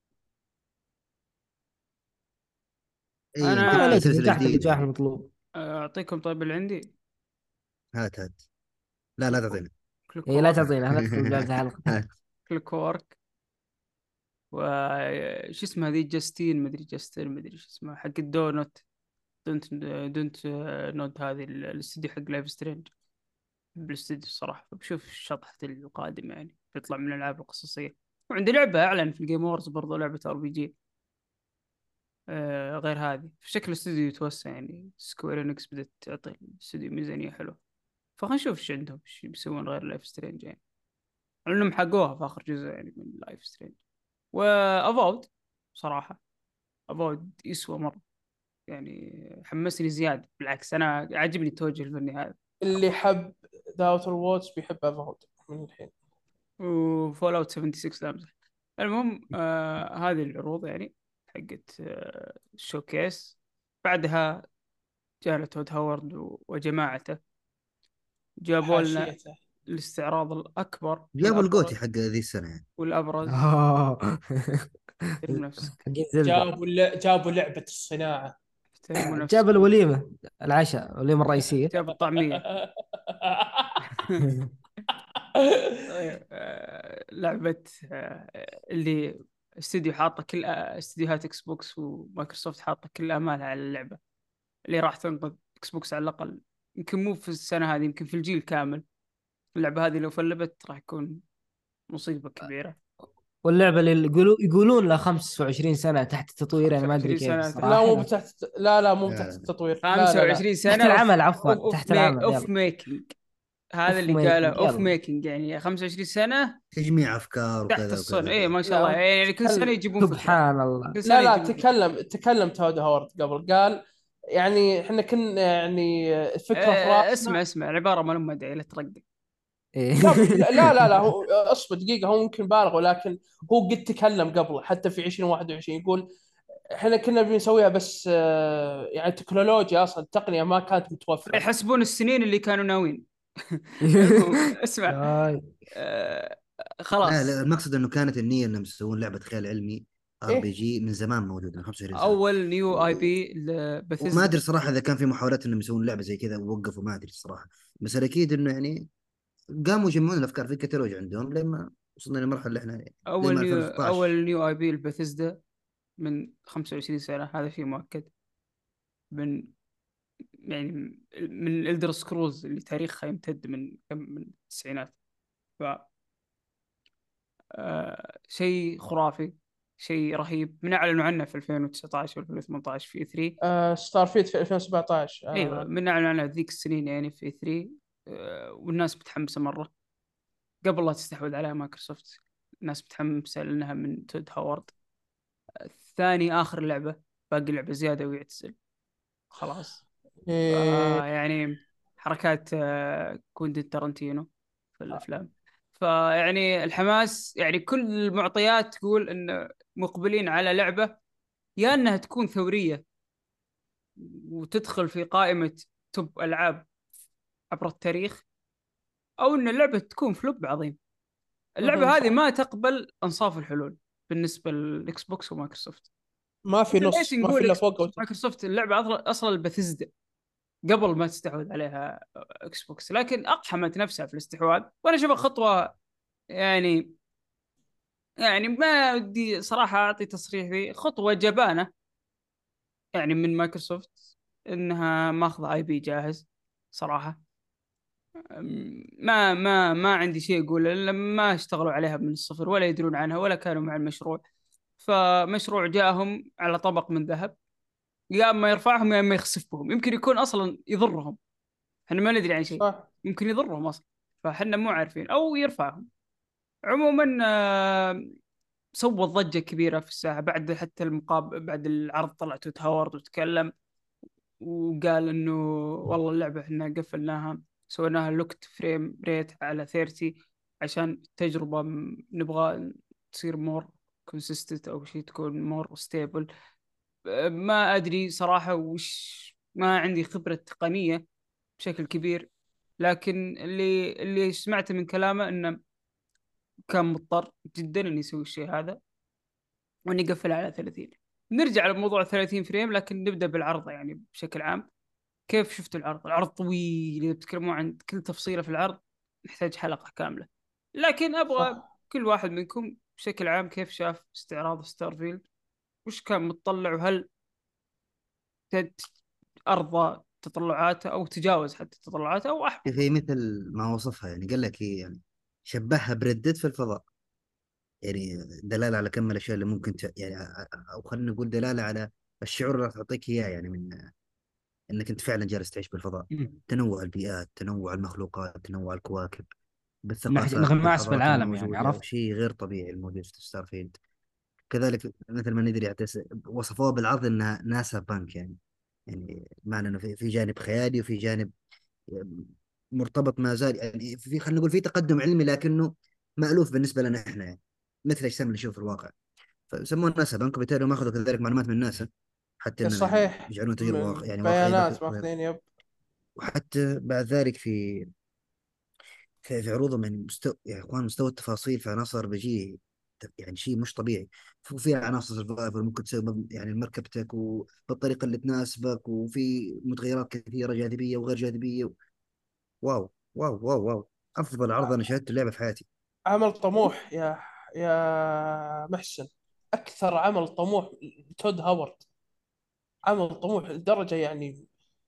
اي انا تبقى انا ليتني سلسله تحت جديده النجاح يعني. المطلوب. اعطيكم طيب اللي عندي. هات هات. لا لا تعطينا. هي لا كليك تعطينا، لا تدخل بداية الحلقه. هات. كليك وورك. وش اسمها ذي؟ جاستين مدري، جاستين مدري شو اسمها، حق الدونت. دونت نود. هذه الاستديو حق لايف سترينج بالاستديو الصراحة. فبشوف الشطحة القادم يعني بيطلع من الألعاب القصصية. وعندي لعبة أعلن في الجيم وورز برضو، لعبة ار بي جي غير هذه. في شكل الاستديو يتوسع يعني، سكوير انكس بدأت تعطي الاستديو ميزانية حلوة. فخلينا نشوف ايش عندهم، ايش بيسوون غير لايف سترينج يعني. لأنهم حقوها في آخر جزء يعني من لايف سترينج. وأفاود صراحة، أفاود يسوى مرة يعني. حمسني زيادة بالعكس، أنا عجبني التوجه الفني هذا. اللي حب ذا اوتر ووردز بيحب افاود من الحين. وفول اوت 76 لا امزح. المهم هذه العروض يعني حقت الشوكيس. بعدها جاء تود هاورد وجماعته، جابوا لنا حاشيته. الاستعراض الأكبر جابوا والأبرز الجوتي حق ذي السنه يعني. والأبرز. آه. احترم نفسك، حقين زلدة. جابوا لعبه الصناعه. احترموا جاب نفسكم. الوليمة، العشاء، الوليمة الرئيسية. جاب الطعمية. طيب لعبة اللي استديو حاطة كل استديوهات اكس بوكس ومايكروسوفت حاطة كل آمالها على اللعبة اللي راح تنقذ اكس بوكس على الأقل. يمكن مو في السنة هذه، يمكن في الجيل كامل. اللعبة هذه لو فلبت راح يكون مصيبة كبيرة. واللعبة اللي يقولون لها 25 سنة تحت التطوير، أنا ما أدري 25 كيف سنة لا الصراحة. مو بتحت، لا مو لا بتحت لا. التطوير، لا لا لا. 25 تحت سنة العمل، عفوا، تحت العمل، اوف يلا. ميكينج. هذا اوف اللي قاله ميكنج، اوف يلا. ميكينج يعني 25 سنة تجميع افكار تحت وكذا الصنع. وكذا ايه وكذا. ما شاء الله لا يعني كل سنة يجيبون فكرة. سبحان الله. كل سنة لا يجيبون فكرة. تكلم تود هاورد قبل، قال يعني احنا كنا يعني الفكره في اسمع راسنا. اسمع، العبارة ما لهم داعي لا ترقق. إيه. لا هو اصبر دقيقه، هو ممكن بالغ، ولكن هو قد تكلم قبل حتى في 2021 يقول احنا كنا بنسويها بس يعني التكنولوجيا اصلا التقنيه ما كانت متوفره. يحسبون السنين اللي كانوا ناويين. المهم اسمع. آي. آه لا لا، خلاص. المقصد انه كانت النيه انهم يسوون لعبه خيال علمي ار بي ايه جي من زمان موجوده من 25 سنه. اول نيو اي و- بي وما ادري لبثيسدا. صراحه اذا كان في محاولات انهم يسوون لعبه زي كذا ووقفوا، ما ادري الصراحه. بس الاكيد انه يعني قاموا يجمعون الافكار في الكتالوج عندهم لما وصلنا للمرحله اللي احنا لما اول 2013. نيو اي بي لبثيسدا من 25 سنة، هذا شيء مؤكد. من يعني من الدر سكرولز اللي تاريخها يمتد من كم، من التسعينات. ف شيء خرافي، شيء رهيب. من اعلنوا عنه في 2019 و 2018 في 3. ستار فيت في 2017 ايوه من اعلنوا عنه ذيك السنين يعني في 3. والناس متحمسه مره قبل لا تستحوذ عليها مايكروسوفت. الناس متحمسه لانها من تود هاورد. ثاني اخر لعبه، باقي لعبه زياده ويعتزل خلاص. إيه. فيعني حركات كوينتين تارانتينو في الافلام. فيعني الحماس يعني كل المعطيات تقول ان مقبلين على لعبه، يا انها تكون ثوريه وتدخل في قائمه توب العاب عبر التاريخ، او ان اللعبه تكون فلوب عظيم. اللعبه هذه صح. ما تقبل انصاف الحلول بالنسبه للاكس بوكس ومايكروسوفت. ما في ليش نص، ما في نقول الا اكس فوق بوكس او تحت. ومايكروسوفت؟ اللعبه اصلا البثيسدا قبل ما تستحوذ عليها اكس بوكس، لكن اقحمت نفسها في الاستحواذ، وانا اشوفها خطوه يعني، يعني ما ودي صراحه اعطي تصريح فيه، خطوه جبانه يعني من مايكروسوفت انها ماخذه اي بي جاهز صراحه. ما عندي شيء اقول الا ما اشتغلوا عليها من الصفر ولا يدرون عنها ولا كانوا مع المشروع، فمشروع جاءهم على طبق من ذهب، يا اما يرفعهم يا اما يخسف بهم، يمكن يكون اصلا يضرهم، احنا ما ندري عن شيء، صح. ممكن يضرهم اصلا فاحنا مو عارفين، او يرفعهم. عموما سوى ضجة كبيرة في الساحة بعد حتى بعد العرض طلع توت هاورد وتكلم وقال انه والله اللعبة احنا قفلناها، سويناها لوكت فريم ريت على 30 عشان التجربة نبغى تصير مور كونسيستنت او شيء، تكون مور ستيبل. ما ادري صراحة وش، ما عندي خبرة تقنية بشكل كبير، لكن اللي سمعته من كلامه انه كان مضطر جدا انه يسوي الشيء هذا وانه يقفل على 30. نرجع لموضوع 30 فريم، لكن نبدا بالعرض يعني بشكل عام. كيف شفتوا العرض؟ العرض طويل، اذا بتتكلمون عن كل تفصيله في العرض نحتاج حلقه كامله، لكن ابغى صح. كل واحد منكم بشكل عام كيف شاف استعراض ستارفيلد، وش كان متطلع، وهل ارضى تطلعاته او تجاوز حتى تطلعاته او احبط. في مثل ما وصفها، يعني قال لك هي يعني شبهها بردت في الفضاء، يعني دلالة على كم الأشياء اللي ممكن يعني أو خلينا نقول دلالة على الشعور اللي تعطيك إياه، يعني من إنك أنت فعلا جالس تعيش بالفضاء. مم. تنوع البيئات، تنوع المخلوقات، تنوع الكواكب، من ناحيه بالثقافات، انغماس بالحضارات بالعالم يعني، الموجودة، عرفت. شيء غير طبيعي الموجود في ستارفيلد. كذلك مثل ما ندري وصفوها بالعرض إنها ناسا بانك، يعني معنى إنه في جانب خيالي وفي جانب مرتبط ما زال، يعني في خلينا نقول في تقدم علمي لكنه مألوف بالنسبة لنا احنا، يعني مثل الاجسام اللي نشوف في الواقع. فسموه ناسا بنك، وبالتالي هم اخذوا كذلك معلومات من ناسا حتى اننا يعني صحيح. يجعلون تجربه يعني واقعيه بيانات ماخذين، يب. وحتى بعد ذلك في عروضهم، يعني يا اخوان مستوى التفاصيل في عناصر بيجي، يعني شيء مش طبيعي. وفي عناصر سرفايفل ممكن تسوي يعني مركبتك وبالطريقه اللي تناسبك، وفي متغيرات كثيره جاذبيه وغير جاذبيه. واو واو واو واو، افضل عرض انا شاهدت اللعبه في حياتي. عمل طموح يا محسن، اكثر عمل طموح. تود هاورد عمل طموح لدرجه يعني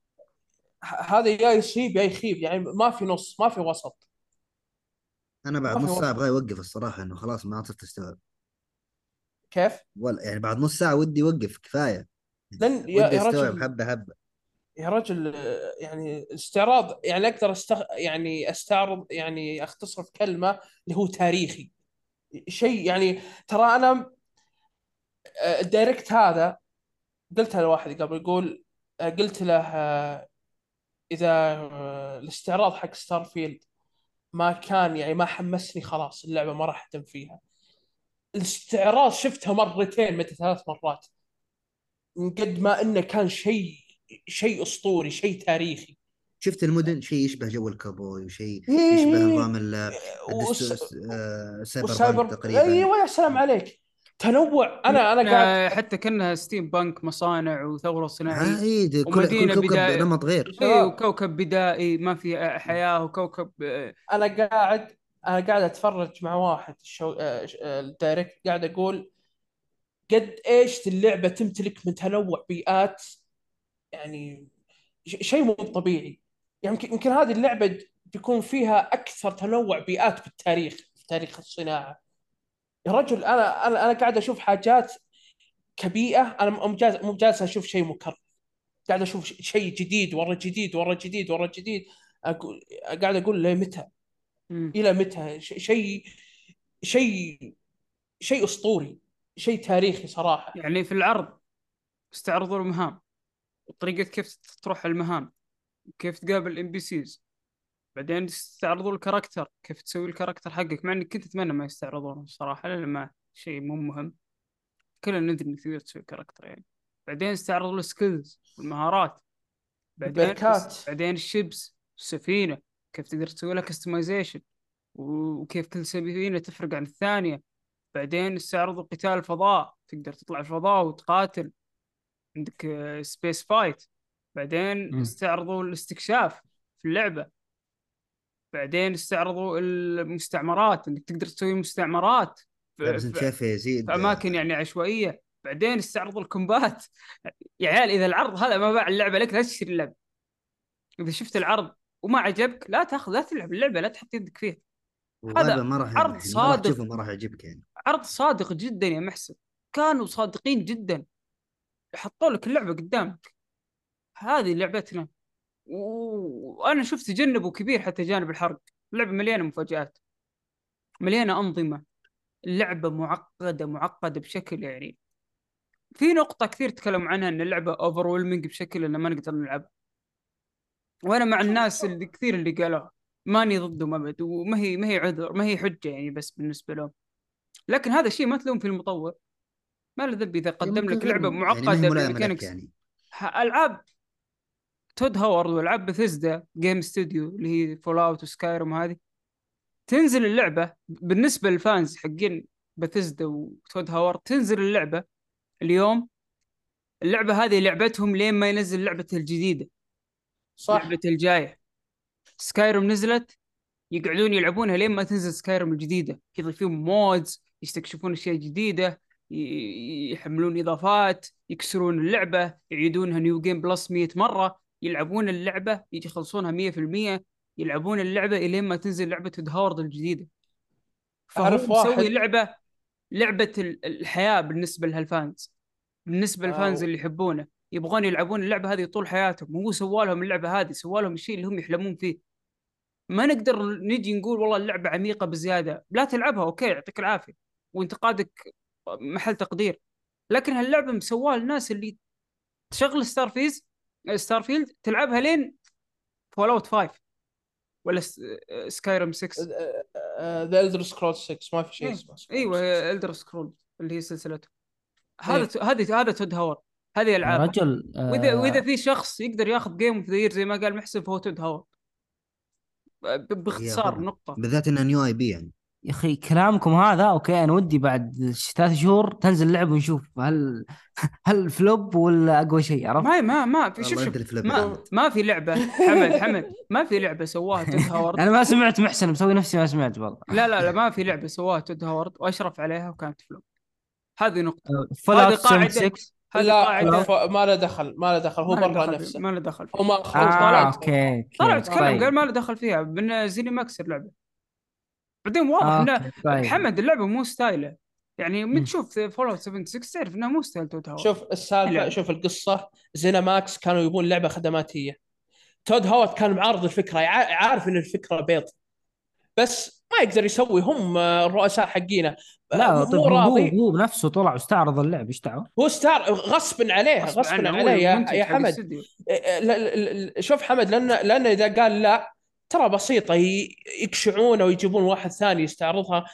هذا يا يصيب يا يخيب، يعني ما في نص، ما في وسط. انا بعد ما في نص ساعه وسط. ابغى يوقف الصراحه، انه خلاص ما صرت استوعب. كيف؟ ولا يعني بعد نص ساعه ودي يوقف كفايه، لن ودي يا استوعب رجل، حبه حبه. يا رجل، يعني استعراض، يعني اقدر يعني استعرض، يعني اختصر في كلمه، اللي هو تاريخي. شيء يعني، ترى انا الدايركت هذا قلتها لواحد قبل، يقول قلت له اذا الاستعراض حق ستار فيلد ما كان يعني ما حمسني، خلاص اللعبه ما راح اهتم فيها. الاستعراض شفتها مرتين متى 3 مرات، من قد ما انه كان شيء اسطوري، شيء تاريخي. شفت المدن شيء يشبه جو الكابوي، وشيء يشبه ايه. نظام وس... السايبر بانك والسايبر، تقريبا. ايوه، يا سلام عليك. تنوع. انا قاعد حتى كأنها ستيم بانك، مصانع وثورة ها صناعية اي كل ومدينة كوكب بدائية. نمط غير. ايه، شباب. وكوكب بدائي ما في حياة، وكوكب انا قاعد انا قاعد اتفرج مع واحد الدايركت، قاعد اقول قد ايش اللعبه تمتلك من تنوع بيئات، يعني شيء مو طبيعي. يعني يمكن هذه اللعبه بيكون فيها اكثر تنوع بيئات بالتاريخ، في تاريخ الصناعه. يا رجل، انا قاعد اشوف حاجات كبيئه، انا مو جالس اشوف شيء مكرر. قاعد اشوف شيء جديد ورا جديد ورا جديد ورا جديد. قاعد اقول لمتى؟ مم. الى متى؟ شيء شيء اسطوري، شيء تاريخي صراحه. يعني في العرض استعرضوا المهام وطريقة كيف تروح المهام، كيف تقابل ام بي سيز، بعدين استعرضوا الكاركتر، كيف تسوي الكاركتر حقك، مع اني كنت اتمنى ما يستعرضونه الصراحة لان ما شيء مو مهم، كلنا ندري انك تقدر تسوي كاركتر يعني. بعدين استعرضوا السكيلز والمهارات، بعدين البركات. بعدين الشيبس، السفينة، كيف تقدر تسوي لها كستمايزيشن، وكيف كل سفينة تفرق عن الثانية. بعدين استعرضوا قتال الفضاء، تقدر تطلع الفضاء وتقاتل، عندك سبيس فايت. بعدين استعرضوا الاستكشاف في اللعبة، بعدين استعرضوا المستعمرات، انك تقدر تسوي مستعمرات لا في, بس انت في, شايف يا يزيد في اماكن يعني عشوائية. بعدين استعرضوا الكومبات. يا عيال اذا العرض هذا ما باع اللعبة لك لا تشتري اللعبة. اذا شفت العرض وما عجبك لا تاخذ، لا تلعب اللعبة، لا تحط يدك فيها. وغالبا هذا ما راح عرض يعني ما راح صادق، تشوفه، ما راح يعجبك يعني. عرض صادق جدا يا محسن، كانوا صادقين جدا، حطوا لك اللعبة قدامك، هذه لعبتنا. وانا شفت تجنبوا كبير حتى جانب الحرق. اللعبة مليانة مفاجآت، مليانة أنظمة، اللعبة معقدة معقدة بشكل يعني. في نقطة كثير تكلموا عنها ان اللعبة اوفرولمنج بشكل ان ما نقدر نلعبها، وانا مع الناس اللي كثير اللي قالوها، ماني ضدهم ابد، وما هي عذر، ما هي حجة يعني، بس بالنسبة لهم. لكن هذا الشيء ما تلوم في المطور، ما له ذنب اذا قدم ممكن لك غير لعبة يعني ما هي معقدة ملائمة لك بميكانكس. يعني. العاب تود هاورد والعاب بثيسدا جيم ستوديو اللي هي فول اوت وسكايرم، هذه تنزل اللعبة بالنسبة للفانز حقين بثيسدا وتود هاورد، تنزل اللعبة اليوم، اللعبة هذه لعبتهم لين ما ينزل لعبة الجديدة، لعبة صح. الجاية. سكايروم نزلت، يقعدون يلعبونها لين ما تنزل سكايروم الجديدة، يضيفون مودز، يستكشفون أشياء جديدة، يحملون إضافات، يكسرون اللعبة، يعيدونها نيو جيم بلس 100 مرة، يلعبون اللعبة يجي يخلصونها 100%، يلعبون اللعبة إلين ما تنزل لعبة هاورد الجديدة. فهو اعرف مسوي واحد. لعبة، لعبة الحياة بالنسبة لهالفانز، بالنسبة للفانز آه اللي يحبونه يبغون يلعبون اللعبة هذه طول حياتهم. هو سوالهم اللعبة هذه، سوالهم الشيء اللي هم يحلمون فيه. ما نقدر نجي نقول والله اللعبة عميقة بزيادة، لا تلعبها أوكي يعطيك العافية وانتقادك محل تقدير، لكن هاللعبة مسوالها الناس اللي تشغل ستارفيلد تلعبها لين فول اوت 5 ولا سكايرم 6. ذا إلدر سكرول 6 ما في شيء إيه. اسمه سكرول ايوه 6. الدر سكرول اللي هي سلسلته. ايه هذا تود هاور، هذه يا العابه. رجل واذا في شخص يقدر ياخذ جيم اوف ذا يير زي ما قال محسن فهو تود هاور، باختصار ياخذها نقطه. بالذات انها نيو اي بي يعني. يا اخي كلامكم هذا اوكي، انا ودي بعد 3 شهور تنزل لعبه ونشوف هل فلوب ولا اقوى شيء، عرفت؟ ما في، شوف والله انت شوف، اللي فلبت ما انت. ما في لعبه، حمد ما في لعبه سواها تود هاورد. انا ما سمعت محسن، مسوي نفسي ما سمعت والله. لا ما في لعبه سواها تود هاورد واشرف عليها وكانت فلوب. هذه نقطه، فول وهذه اوت قاعده، 76. هذه لا قاعده ما له دخل، ما له دخل، هو ما له برا دخل فيه، نفسه. ما له دخل فيه. هو ما هو ما طلع، اوكي طلع اوكي وتكلم قال طيب. ما له دخل فيها، بان زيني ماكس اللعبه. بعدين واضح انه اوكي طيب. محمد اللعبه مو ستايله، يعني من مم. تشوف فول اوت 76 تعرف انها مو ستايل تود هاورد. شوف السالفه، لعبه شوف القصه. زينماكس كانوا يبون لعبه خدماتيه. تود هاورد كان معارض الفكره، عارف ان الفكره بيض، بس ما يقدر يسوي. هم الرؤساء حقينه لا مو طيب، راضي. هو بنفسه طلع واستعرض اللعب، ايش دعوه؟ هو ستار غصبا عليه، غصب غصبا عنه، هو عليه يا المنتج حق حمد. الاستديو. شوف حمد، لان اذا قال لا ترى بسيطه، يكشعونه ويجيبون واحد ثاني يستعرضها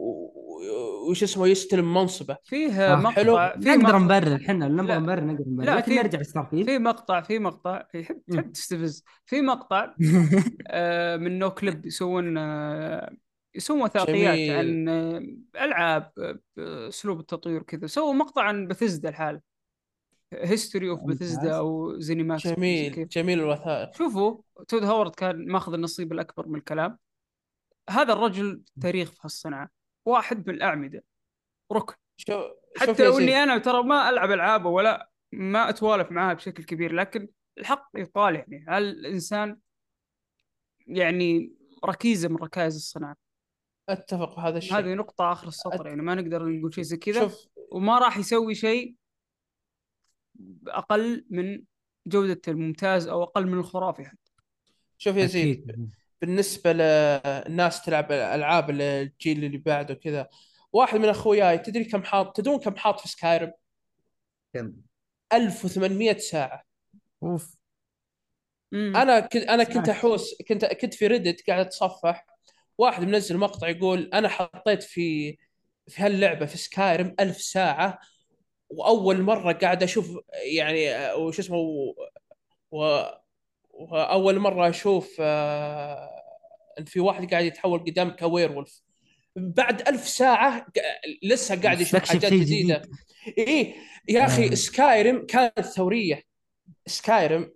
وش اسمه يستلم منصبه. فيه اوكي حلو. مقطع، في نقدر مقطع. نبرر، احنا اللي نبغى لا نبرر نقدر نبرر، لا لكن في نرجع لستارفيلد. في مقطع تحب تستفز، في مقطع من نو كليب يسوون وثائقيات جميل عن العاب، اسلوب التطوير كذا. سووا مقطع عن بثزدا الحالة، هيستوري اوف بثزدا ممتاز. او زينيماكس زي جميل كذا. جميل الوثائق. شوفوا تود هاورد كان ماخذ النصيب الاكبر من الكلام. هذا الرجل تاريخ في هالصناعة، واحد من الأعمدة، ركن. شوف حتى يا لو اني زيد. انا ترى ما العب العابه ولا ما اتوالف معها بشكل كبير، لكن الحق يقال يعني الانسان يعني ركيزه من ركائز الصناعه. اتفق بهذا هذه الشيء. نقطه اخر السطر، يعني ما نقدر نقول شيء زي كذا. شوف وما راح يسوي شيء اقل من جوده الممتاز او اقل من الخرافي حتى. شوف يا زيد، اكيد. بالنسبة للناس تلعب ألعاب الجيل اللي بعده كذا، واحد من أخوياي تدري كم حاط، تدرون كم حاط في سكايرم؟ كم؟ 1800 ساعة. اوف. أنا كنت سمعت. أحوس، كنت في ريدت قاعد أتصفح، واحد منزل مقطع يقول أنا حطيت في هاللعبة في سكايرم 1000 ساعة، وأول مرة قاعد أشوف يعني وش اسمه و... وأول مرة أشوف إن في واحد قاعد يتحول قدام كويرولف بعد 1000 ساعة. لسه قاعد يشوف مستكشف حاجات شيء جديد. جديدة. إيه يا أخي آه. سكايرم كانت ثورية. سكايرم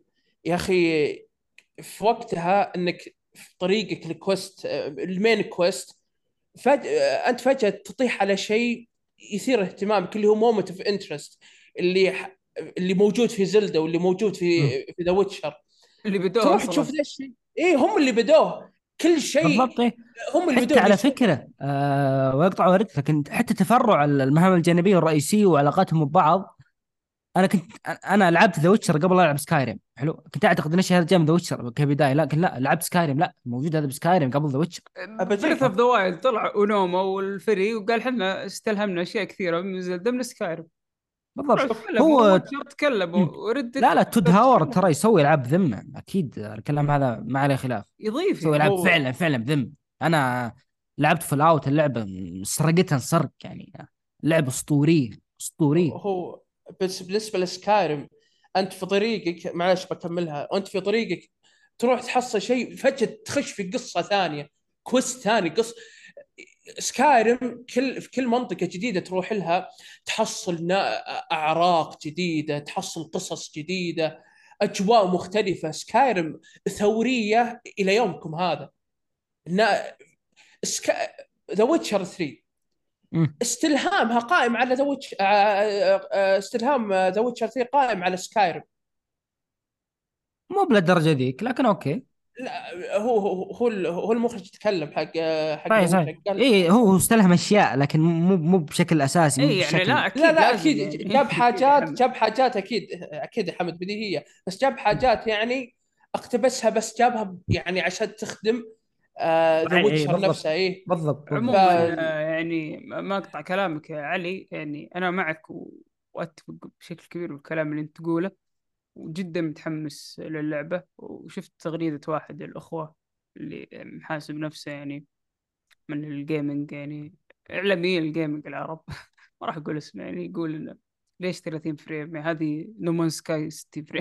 يا اخي في وقتها انك في طريقك الكويست، المين كويست، فجأة انت فجأة تطيح على شيء يثير اهتمامك اللي هو مومنت اوف انترست، اللي موجود في زلدا واللي موجود في مم. ذا ويتشر. اللي بدوه تروح تشوف اصلا. ذا الشيء، ايه هم اللي بدوه كل شيء، بالضبط إيه. هم اللي حتى بدوه اللي على يسوون. فكرة ويقطع ورد، لكن حتى تفرع المهام الجانبية والرئيسية وعلاقاتهم ببعض. انا لعبت ذا ويتشر قبل لا العب سكايريم. حلو، كنت اعتقد ان الشيء هذا جاي من ذا ويتشر كبدايه، لكن لا، لعبت سكايريم، لا موجود هذا بسكايريم قبل ذا ويتشر. بريث ابجيك اوف ذا وايلد طلع ونوما والفري وقال احنا استلهمنا اشياء كثيره من زلدا من سكايرو. طلعوا بالضبط. تكلموا، هو ويتشر تكلموا، مم. وردت لا لا، تود هاورد تكلم. ترى يسوي العاب ذمه اكيد، الكلام هذا ما عليه خلاف. يضيف يسوي يعني. العاب هو فعلا فعلا بذمه. انا لعبت فول اوت، اللعبه سرقتها سرق يعني. لعبه اسطوريه اسطوريه. هو بس بالنسبه لسكايرم، انت في طريقك، معلش بكملها، وانت في طريقك تروح تحصل شيء، فجاه تخش في قصه ثانيه، كويست ثاني، قصه. سكايرم في كل منطقه جديده تروح لها تحصل اعراق جديده، تحصل قصص جديده، اجواء مختلفه. سكايرم ثوريه الى يومكم هذا. سكا... ذا ويتشر 3 مم. استلهامها قائم على ذا ويتش، استلهام ذا ويتشر 3 قائم على سكايرم. مو بلهالدرجه ذيك، لكن اوكي. لا، هو المخرج يتكلم حق ذا صحيح صحيح. ويتشر قال. ايه، هو استلهم اشياء، لكن مو بشكل اساسي، مو اي يعني بشكل. لا لا اكيد لا لازم اكيد يعني. جاب اكيد يا حاجات، محمد. جاب حاجات اكيد اكيد يا حمد بديهيه، بس جاب حاجات يعني اقتبسها، بس جابها يعني عشان تخدم ذا اي ويتشر بالضبط نفسه. ايه بالضبط ف بالضبط. عموما يعني ما اقطع كلامك يا علي، يعني انا معك واتفق بشكل كبير بالكلام اللي انت تقوله، وجدا متحمس للعبه. وشفت تغريده واحد الاخوه اللي محاسب نفسه يعني من الجيمنج، يعني اعلاميين الجيمنج العرب ما راح اقول اسمه، يعني يقول انه ليش 30 فريم؟ يعني هذه نومان سكاي 60 فريم.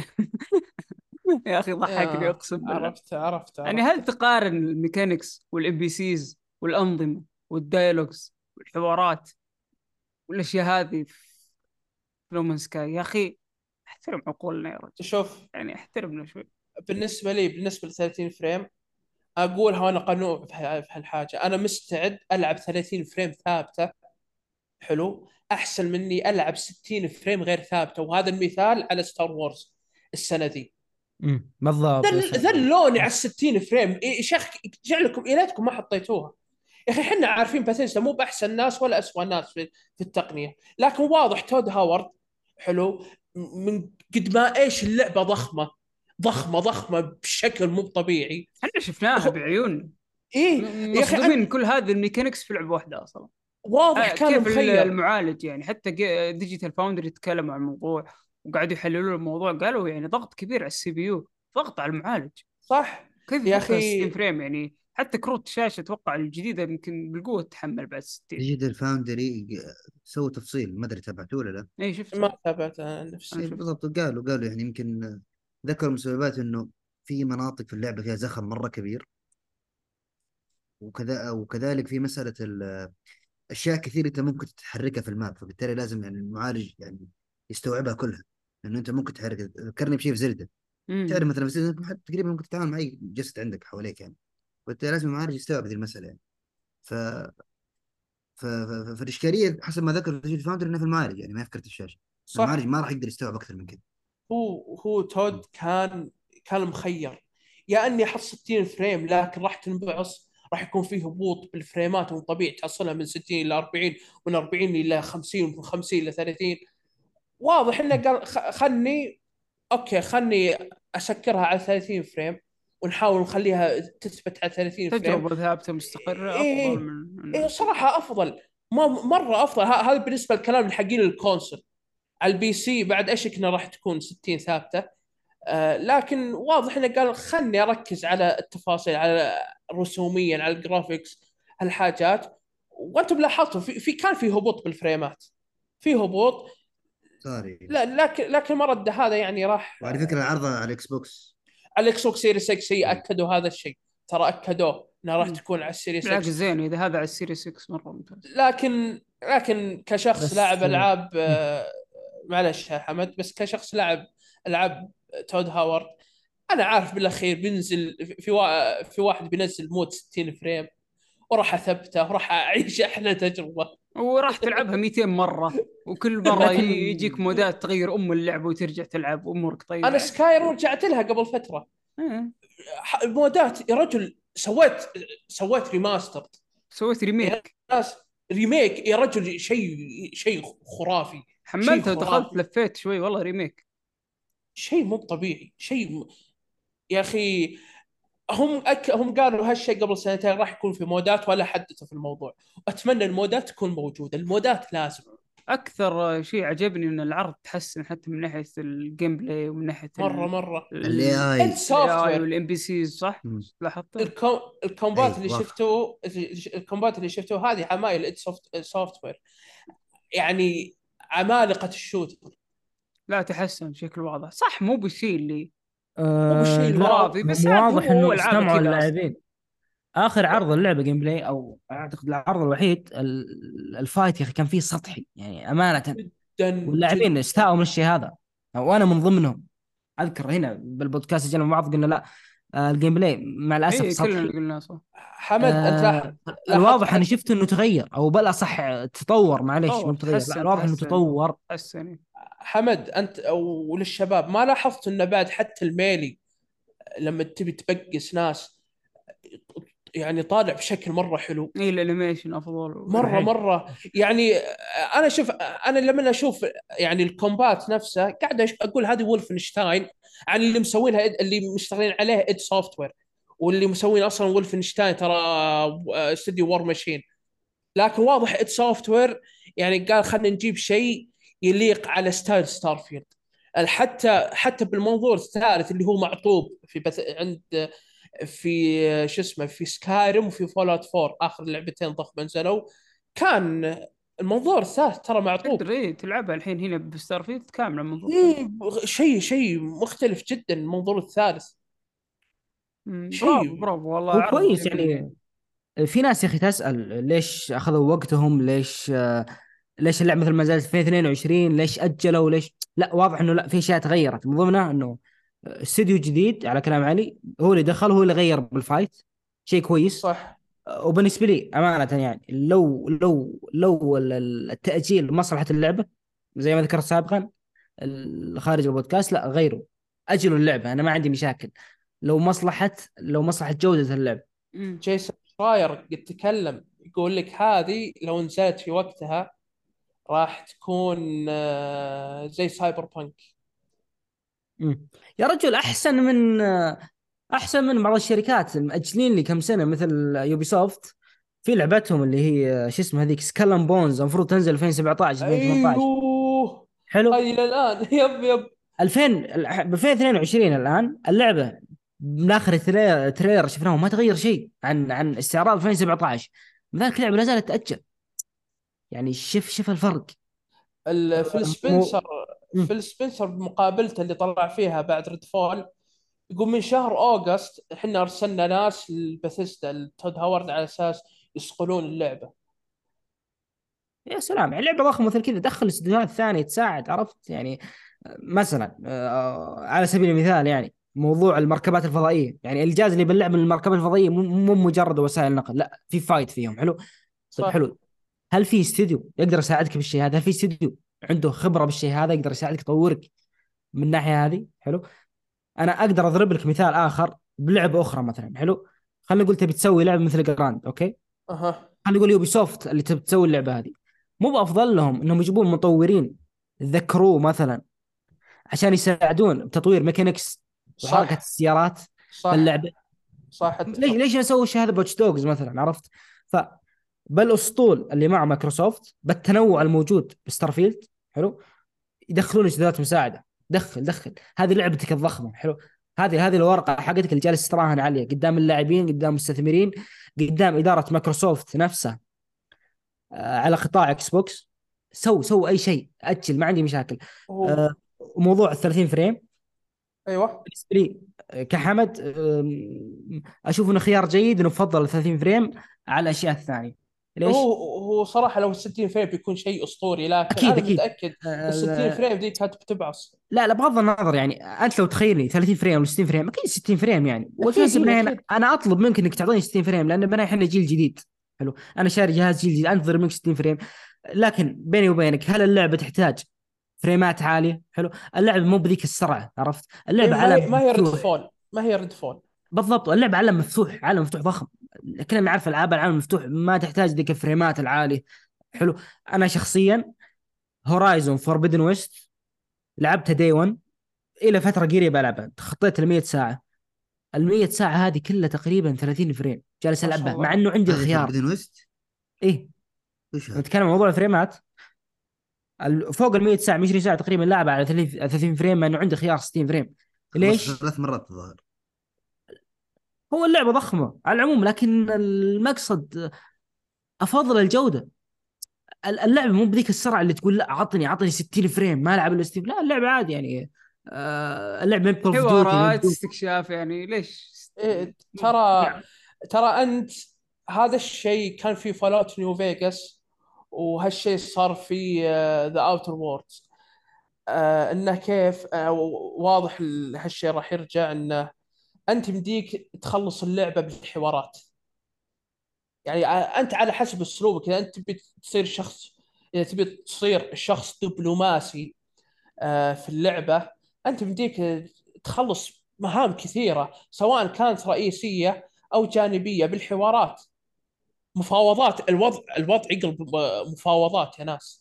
يا اخي ضحكني اقسم بالله. يعني هل عرفت. تقارن الميكانيكس والام بي سيز والانظمه والديالوجز والحوارات والاشياء هذه في نومان سكاي؟ يا اخي احترم عقولنا يا رجل، شوف، يعني احترمنا شوي. بالنسبه لي، بالنسبه ل 30 فريم، اقولها وانا قنوع في هالحاجه. انا مستعد العب 30 فريم ثابته، حلو، احسن مني العب 60 فريم غير ثابته. وهذا المثال على ستار وورز السنه دي. بالضبط يا ذلوني على ال 60 فريم. يا شيخ جعلكم ايلاتكم ما حطيتوها. يا اخي احنا عارفين باثيستا مو باحسن ناس ولا اسوء ناس في التقنيه، لكن واضح تود هاورد، حلو، من قد ما ايش اللعبه ضخمه، ضخمه بشكل مو طبيعي. احنا شفناها بعيوننا، ايه يا اخي مصدومين من كل هذه الميكانيكس في لعبه واحده اصلا. واضح كان كيف مخير. المعالج يعني، حتى ديجيتال فاوندري تكلموا عن الموضوع وقعدوا يحللوا الموضوع، قالوا يعني ضغط كبير على السي بي يو، ضغط على المعالج. صح كيف يا يفكها اخي. 60 فريم؟ يعني حتى كروت شاشه اتوقع الجديده يمكن بالقوه تتحمل بعد 60. ديجيتال فاوندري سووا تفصيل، ما ادري تبعتوه ولا لا. اي شفته. ما تابعت انا انا إيه نفسي. شفته. بالضبط، قالوا يعني يمكن ذكروا مسببات انه في مناطق في اللعبه فيها زخم مره كبير، وكذلك في مساله اشياء كثير انت ممكن تحركها في الماب، فبالتالي لازم يعني المعالج يعني يستوعبها كلها، لانه انت ممكن تحرك. ذكرني بشيء في زلده، تعرف امم مثلا في زلده تقريبا ممكن تتعامل مع اي جسد عندك حواليك يعني، فبالتالي لازم المعالج يستوعب هذه المساله يعني. ف فالاشكاليه حسب ما ذكر في فاوندر انه في المعالج، يعني ما في كرت الشاشه. المعالج صح. ما راح يقدر يستوعب اكثر من كذا. هو تود كان مخير، يا اني احط 60 فريم لكن راح تنبعص، راح يكون فيه هبوط بالفريمات مو طبيعي، تحصلها من 60 الى 40، من 40 الى 50، ومن 50 الى 30. واضح انه قال خلني، اوكي خلني اسكرها على 30 فريم، ونحاول نخليها تثبت على 30 فريم. تجربه ثابته مستقره افضل ايه من ايه صراحه افضل، ما مره افضل. هذا بالنسبه للكلام اللي حقين الكونسل. على البي سي بعد اشك انها راح تكون 60 ثابته. لكن واضح انه قال خلني اركز على التفاصيل، على رسوميا، على الجرافيكس، هالحاجات. وانتم لاحظتوا كان في هبوط بالفريمات، في هبوط. صار. لا لكن المره هذا يعني راح وعلى فكره العرضه على الاكس بوكس. على الاكس بوكس سيريس 6 اكدوا هذا الشيء، ترى اكدوه انها راح مم. تكون على السيريس بالعكس 6. زين اذا هذا على السيريس 6 مره ممتاز. لكن كشخص بس لاعب العاب، معلش يا حمد، بس كشخص لاعب العاب تود هاورد، انا عارف بالاخير بينزل في واحد بينزل مود 60 فريم، وراح اثبته وراح اعيش احلى تجربه. وراح تلعبها 200 مرة، وكل مرة لكن يجيك مودات تغير اللعبة وترجع تلعب أمورك انا طيبة. سكاير رجعت لها قبل فتره. إيه. مودات يا رجل، سويت ريماستر سويت يا ريميك. ناس، ريميك يا رجل، شيء خرافي. شيء حملتها ودخلت خرافي، لفيت شوي، والله ريميك. شيء مو طبيعي، يا اخي. هم قالوا هالشيء قبل سنتين راح يكون في مودات، ولا حدثوا في الموضوع. اتمنى المودات تكون موجوده، المودات لازم. أكثر شيء عجبني إن العرض تحسن، حتى من ناحية الجيم بلاي ومن ناحية مره الاي اد اي. سوفت الاي وير. والام بي سيز، صح؟ لاحظت؟ الكومبات اي اللي واضح. شفته، هذه عمايل اد سوفت وير، يعني عمالقه الشوتر. لا، تحسن بشكل واضح، صح، مو بالشيء اللي مو بالشيء لا، خرافي، الواو. بس هم عاد واضح هو انه العابه استمعوا كذا اصلا. اللاعبين. اخر عرض اللعبه جيم بلاي، او اعتقد العرض الوحيد الفايت يا اخي كان فيه سطحي يعني امانه، جدا واللاعبين جدا. استاءوا من الشيء هذا، وانا من ضمنهم. اذكر هنا بالبودكاست سجلنا مع بعض قلنا لا، الجيم بلاي مع الاسف اي كلنا اللي سطحي. قلناه صح. حمد انت لاحظت الواضح اني حتى. شفت انه تغير، او بلا صح تطور، معليش مو تطور، تغير، لا تحسن الواضح انه تحسن تطور. تحسن. حمد انت وللشباب، ما لاحظت انه بعد حتى الميلي لما تبي تبقس ناس، يعني طالع بشكل مره حلو. اي الانيميشن افضل. صحيح. مره يعني. انا لما اشوف يعني الكومبات نفسه، قاعد اقول هذه وولفنشتاين، عن اللي مسوينها اللي مشتغلين عليه اد سوفت وير، واللي مسوين اصلا وولفنشتاين ترى استوديو وور ماشين. لكن واضح اد سوفت وير يعني قال خلينا نجيب شيء يليق على ستايل ستارفيلد. حتى بالمنظور الثالث اللي هو معطوب في عند في شو اسمه في سكايرم وفي فول اوت 4، اخر لعبتين ضخمه نزلوا، كان المنظور الثالث ترى معطوب. تقدر تلعبها الحين هنا بستارفيلد كامله منظور ثالث. إيه، شيء مختلف جدا المنظور الثالث. برافو شيء برافو والله، هو عرض كويس جميل. يعني. في ناس يا اخي تسأل ليش اخذوا وقتهم، ليش اللعبه مثل ما زالت 2022، ليش اجلوا، ليش لا؟ واضح انه لا، في اشياء تغيرت، من ضمنها انه استوديو جديد على كلام علي هو اللي دخل، هو اللي غير بالفايت، شيء كويس. صح. وبالنسبه لي امانه يعني، لو التاجيل مصلحه اللعبه زي ما ذكرت سابقا خارج البودكاست، لا غيروا، اجلوا اللعبه، انا ما عندي مشاكل لو مصلحه جوده اللعبه. مم. جيسون شراير قد تكلم، يقول لك هذه لو نزلت في وقتها راح تكون زي سايبر بانك. مم. يا رجل احسن من بعض الشركات مأجلين لي كم سنه، مثل يوبي سوفت في لعبتهم اللي هي شو اسمها هذيك سكال بونز، المفروض تنزل 2017 2018. ايوه، حلو. هاي الى الان يب 2000 ب 2022 الان اللعبه من اخر تريلر شفناه ما تغير شيء عن استعراض 2017، من ذلك اللعبه لا زالت تأجل. يعني شوف الفرق. فيل مو سبنسر. فيل سبنسر بمقابلته اللي طلع فيها بعد ريد فول، يقول من شهر اوغست احنا ارسلنا ناس لبثيسدا لتود هاورد على اساس يصقلون اللعبه. يا سلام، يعني لعبه ضخمه مثل كذا دخل استديوهات ثانيه تساعد، عرفت يعني؟ مثلا على سبيل المثال يعني موضوع المركبات الفضائيه، يعني الجهاز اللي باللعب من المركبات الفضائيه مو مجرد وسائل نقل، لا في فايت فيهم. حلو. طيب صح. حلو، هل في استديو يقدر يساعدك بالشيء هذا؟ هل في استديو عنده خبره بالشيء هذا يقدر يساعدك يطورك من الناحيه هذه؟ حلو. انا اقدر اضرب لك مثال اخر بلعبه اخرى مثلا. حلو، خلينا نقول تبي تسوي لعبه مثل جراند، اوكي؟ اها. خلينا نقول يوبي سوفت اللي تبي تسوي اللعبه هذه، مو بافضل لهم انهم يجيبون مطورين ذكروا مثلا عشان يساعدون بتطوير ميكانكس وحركه صح. السيارات صح. باللعبه؟ صح اتفق. ليش اسوي الشيء هذا بوتش دوجز مثلا؟ عرفت؟ ف بالاسطول اللي مع مايكروسوفت بالتنوع الموجود بستارفيلد، حلو، يدخلون اجهزات مساعده. دخل هذه لعبتك الضخمه. حلو، هذه الورقه حقتك اللي جالس تراهن عليها قدام اللاعبين، قدام المستثمرين، قدام اداره مايكروسوفت نفسها، على قطاع اكس بوكس. سو اي شيء، اجل ما عندي مشاكل. هو. وموضوع ال 30 فريم ايوه. بالنسبه لي كحمد اشوف انه خيار جيد، انه افضل ال 30 فريم على الاشياء الثانيه. ليش؟ هو صراحة لو 60 فريم بيكون شيء أسطوري، لكن اكيد أنا اكيد. متأكد ال 60 فريم دي كانت بتبعص. لا لا، بغض النظر يعني، انت لو تخيلني 30 فريم ولا 60 فريم، اكيد 60 فريم يعني. أكيد والفلسفه إيه بالنهايه أكيد. انا اطلب منك انك تعطيني 60 فريم، لان بالنهايه احنا جيل جديد. حلو، انا شاري جهاز جيل جديد، انتظر منك 60 فريم. لكن بيني وبينك، هل اللعبه تحتاج فريمات عاليه؟ حلو، اللعبه مو بذيك السرعه، عرفت؟ إيه، اللعبه عالم ما هي ريد مفتوح. فول، ما هي ريد فول. بالضبط، اللعبه عالم مفتوح، عالم مفتوح ضخم. كلنا نعرف العاب العالم المفتوح ما تحتاج ذيك الفريمات العاليه. حلو. انا شخصيا هورايزون فوربيدن ويست لعبتها دي 1، الى فتره قريبه العبها، تخطيت ال 100 ساعه. ال 100 ساعه هذه كلها تقريبا 30 فريم جالس ما شاء العبها، مع الله. انه عندي هذه الخيار. فوربدن ويست ايه، وش هذا؟ نتكلم عن موضوع الفريمات. فوق ال 100 ساعه، 120 ساعه تقريبا لاعب على 30 فريم، مع انه عندي خيار 60 فريم. خلصت ليش؟ 3 مرات الظاهر. هو اللعبه ضخمه على العموم، لكن المقصد افضل الجوده. اللعبه مو بذيك السرعه اللي تقول لا عطني 60 فريم ما العب الا 60. لا، اللعبه عادي يعني. اللعبه كول اوف ديوتي. حوارات استكشاف يعني ليش. إيه ترى، نعم. أنت هذا الشيء كان في فالوت نيو فيغاس، وهالشيء صار في ذا اوتر ووردز. انه كيف واضح هالشيء راح يرجع، انه انت مديك تخلص اللعبه بالحوارات. يعني انت على حسب اسلوبك، اذا انت تبي تصير شخص، اذا تبي تصير شخص دبلوماسي في اللعبه، انت بديك تخلص مهام كثيره، سواء كانت رئيسيه او جانبيه بالحوارات. مفاوضات، الوضع يقلب مفاوضات يا ناس.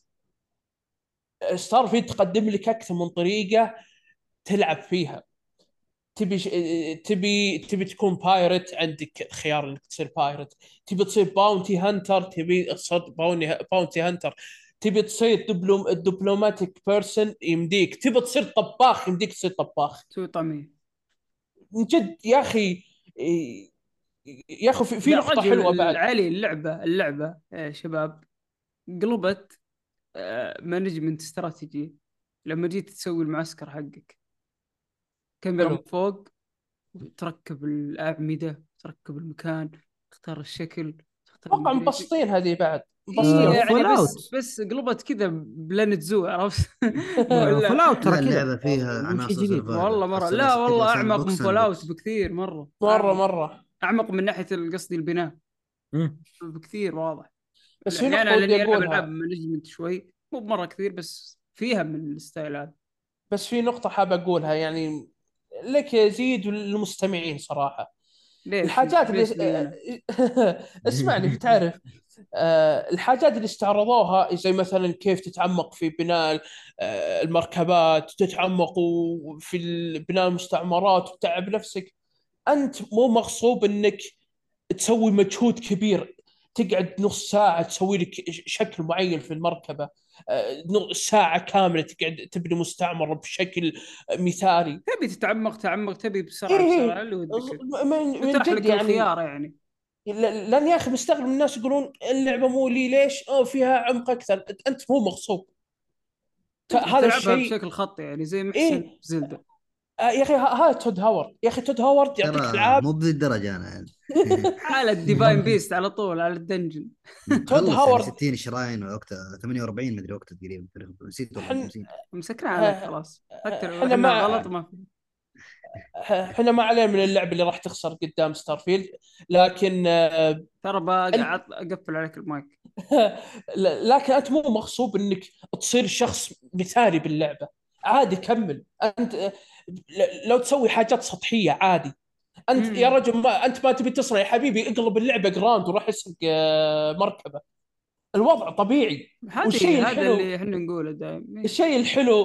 ستار فيد تقدم لك اكثر من طريقه تلعب فيها. تبي تبي تكون بايرت، عندك خيار انك تصير بايرت. تبي تصير باونتي هانتر، تبي تصير باونتي هانتر. تبي تصير الدبلوماتيك بيرسون، يمديك. تبي تصير طباخ، يمديك تصير طباخ. سوء طمي. من جد يا اخي. يا اخي في لا نقطة رجل حلوة بعد. العلي، اللعبة يا شباب قلبت مانجمنت استراتيجي. لما جيت تسوي المعسكر حقك، كاميرا من حلو. فوق، تركب الأعمدة، تركب المكان، تختار الشكل، تختار اتوقع المدري إيش. مبسطين هذه بعد، إيه مبسطين. يعني، فول اوت. بس قلبت كذا بلانت زو، عرفت؟ فول ولا اوت ترى لا كذا، اللعبة فيها مو شيء عناصر جديد. سرفايفل، والله مرة، تحصلها لا كذا والله ساند أعمق من بوكس ساند فول أوت بوكس. بكثير مرة. مرة أعمق، مرة. أعمق من ناحية قصدي البناء مم. بكثير، واضح. بس في يعني نقطة أنا ودي لأني ألعب ألعاب أقولها. مانجمنت شوي، مو بمرة كثير، بس فيها من الستايل هذا. بس في نقطة حاب أقولها يعني، لك يا زيد وللمستمعين صراحة. الحاجات اللي ليش لي أنا؟ اسمعني بتعرف. الحاجات اللي استعرضوها، زي مثلا كيف تتعمق في بناء المركبات، تتعمق في بناء المستعمرات وتتعب نفسك. انت مو مغصوب انك تسوي مجهود كبير، تقعد نص ساعة تسوي لك شكل معين في المركبة. ساعة كاملة تقعد تبني مستعمرة بشكل مثالي. تبي تتعمق تبي ايه بسرعة اللي ودك. من فتح جد لك يعني. الخيار يعني. لان يا اخي مستغرب الناس يقولون اللعبه مو لي ليش، فيها عمق اكثر. انت مو مغصوب. تقدر هذا تلعبها الشيء. بشكل خطي يعني زي محسن ايه. زلدة. يا اخي هذا تود هاورد، يا اخي تود هاورد يعطيك ترى العاب. مو بذي الدرجة أنا يعني. حالة ديفاين بيست على طول على الدنجن. تود مخلص يعني هاورد. 60 شراين وقتها 48 مدري وقتها تقريبا، نسيت والله حن 50. مسكنا عليك آه، خلاص، حتى لو احنا احنا ما غلط ما في. احنا ما علينا من اللعبه اللي راح تخسر قدام ستارفيلد. لكن ترى اقفل عليك المايك. لكن انت مو مغصوب انك تصير شخص مثالي باللعبه. عادي كمل انت. لو تسوي حاجات سطحيه عادي. انت يا امم رجل، ما انت ما تبي تصنع يا حبيبي، اقلب اللعبه جراند وراح يسرق مركبه. الوضع طبيعي. والشيء هذا الحلو، اللي احنا نقوله دائما. الشيء الحلو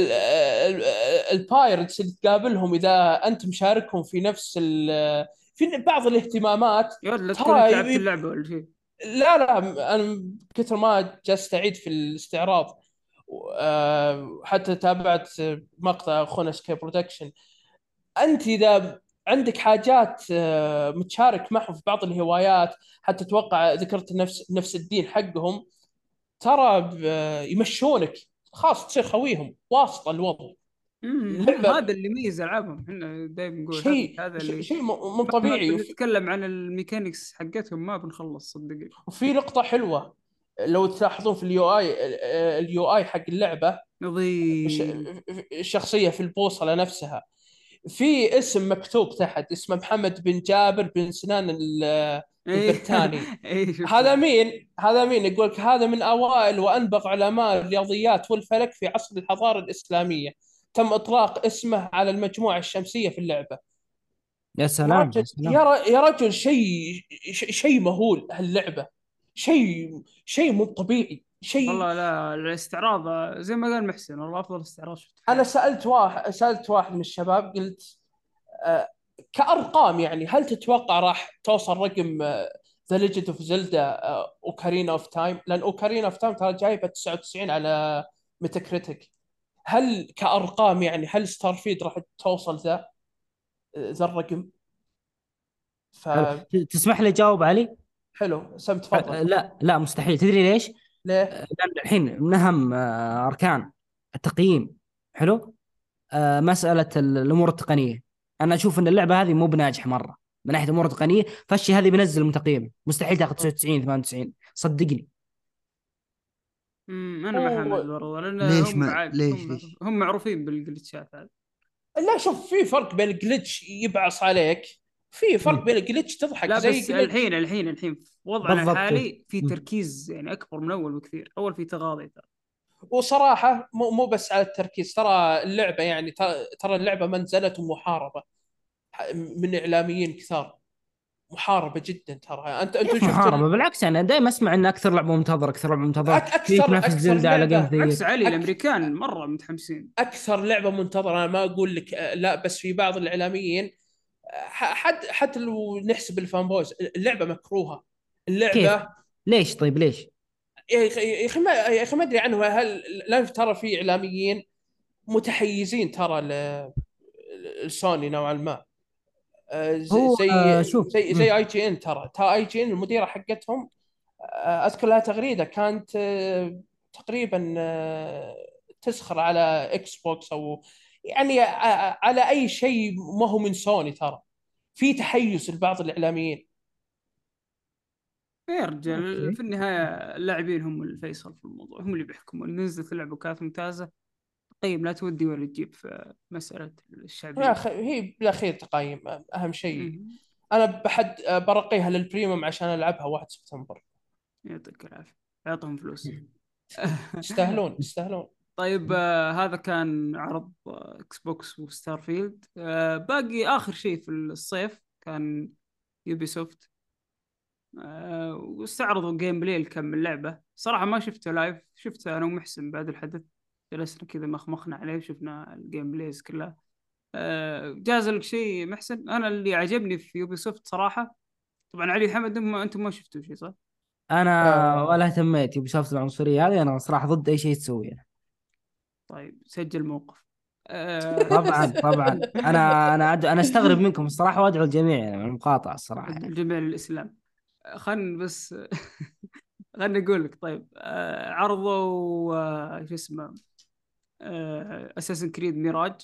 البايرتس اللي تقابلهم اذا انت مشاركهم في نفس في بعض الاهتمامات. يا ولد لا تكون انت ترى لعبت اللعبه ولا شيء. لا انا كثر ما جلست اعيد في الاستعراض، حتى تابعت مقطع اخونا سكي برودكشن. انت اذا عندك حاجات متشارك معهم في بعض الهوايات، حتى اتوقع ذكرت نفس الدين حقهم، ترى يمشونك خلاص، تصير خويهم واسطه الوضع. اللعبه هذا اللي يميز العابهم، احنا دائما نقول هذا اللي شيء مو مهما طبيعي. بنتكلم عن الميكانيكس حقتهم ما بنخلص صدقني. وفي نقطه حلوه لو تلاحظون في اليو اي حق اللعبه، ش- نظيف. الشخصيه في البوصله نفسها في اسم مكتوب تحت، اسمه محمد بن جابر بن سنان اي البرتاني. اي هذا شفتها. مين؟ هذا مين؟ يقول لك هذا من اوائل وانبغ علماء الرياضيات والفلك في عصر الحضاره الاسلاميه، تم اطلاق اسمه على المجموعه الشمسيه في اللعبه. يا يا سلام يا رجل سلام. يا رجل، شيء مهول هاللعبه، شيء مو طبيعي شيء. والله لا، الاستعراض زي ما قال محسن، والله افضل استعراض شفته في انا حياتي. سالت واحد من الشباب، قلت آه، كأرقام يعني هل تتوقع راح توصل رقم ذا ليجند اوف زلدا اوكارينا اوف تايم؟ لان اوكارينا اوف تايم ترى جايبه 99 على ميتاكريتيك. هل كأرقام يعني هل ستارفيد راح توصل ذا الرقم؟ حلو، فحلو. تسمح لي اجاوب علي؟ سم تفضل. لا لا مستحيل، تدري ليش؟ ليه؟ لان الحين من اهم اركان التقييم، حلو، مساله الامور التقنيه. انا اشوف ان اللعبه هذه مو بناجحه مره من ناحيه الامور التقنيه، فالشيء هذه بينزل من تقييمه، مستحيل تاخذ 99 98 صدقني. انا مع حمد هو برضه، لان ليش هم ما عاد ليش هم ليش هم معروفين بالجلتشات هذه. لا، شوف، في فرق بين الجلitch يبعص عليك، في فرق مم. بين الجلitش تضحك لا زي بس جلitش. الحين في وضعنا بالضبط إيه. الحالي في تركيز يعني اكبر من اول بكثير، اول في تغاضي ترى. وصراحة مو بس على التركيز، ترى اللعبة يعني ترى اللعبة ما نزلت محاربة من إعلاميين كثار، محاربة جدا ترى. أنتم كيف شفتوا محاربه؟ بالعكس انا دائما اسمع ان اكثر لعبه منتظره، اكثر لعبه منتظره في تنافس أكثر زلدة على جيم لعبة، بالعكس كثير. علي، أك... الامريكان مره متحمسين. أكثر لعبة منتظرة. أنا ما أقول لك لا، بس في بعض الإعلاميين حتى لو نحسب الفان بويز، اللعبة مكروهة. كيف؟ اللعبة ليش طيب ليش؟ يا أخي ما أدري عنه. هل لا ترى في إعلاميين متحيزين ترى لسوني نوعا ما، هو زي شوف زي اي جي ان. ترى اي جي ان المديره حقتهم، اذكر لها تغريده كانت تقريبا تسخر على اكس بوكس، او يعني على اي شيء ما هو من سوني. ترى في تحيز لبعض الاعلاميين. يا رجال اوكي. في النهايه اللاعبين هم الفيصل في الموضوع، هم اللي بيحكمون. نزلت اللعبه وكانت ممتازه، قيم لا تودي ولا تجيب في مساله الشعبيه. هي بالاخير تقييم اهم شيء. مم. انا برقيها للبريموم عشان العبها 1 سبتمبر. يعطيك العافيه، اعطهم فلوس. يستاهلون. طيب هذا كان عرض اكس بوكس وستار فيلد. باقي اخر شيء في الصيف كان يوبي سوفت. واستعرضوا جيم بلاي لكم من لعبة. صراحة ما شفته لايف، شفته انا ومحسن بعد الحدث، جلسنا كذا مخمخنا عليه وشفنا الجيم بلايز كلها. جاز لك شيء محسن؟ انا اللي عجبني في يوبي سوفت صراحة، طبعا علي وحمد انتم ما شفتوا شيء صح؟ انا آه، ولا اهتميت بسالفه العنصريه هذه، انا صراحه ضد اي شيء تسويه. طيب سجل موقف. طبعا طبعا انا استغرب منكم الصراحه، وادعو الجميع يعني من المقاطعه الصراحه يعني. الجميع للإسلام. خلنا بس خلنا نقول لك. طيب عرضوا شو اسمه اساسن كريد ميراج،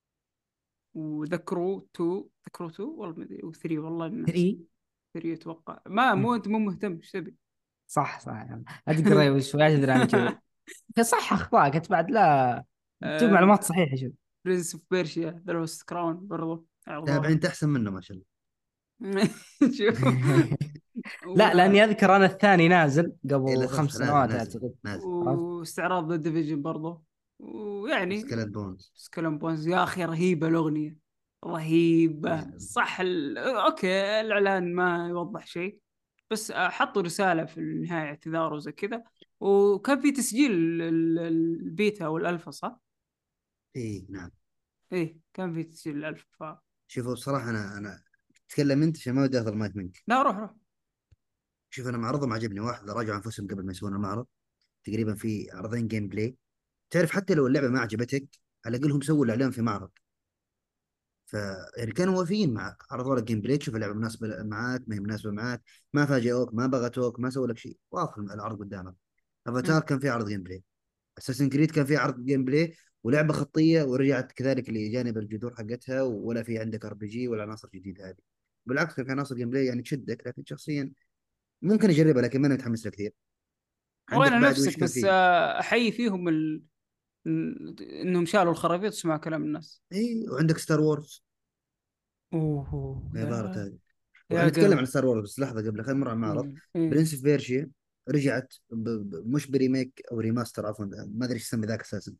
وذكروا 2، ذكروا 2 والله ما ادري، و3 والله الناس 3. 3 اتوقع. ما مو انت مو مهتم ايش تبي؟ صح صح يعني. اتقرا شوي اعتذر عن كذا. صح اخطاء كنت بعد لا تجيب معلومات صحيحه شوف. برنس اوف بيرشيا ذا لوست كراون برضو تابع عرضوها. انت احسن منه ما شاء الله. شوف لا و... لاني اذكر انا الثاني نازل اي قبل لا خمس صح، نازل سنوات نازل اعتقد. نازل. عرفت؟ واستعراض ذا ديفيجن برضو. ويعني سكلت بونز. سكالون بونز يا اخي رهيبه الاغنيه، رهيبه صح. اوكي الاعلان ما يوضح شيء، بس حطوا رساله في النهايه اعتذار وزي كذا. وكان في تسجيل البيتا والالفا صح؟ اي نعم. ايه كان في تسجيل الالفا. شوفوا بصراحه انا تكلم انت عشان ما ودي اخذ المايك منك. لا روح روح. شوف انا معرضهم عجبني، واحد راجعوا انفسهم قبل ما يسوون المعرض، تقريبا في عرضين جيم بلاي. تعرف حتى لو اللعبه ما عجبتك على الاقل سووا الاعلان في معرض. ف يعني كانوا وافيين معك، عرضوا لك جيم بلاي تشوف اللعبه مناسبه معك ما هي مناسبه معك، ما فاجئوك ما بغتوك ما سووا لك شيء، واضح العرض قدامك. افاتار مم. كان في عرض جيم بلاي، اساسن كريد كان في عرض جيم بلاي، ولعبه خطيه، ورجعت كذلك لجانب الجذور حقتها، ولا في عندك ار بي جي ولا عناصر جديده هذه. بالعكس كان في عناصر جيم بلاي يعني تشدك، لكن شخصيا ممكن اجربها لكن ماني متحمس لها كثير. والله عندك انا بعد وش نفسك، كان بس فيه؟ احيي فيهم انهم شالوا الخرابيط وسمعوا كلام الناس. اي، وعندك ستار وورز. اوه يا ظهرت هذه. يا ونتكلم قلب. عن ستار وورز، بس لحظه قبل خلينا نمر على المعرض. إيه. برنس اوف بيرشيا رجعت مش بريميك او ريماستر عفوا، ما ادري ايش يسمي ذاك اساسا.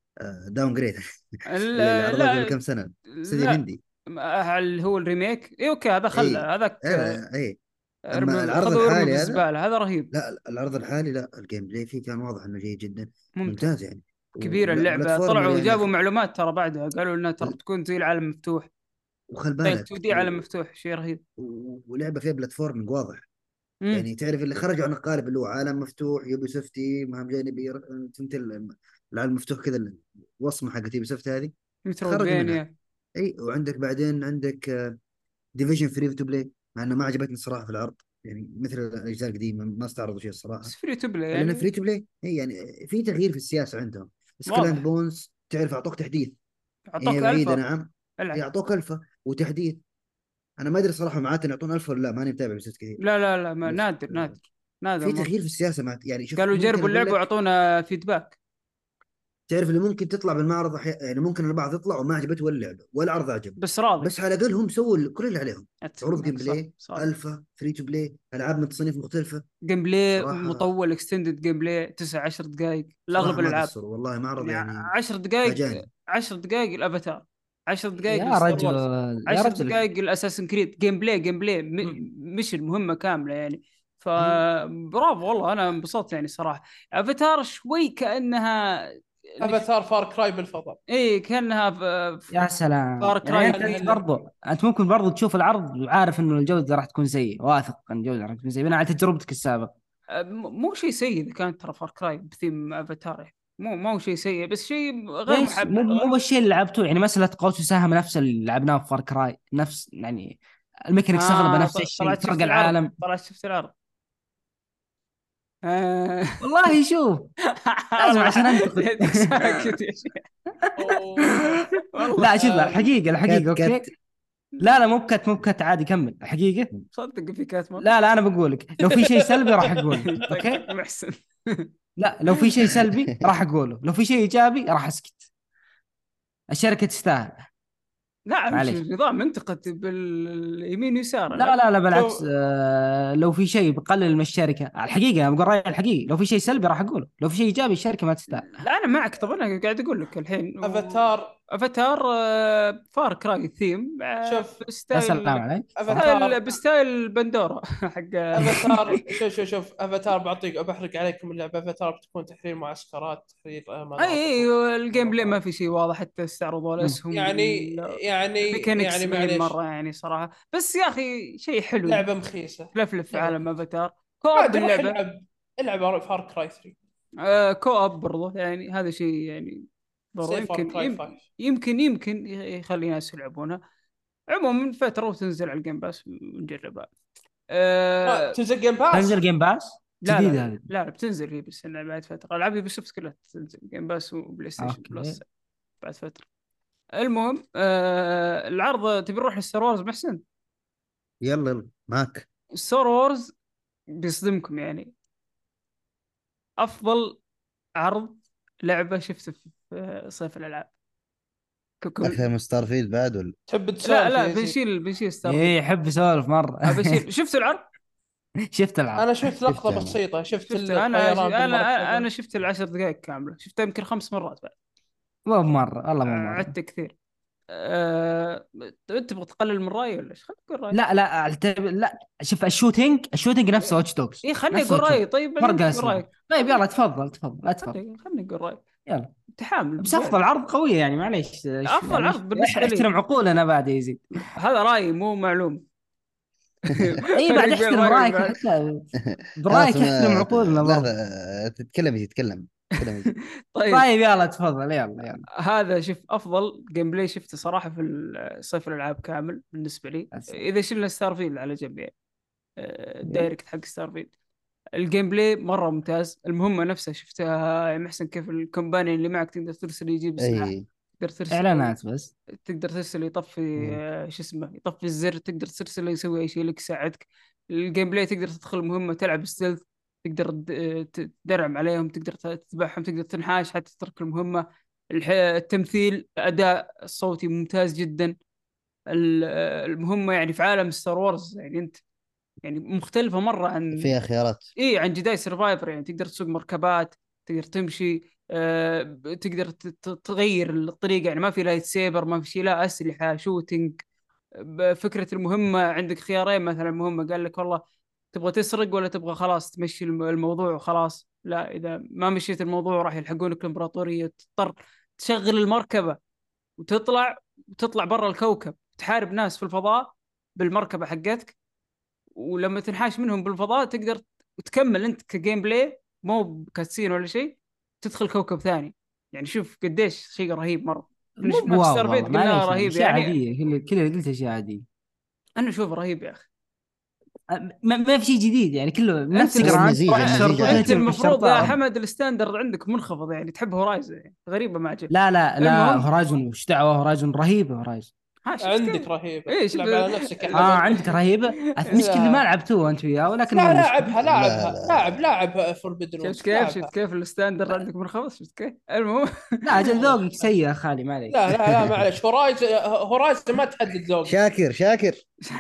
داون جريد. اللي عرضوه قبل لا كم سنه، استديو لا، هندي. هل هو الريميك؟ اي اوكي، هذا خلى اي هذاك اي. اما العرض خذوا ارموا في الحالي هذا، الزباله، هذا رهيب. لا العرض الحالي لا، الجيم بلاي فيه كان واضح انه جيد جدا، ممتع. ممتاز يعني. كبيرة اللعبة، وبلاتفورمر طلعوا يعني وجابوا معلومات ترى بعدها، قالوا انها ترى بتكون زي العالم مفتوح. وخل طيب بالك 2 دي عالم مفتوح، شيء رهيب. ولعبه فيها بلاتفورمينج واضح. امم يعني تعرف اللي خرجوا عن القالب اللي هو عالم مفتوح يوبي سوفتي مهام جانبيه، فهمت العالم المفتوح كذا، الوصمه حقت يوبي سوفت هذه خرجوا منها. مترويدفانيا. اي، وعندك بعدين عندك ديفيجن فري تو بلاي، مع انه ما عجبتني الصراحه في العرض، يعني مثل الاجزاء القديمه ما استعرضوا شيء الصراحه. بس فري تو بلاي لانه يعني. فري تو بلاي، اي يعني في تغيير في السياسه عندهم. سكيل اند واضح. بونز تعرف اعطوك تحديث، هي اعطوك بعيده الفا. نعم، العب. يعطوك الفا وتحديث. انا ما ادري صراحه معناته يعطون الفا ولا لا، ماني متابع بس كثير. لا لا لا، ما بس نادر نادر. نادر في مرة. تغيير في السياسه مع يعني شوف قالوا ممكن جربوا اقول اللعبة لك. واعطونا فيدباك. تعرف اللي ممكن تطلع بالمعرض يعني ممكن البعض يطلع وما عجبته ولا اللعبه ولا العرض عجبه، بس راضي. بس على الاقل هم سووا كل اللي عليهم. اتفق عروض جيم معك، صح بلاي، صادق. الفا، فري تو بلاي، العاب من تصنيف مختلفه. جيم بلاي صراحه مطول، اكستندد جيم بلاي 9 10 دقائق لاغلب صراحه ما الالعاب. قصروا والله، معرض يعني يعني 10 دقائق. فاجاني. 10 دقائق الافاتار، 10 دقائق يا الستار رجل، وورز، يا 10 رجل. دقائق الاساسن كريد. جيم بلاي مم. مش المهمه كامله يعني. مم. فبرافو والله، انا انبسطت يعني صراحه. افاتار شوي كانها افاتار فار كراي بالفضاء. ايه كانها يا سلام، فار يعني كراي انت كانها انت ثيم. برضو انت ممكن برضو تشوف العرض وعارف انه الجوده راح تكون سيئه، واثق ان الجوده راح تكون سيئه بناء على تجربتك السابقه. مو شيء سيء اذا كانت ترى فار كراي بثيم افاتار يعني. مو شيء سيء، بس شيء غير ليش محب. مو بالشيء اللي لعبته، يعني مساله قوس وسهم نفس اللي لعبناه في فار كراي، نفس يعني الميكانيكس اغلبها نفس الشيء، طلعت فرق شفت العرض، العالم. طلعت شفت العرض. آه. والله شوف، لازم عشان انتقد. يدك ساكت يا شيخ. أوه. والله لا شوف، الحقيقه كات اوكي. كات. لا لا، مو بكت عادي، كمل الحقيقه. صدق في كاتمان. لا انا بقول لك لو في شيء سلبي راح اقوله، يطقطق اوكي. محسن. لا لو في شيء سلبي راح اقوله، لو في شيء ايجابي راح اسكت. الشركه تستاهل. لا مش معليش. نظام منتقد باليمين يسار لا لا. لا لا شوف، بالعكس، لو في شيء بقلل من الشركه، الحقيقه انا بقول رايي الحقيقي، لو في شيء سلبي راح اقوله، لو في شيء ايجابي الشركه ما تستاهل. لا انا معك طبعا، انا قاعد اقول لك الحين افاتار. افاتار فار كراي ثيم شوف، يا سلام بستايل، عليك، صح. افاتار بستايل بندورا حق. افاتار شوف افاتار بعطيك بحرق عليكم اللعبه. افاتار بتكون تحرير معسكرات، تحرير مناطق اي الجيم بلاي ما ومناظر. في شيء واضح، حتى استعرضوا مم. الاسهم يعني الميكانكس ما هي معليش، مره يعني صراحه، بس يا اخي شيء حلو. لعبه مخيسه. تلفلف في لعبه عالم مخيسه افاتار. كوب عادي، روح اللعبه. العب فار كراي 3. كوب برضه يعني، هذا شيء يعني برضه سي فار يمكن كراي 5. يمكن يخلي ناس يلعبونها. عموما فتره وتنزل على الجيم باس نجربها. تنزل جيم تنزل باس. جيم باس لا لا جديده لا هذه. لا بتنزل هي، بس انها بعد فتره. العاب يوبي سوفت كلها تنزل جيم باس وبلاي ستيشن اوكي. بلس بعد فتره. المهم العرض تبي نروح لستار وورز محسن؟ يلا يلا معك. ستار وورز بيصدمكم يعني. افضل عرض لعبه شفته في صيف الالعاب اكثر ككل. من ستار فيلد بعد ولا؟ تحب لا تسولف لا، يا يزيد؟ بنشيل ستار ايه فيلد. يحب يسولف مره. بشيل. شفت العرض؟ شفت العرض. انا شفت لقطه شفتها انا. بسيطه، شفت شفت انا الطيران انا بالمركبه. شفت العشر دقائق كامله، شفتها يمكن 5 مرات بعد. مو بمره، والله مو مره. عدت كثير. أه... انت تبغى تقلل من رايي ولا ايش؟ خليني اقول رايي. لا شوف، الشوتينج نفس واتش دوجز، اي خليني نفس اقول واتش رايي، دوجز، طيب بعدين فرق انت تقول الاسلحه. رايك. طيب يلا تفضل لا تفضل. خليني اقول رايي. يلا. تحامل بس افضل بزياده. عرض قويه يعني، معليش افضل يعني عرض بالنسبه لي. احترم عقولنا بعد يا يزيد. هذا رايي مو معلوم. اي بعد فرق بين احترم رايي رايك وبعد. حتى، خلاص برايك احترم ما عقولنا لا برضه. تتكلم يجي تتكلم، تتكلم يجي. طيب طيب يلا تفضل، يلا. هذا شوف افضل جيم بلاي شفته صراحه في صيف الالعاب كامل بالنسبه لي، أسلم. اذا شلنا ستار فيلد على جنب يعني. يلا. الدايركت حق ستار فيلد. الجيم بلاي مره ممتاز. المهمه نفسها شفتها يا محسن، كيف الكومبانيون اللي معك تقدر ترسل يجيب سلاح، اي. تقدر ترسل، اعلانات بس. تقدر ترسل يطفي مم. شو اسمه، يطفي الزر، تقدر ترسل يسوي اي شيء لك يساعدك. الجيم بلاي تقدر تدخل مهمة تلعب ستيلث، تقدر تدرعم عليهم، تقدر تذبحهم، تقدر تنحاش حتى تترك المهمة. التمثيل، الأداء الصوتي ممتاز جدا. المهمة يعني في عالم ستار وورز، يعني انت يعني مختلفة مرة عن فيها خيارات. ايه عن جداي سرفايفر. يعني تقدر تسوق مركبات، تقدر تمشي، تقدر تغير الطريقة، يعني ما في لايت سيبر، ما في شيء، لا أسلحة شوتينج. فكرة المهمة عندك خيارين، مثلا مهمة قال لك والله تبغى تسرق ولا تبغى خلاص تمشي الموضوع وخلاص. لا، إذا ما مشيت الموضوع راح يلحقونك الإمبراطورية، تضطر تشغل المركبة وتطلع برا الكوكب، تحارب ناس في الفضاء بالمركبة حقتك. ولما تنحاش منهم بالفضاء تقدر تكمل انت كجيم بلاي، مو بكاتسين ولا شيء، تدخل كوكب ثاني. يعني شوف قديش شيء رهيب مره. احنا مو شفناه في بواو ستار والله، فيت قلنا معليش يعني رهيب اشياء يعني. عاديه، كل اللي قلته اشياء عاديه. انا اشوفه رهيب يا اخي. ما في شيء جديد يعني، كله انت نفس هو جراند، المزيج تروح المزيج الشرطه انت عادي. تهجم على المفروض يا الشرطه. حمد الستاندرد عندك منخفض، يعني تحب هورايزن، يعني غريبه ما جبت. لا لا لا، المهم، هورايزون وش دعوه، هورايزون رهيبه هورايزون. ها شفت عندك كيف؟ رهيبه، ايه شوف تلعب على نفسك يا اه حمد. عندك رهيبه، المشكله اللي ما لا لعبتوه انت وياه، ولكن مو لا، مشكله. لاعبها لا لاعبها لا لاعب لا. لاعب فوربيدن شفت ويست كيف؟ لاعبها. شفت كيف الستاندرد عندك منخفض؟ شفت كيف؟ المهم لا اجل معلش ذوقك معلش. سيء يا خالي، ما عليك. لا لا لا معلش، هورايزن ما تحدد ذوقي. شاكر شاكر.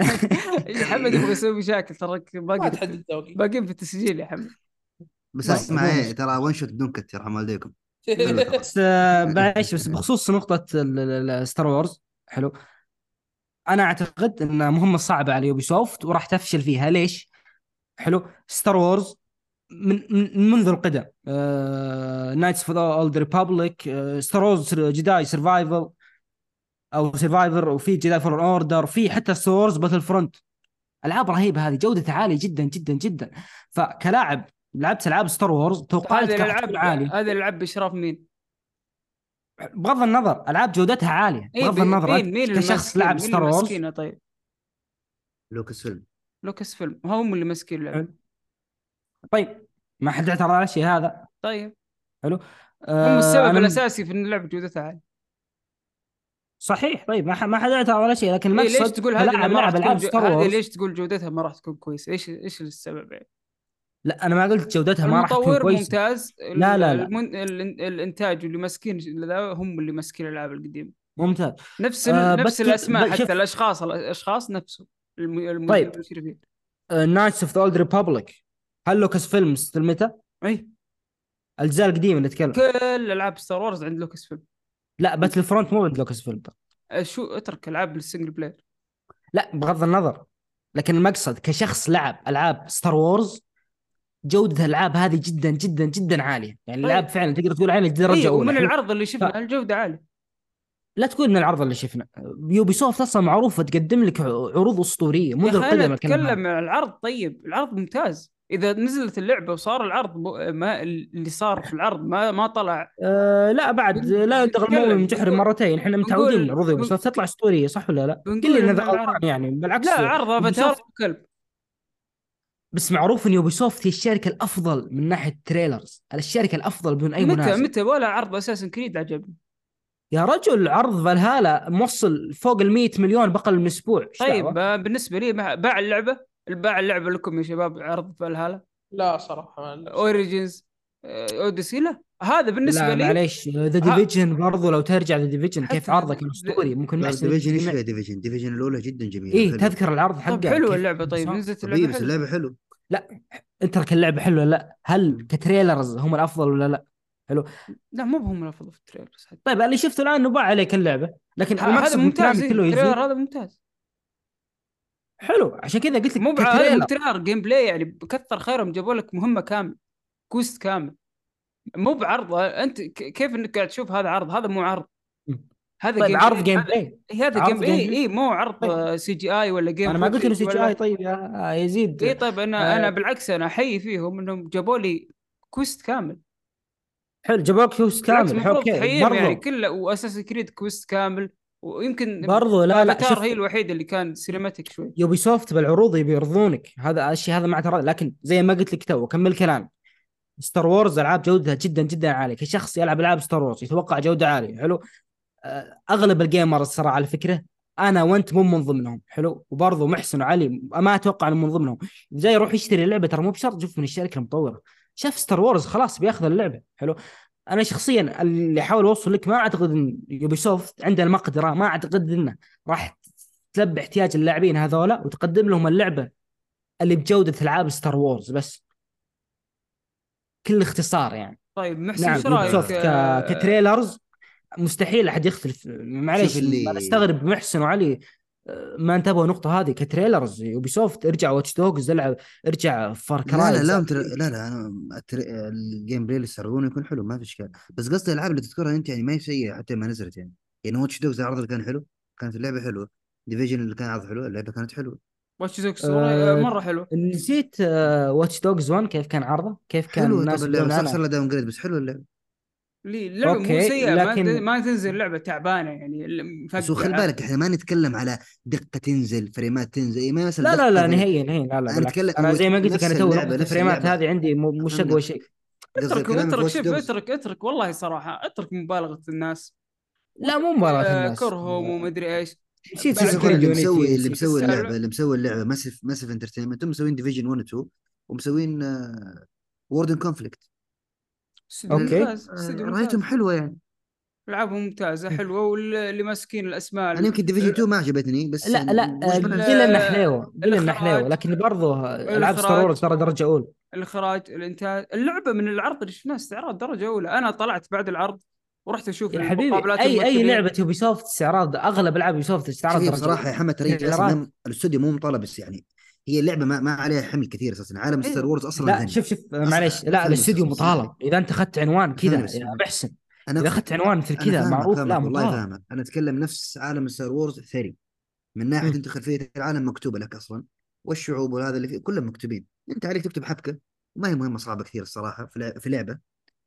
حمد يبغى يسوي مشاكل، تراك ما باقي تحدد ذوقي. باقيين في التسجيل يا حمد. بس طيب اسمع، مو ايه مشكله. ترى ون شوت بدون كت يرحم والديكم. قول. كله ترى. بس معليش، بس بخصوص نقطه ستار وورز، حلو. انا اعتقد انها مهمه صعبه على يوبي سوفت وراح تفشل فيها. ليش؟ حلو، ستار وورز منذ القدم، نايتس اوف ذا اولد ريبابليك، ستار وورز جداي سرفايفل او سرفايفر، وفي جداي فور اوردر، في حتى ستار وورز باتل فرونت. العاب رهيبه هذه، جودتها عاليه جدا جدا جدا. فكلاعب لعبت العاب ستار وورز توقعاتك راح تكون عاليه. هذه الالعاب باشراف مين؟ بغض النظر، العاب جودتها عاليه، اي بغض النظر انت مين كشخص الماسكين؟ لعب مين ستار وورز. الماسكينه طيب؟ لوكس فيلم. لوكس فيلم هم اللي ماسكين اللعبه. طيب، ما حد اعترض على الشيء هذا. طيب حلو. هم السبب انا الاساسي في ان اللعبه جودتها عاليه. صحيح. طيب ما حد اعترض على شيء، لكن ايه ليش المقصد تقول هذه انها كلاعب ما راح لعب تكون العاب ستار هذه وورز. ليش تقول جودتها ما راح تكون كويسه؟ ايش السبب يعني؟ لا انا ما قلت جودتها ما راح تكون المطور كويسه. ممتاز، لا لا لا، الانتاج واللي ماسكين ذا هم اللي ماسكين الالعاب القديمه. ممتاز. نفس بس الاسماء، حتى شوف. الاشخاص نفسه، طيب، المشرفين. نايتس اوف ذا اولد ريبابليك، هل لوكاس فيلمز في المتى؟ اي الاجزاء القديمه نتكلم. كل العاب ستار وورز عند لوكس فيلم. لا باتل فرونت مو عند لوكاس فيلم. شو اترك العاب السنجل بلاير. لا بغض النظر، لكن المقصد كشخص لعب العاب ستار وورز، جوده الالعاب هذه جدا جدا جدا عاليه، يعني الالعاب طيب فعلا تقدر تقول عليها اي، درجه اولى. ومن حلو. العرض اللي شفنا الجوده عاليه. لا تقول من العرض اللي شفنا، يوبي سوفت اصلا معروفه تقدم لك عروض اسطوريه يا منذ اخي انا القدم الكلام هذا. اتكلم عن العرض. طيب العرض ممتاز، اذا نزلت اللعبه وصار العرض ما اللي صار في العرض ما طلع. لا بعد لا يلدغ المؤمن تحرم بنقول مرتين، احنا متعودين بنقول عروض يوبي سوفت تطلع اسطوريه، صح ولا لا؟ قل لي بنقول ان ان ذا غلطان العرض، يعني، لا بالعكس. عرض يوبي افاتار سوفت، وكلب. بس معروف ان يوبي سوفت هي الشركه الافضل من ناحيه تريلرز، الشركه الافضل بدون اي منازع. متى ولا عرض اساسا كريد عجبني؟ يا رجل عرض فالهالا موصل فوق ال 100 مليون بقل من اسبوع، ايش طيب دعوه؟ بالنسبه لي باع اللعبه لكم يا شباب عرض فالهالا لا صراحه ما عندي شيء. اوريجينز اوديسي؟ لا هذا بالنسبه لا لي. معليش، ذا ها ديفيجن برضو لو ترجع ذا ديفيجن كيف حتى عرضه كان اسطوري، ممكن من لا احسن ديفيجن، ايش الديفيجن. فيها ديفيجن؟ ديفيجن الاولى جدا جميله ايه وحلوه. تذكر العرض طب حقه حلوه كيف اللعبه، طيب صار؟ نزلت اللعبه طبيعي، بس حلوه. اللعبه حلو. لا انت لك اللعبه حلوه ولا لا؟ هل كتريلرز هم الافضل ولا لا؟ حلو. لا مو بهم الافضل في التريلرز حتى. طيب اللي شفته الان نباع عليك اللعبه، لكن هذا المقصد من ممتاز، كلامي إيه كله التريلر يزيد. هذا ممتاز. حلو، عشان كذا قلت لك هذا مو كتريلر. تريلر، جيم بلاي يعني بكثر خيرهم جابوا لك مهمه كامل، كوست كامل، مو بعرض. انت كيف انك قاعد تشوف هذا عرض؟ هذا مو عرض، هذا طيب جيم عرض بلاي. جيم بلاي. هذا جيم عرض جيم اي بلاي. اي مو عرض طيب سي جي اي ولا جيم انا ما قلت انه فوتج سي جي اي. ولا. طيب يا اي يزيد. طيب انا آه بالعكس انا احيي فيهم انهم جابوا لي كويست كامل. حلو، جابوك فلوس بالعكس كامل، المفروض اوكي تحييهم يعني، برضو. كله واساس كريد كويست كامل، ويمكن برضو لا افاتار شوف، هي الوحيده اللي كان سينماتيك شوي. يوبي سوفت بالعروض يبي يرضونك، هذا الشيء هذا ما اعتراض، لكن زي ما قلت لك تو كمل كلام، ستار وورز العاب جودتها جدا جدا عاليه، كشخص يلعب العاب ستار وورز يتوقع جوده عاليه. حلو. اغلب الجيمرز صراحه على فكره، انا وانت مو من ضمنهم. حلو. وبرضه محسن وعلي ما اتوقع انه من ضمنهم، جاي يروح يشتري لعبه ترى مو بشرط يشوف من الشركه المطوره، شاف ستار وورز خلاص بياخذ اللعبه. حلو. انا شخصيا اللي احاول اوصل لك، ما اعتقد ان يوبي سوفت عنده المقدره، ما اعتقد انه راح تلبي احتياج اللاعبين هذولا وتقدم لهم اللعبه اللي بجوده العاب ستار وورز بس، كل اختصار يعني. طيب محسن نعم ايش يوبي رايك؟ سوفت كتريلرز مستحيل احد يختلف، معليش شوف انا اللي استغرب محسن وعلي ما انتبهوا النقطه هذه. كتريلرز يوبي سوفت، ارجع واتش دوجز، ارجع فار لا كراي لا لا اجزاء لا لا انا الجيم بلاي اللي يستعرضونه يكون حلو ما في اشكال، بس قصدي الالعاب اللي تذكرها انت يعني ما هي سيئه حتى ما نزلت يعني. يعني واتش دوجز العرض اللي كان حلو، كانت اللعبه حلوه. ديفيجن اللي كان عرض حلو، اللعبه كانت حلوه. واتش دوكس أه... مره حلو. نسيت واتش دوجز 1 كيف كان عرضه، كيف كان حلوه طب الناس اللعبه يقولون صار عنها. لها داون جريد بس حلوه اللعبه. لي اللعبه مو اوكي سيئه، لكن ما تنزل لعبه تعبانه يعني بس هو خلي مفقعه. بالك احنا ما نتكلم على دقه تنزل فريمات تنزل، إيه، ما مثلا لا دقه نهائيا نهائيا، لا انا بالعكس، اتكلم انا هو زي ما قلت لك انا نفس تو اللعبه نقطه نفس الفريمات اللعبه. هذه عندي مو شقوه افهمني، شيء. قصدي اترك كلامي في اترك واتش شوف دوجز. اترك والله صراحه اترك مبالغه الناس لا مو مبالغه الناس، كرههم ومدري ايش. نسيت شوف يا اسم بعد اخوان، كريد اللي يونيتي، مسوي اللي نسيت مسوي اسم. اللعبه السالفه اللي مسوي اللعبه ماسف انترتينمنت، هم مسوين ديفيجن 1 و 2 ومسوين ووردن كونفليكت. استوديو اوكي. ممتاز، استوديو رايتهم ممتاز، حلوه يعني. العابهم ممتازه حلوه، واللي ماسكين الاسماء انا يمكن ديفيجن 2 ما عجبتني بس لا يعني لا وش بنا. قل انه حليوه، قل انه حليوه، الاخراج لكن برضه العاب ستار الاخراج وورز ترى درجه اولى. الاخراج الانتاج، اللعبه من العرض اللي شفناه استعراض درجه اولى. انا طلعت بعد العرض ورحت اشوف يا حبيبي المقابلات اي الممثلين. لعبه يوبي سوفت استعراض، اغلب العاب يوبي سوفت شوف استعراض هي درجه بصراحه اولى. يا محمد ترى هي اصلا تريلرات. الاستوديو مو مطالب بس يعني. هي اللعبه ما عليها حمل كثير اساسا، عالم ستار ايوه وورز اصلا لا غني. شوف اصلا معليش، لا افهمني الاستوديو بس اسمح لي. مطالب، اذا انت اخذت عنوان افهمني كذا بس يا محسن، انا اذا اخذت عنوان مثل انا كذا معروف، لا والله مطالب. فاهمك. انا اتكلم نفس عالم ستار وورز ثري، من ناحيه مم. انت خلفيه العالم مكتوبه لك اصلا، والشعوب وهذا اللي فيه كلهم مكتوبين. انت عليك تكتب حبكه، وما هي مهمه صعبه كثير الصراحه في لعبه،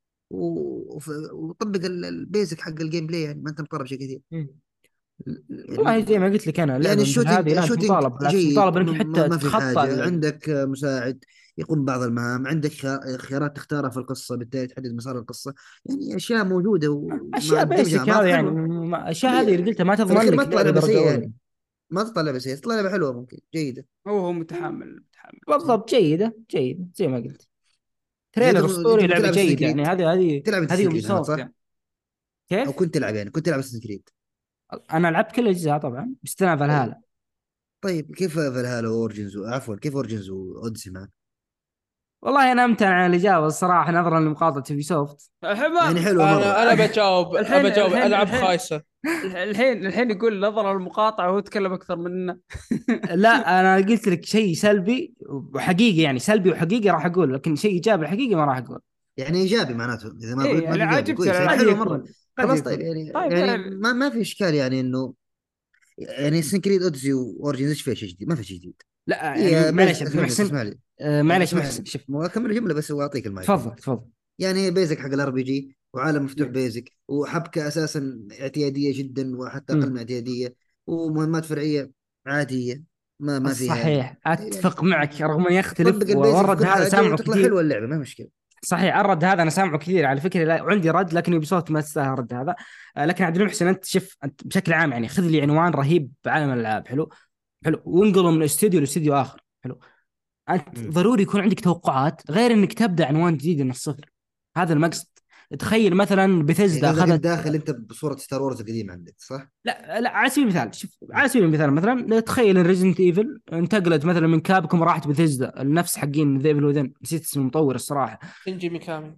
وطبق البيزك حق الجيم بلاي يعني، ما انت مطالب شيء كثير مم. والله زي يعني. ما قلت لك انا يعني لعبه مثل هذه لا انت الشوتينج مطالب، بالعكس جيد، مطالب انك حتى ما في تتخطى حاجه. عندك مساعد يقوم ببعض المهام، عندك خيارات تختارها في القصه بالتالي تحدد مسار القصه. يعني اشياء موجوده ومع اشياء الدمج مع بيسك بعض هذا يعني، حلوه. اشياء هذه هي اللي قلتها ما في تضمن الاخير ما لك تطلع لعبه لعبه درجه سيئه اولى. يعني، ما تطلع لعبه سيئه، تطلع لعبه حلوه ممكن جيده. هو متحمل متحمل. بالضبط، جيده جيده زي ما قلت، زيادة تريلر انت اسطوري، كنت لعبه تلعب اساسن جيده يعني. كريد، تلعب هذه اساسن يوبي كريد محمد سوفت صح؟ يعني. او كيف؟ كنت تلعب يعني كنت تلعب اساسن كريد. انا لعبت كل الاجزاء طبعا باستثناء طيب فالهالا. طيب كيف فالهالا واورجنز عفوا كيف اورجنز واوديسي معك؟ والله انا امتنع عن الاجابه الصراحه نظرا لمقاطعه يوبي سوفت. يعني حمار. حلوه مره. انا بجاوب الحين بجاوب الحين العاب الحين خايسه. الحين يقول نظرا المقاطعه وهو تكلم اكثر مننا. لا انا قلت لك شيء سلبي وحقيقي، يعني سلبي وحقيقي راح اقول، لكن شيء ايجابي حقيقي ما راح اقول. يعني ايجابي معناته، اذا ما ايه قلت يعني معناته ايجابي عاجبت كويس يعني قد حلوه العاب. مره. يكون قد خلاص طيب يكون. يعني طيب يعني ما في اشكال يعني انه يعني اساسن كريد اوديسي واورجنز ايش فيها شيء جديد؟ ما في شيء جديد. لا يعني هي معلش بيزك. عبد اسمعني بس المحسن، اسمع لي. معلش اسمع محسن لي شوف. مو اكمل الجمله بس واعطيك المايك يعني. تفضل تفضل. يعني هي بيزك حق الار بي جي، وعالم مفتوح مم. بيزك، وحبكه اساسا اعتياديه جدا وحتى اقل مم. من اعتياديه، ومهمات فرعيه عاديه، ما فيها صحيح يعني. اتفق معك رغم اني يختلف، طبق البيزك في والرد كل هذا حاجه سامعه وتطلع حلوه كثير. اللعبه ما مشكله. صحيح الرد هذا انا سامعه كثير على فكره، لا عندي رد، لكن يوبي سوفت ما تستاهل الرد هذا. لكن عبد المحسن انت شوف، انت بشكل عام يعني خذ لي عنوان رهيب بعالم الالعاب، حلو حلو، وانقله من استوديو لاستوديو اخر، حلو. انت مم. ضروري يكون عندك توقعات غير انك تبدا عنوان جديد من الصفر، هذا المقصد. تخيل مثلا يعني بثزدا قصدك انت اخذت. داخل انت بصوره ستار وورز القديمه عندك صح؟ لا على سبيل المثال، شوف مم. على سبيل المثال مثلا تخيل ان ريزنت ايفل انتقلت مثلا من كابكم راحت بثزدا، النفس حقين ذيفل وذن، نسيت اسم المطور الصراحه. شينجي ميكامي.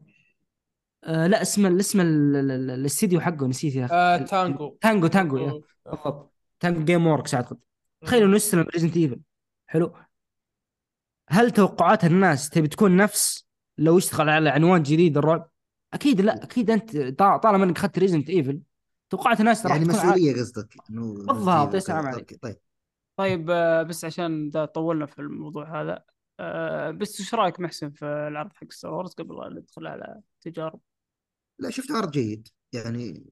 لا اسم الاستديو حقه نسيت يا اخي. تانجو. تانجو يا تانجو بالضبط، تانجو جيم ووركس اعتقد. تخيل مم. انه يستلم ريزنت ايفل، حلو. هل توقعات الناس تبي تكون نفس لو يشتغل على عنوان جديد الرعب؟ اكيد لا، اكيد انت طالما انك اخذت ريزنت ايفل توقعات الناس راح يعني تكون عالية. مسؤوليه قصدك انه ريزنت بالضبط ايفل يا وكذا، سلام عليك. اوكي طيب. طيب بس عشان ده طولنا في الموضوع هذا. بس ايش رايك محسن في العرض حق ستار وورز قبل لا ندخل على تجارب؟ لا شفت عرض جيد يعني،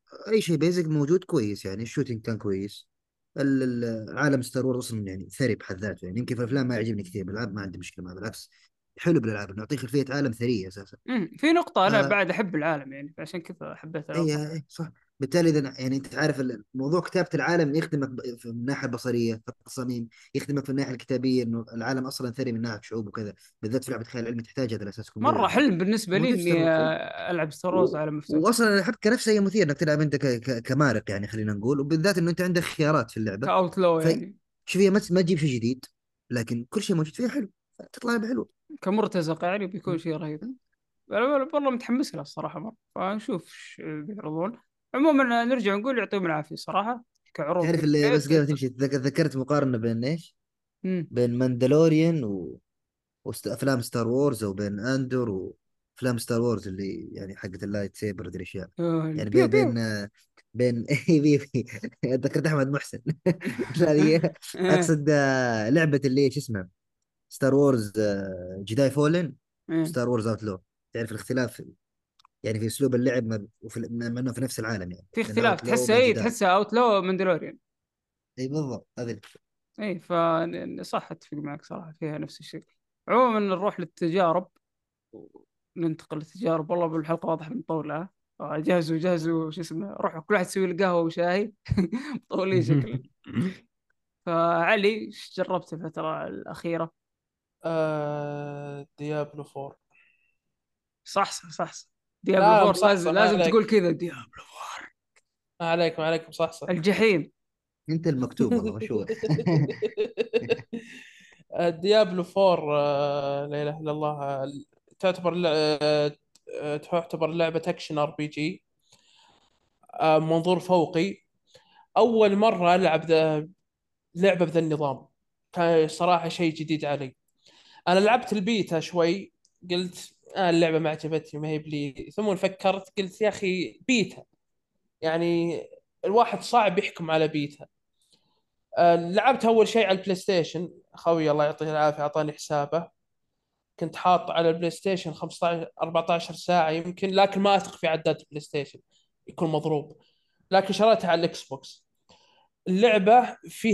اي شيء بيزك موجود كويس، يعني الشوتينج كان كويس. عالم ستار وورز اصلا يعني ثري بحد ذاته، يعني يمكن في الافلام ما يعجبني كثير، بالالعاب ما عندي مشكله معه، بالعكس حلو بالالعاب انه يعطيك خلفيه عالم ثريه اساسا. في نقطة أنا آه بعد أحب العالم يعني، فعشان كذا حبيت اي العبها. اي صح. بالتالي اذا يعني انت عارف موضوع كتابه العالم يخدمك في الناحيه البصريه في التصاميم، يخدمك في الناحيه الكتابيه انه العالم اصلا ثري من ناحيه شعوب وكذا، بالذات في لعبه خيال علمي تحتاج هذا الاساس يكون قوي مرة عندك. حلم بالنسبة لي موجود ستار إني وورز. ألعب ستار وورز عالم مفتوح. واصلا انا احب كنفسه مثير انك تلعب انت كمارق، يعني خلينا نقول، وبالذات انه انت عندك خيارات في اللعبه. كأوتلو في يعني. شوف هي ما تجيب شيء جديد، لكن كل شيء موجود فيها حلو، تطلع لعبه حلوه. كمرتزقة يعني بيكون شيء رهيب. والله متحمس له الصراحة مرة، فنشوف ايش بيعرضون. عموما نرجع نقول يعطيهم العافية صراحة كعروض تعرف جيم اللي بس قبل بلاي. تمشي ذكرت مقارنه بين ايش؟ امم بين ماندلوريان وافلام ستار وورز، او بين اندور وافلام ستار وورز اللي يعني حقت اللايت سيبر ذي الاشياء. يعني البيو بين بيو. بين ذكرت احمد محسن. لا إيه. اقصد لعبه اللي شو اسمها ستار وورز جداي فولن، إيه. ستار وورز اوت لو. تعرف الاختلاف يعني في اسلوب اللعب مع انه في نفس العالم، يعني في بين اختلاف، اوت لو تحسها وبين ايه، جداي. تحسها اوتلو ماندلوريان. اي بالضبط هذه. اي صح، اتفق معك صراحة فيها نفس الشيء. عموما نروح للتجارب، وننتقل للتجارب. والله بالحلقة واضح بنطولها. جهزوا شو اسمه، روحوا كل واحد يسوي له قهوة وشاي. مطولين شكل. فعلي ايش جربت الفترة الأخيرة؟ ديابلو 4. صح. ديابلو لا 4 مصحصح، ما لازم تقول عليك، كذا ديابلو 4. ما عليك، ما عليك، مصحصح. الجحيم. انت المكتوب والله مشهور. ديابلو 4، لا اله الا الله. تعتبر تعتبر لعبة اكشن ار بي جي، منظور فوقي. اول مرة العب لعبة بذا النظام، كان صراحة شيء جديد علي. انا لعبت البيتا شوي، قلت اللعبة ما عجبتني، ما هي بلي. ثم فكرت قلت يا اخي بيتا، يعني الواحد صعب يحكم على بيتا. لعبت اول شيء على البلاي ستيشن، خوي الله يعطيه العافيه اعطاني حسابه. كنت حاط على البلاي ستيشن 15 14 ساعه يمكن، لكن ما اثق في عداد البلاي ستيشن، يكون مضروب. لكن شريتها على الاكس بوكس. اللعبه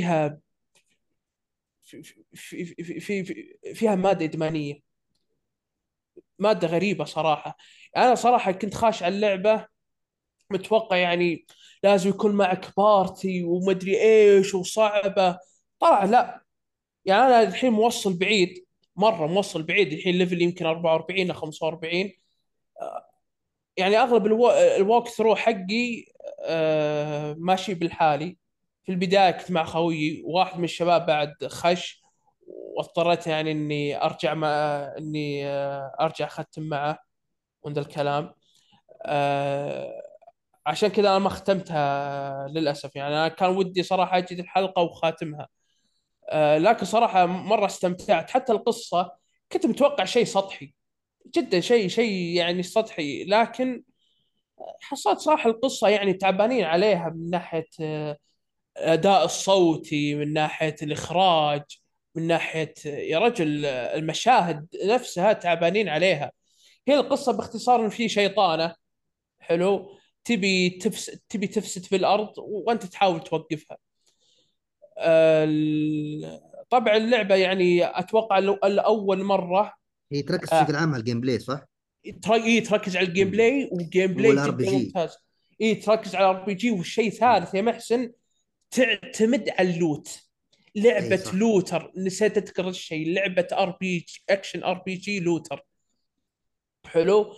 فيها ماده ادمانيه، ماده غريبه صراحه. انا صراحه كنت خاش على اللعبه متوقع يعني لازم يكون معك بارتي ومدري ايش وصعبه. طلع لا، يعني انا الحين موصل بعيد، مره موصل بعيد الحين، ليفل يمكن 44 او 45. يعني اغلب الووك ثرو حقي ماشي بالحالي. في البدايه كنت مع خويي، واحد من الشباب بعد خش، واضطريت يعني اني ارجع اني ارجع اختم معه عند الكلام. آه، عشان كذا انا ما ختمتها للاسف. يعني انا كان ودي صراحه اجد الحلقه وخاتمها. لكن صراحة مرة استمتعت. حتى القصة كنت متوقع شيء سطحي جدا، شيء يعني سطحي، لكن حصلت صراحة القصة يعني تعبانين عليها من ناحية الأداء الصوتي، من ناحية الإخراج، من ناحية يا رجل المشاهد نفسها تعبانين عليها. هي القصة باختصار إن في شيطانة، حلو، تبي تفسد في الأرض وأنت تحاول توقفها. طبعا اللعبة يعني أتوقع لو أول مرة هي تركز بشكل آه، عام على الجيم بلاي صح؟ تركز على الجيم بلاي، وجيم بلاي والار بي جدا جي. ممتاز. تركز على ار بي جي. والشيء ثالث يا محسن، تعتمد على اللوت. اي لعبة صح. لوتر، نسيت اذكر الشيء، لعبة ار بي جي اكشن ار بي جي لوتر. حلو.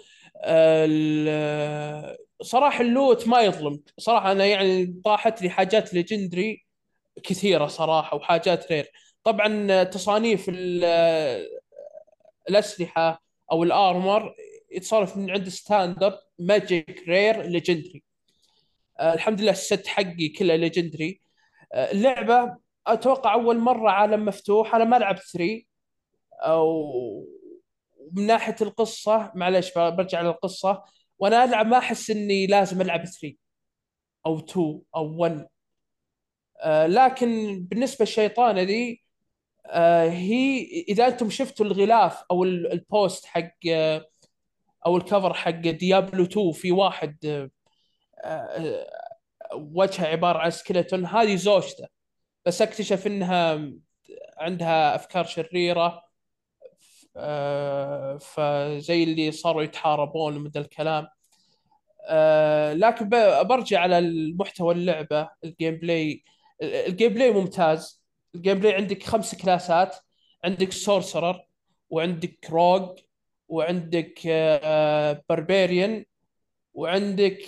صراحة اللوت ما يظلم صراحة. أنا يعني طاحت لي حاجات ليجندري كثيرة صراحة، وحاجات رير. طبعا تصانيف الأسلحة أو الآرمر يتصرف من عند ستاندرد، ماجيك، رير، ليجندري. الحمد لله الست حقي كلها ليجندري. اللعبة أتوقع أول مرة عالم مفتوح. أنا ما لعبت 3 أو من ناحية القصة، معلش برجع للقصة. وأنا ألعب ما أحس إني لازم ألعب 3 أو 2 أو 1. لكن بالنسبة للشيطانة دي، هي اذا انتم شفتوا الغلاف او البوست حق او الكفر حق ديابلو 2، في واحد آه، وجهها عبارة عن سكيلتون، هذه زوجته، بس اكتشف انها عندها افكار شريرة. فزي اللي صاروا يتحاربون من ذا الكلام. لكن برجع على المحتوى اللعبة، الجيم بلاي. الجيم بلاي ممتاز. الجيم بلاي عندك 5 كلاسات: عندك سورسرر، وعندك روج، وعندك بربيريان، وعندك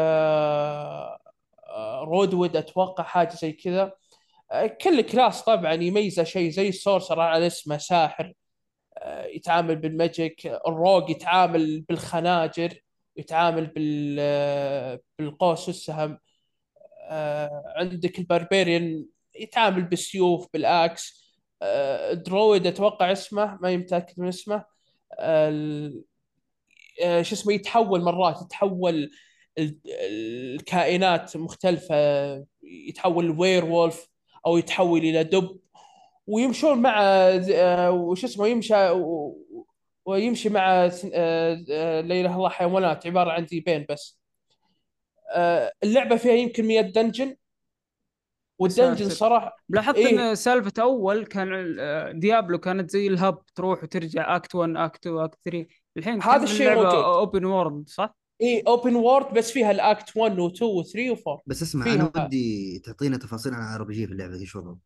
رودوود، اتوقع حاجة زي كذا. كل كلاس طبعا يميزه شيء. زي السورسرر على اسمه ساحر، يتعامل بالماجيك. الروج يتعامل بالخناجر، يتعامل بالقوس والسهم. عندك البربريان يتعامل بالسيوف بالاكس. درويد اتوقع اسمه، ما متاكد من اسمه. شو اسمه، يتحول مرات، يتحول الكائنات مختلفة، يتحول وير وولف او يتحول الى دب. ويمشون مع وش اسمه، ويمشي مع لا اله الا الله حيوانات عباره عن ذيبين بس. اللعبه فيها يمكن 100 دنجن، يا والدنجن ساتر. صراحه. لاحظت ايه، ان سالفة اول كان ديابلو كانت زي الهب، تروح وترجع اكت 1 اكت 2 اكت 3. الحين هذا كأن الشيء اللعبة موجود. اوبن وورلد، صح؟ ايه، اوبن وورد، بس فيها الاكت 1 و2 و3 و4. بس اسمع، انا فيها ودي تعطينا تفاصيل عن ار بي جي في اللعبه دي، شو وضعه؟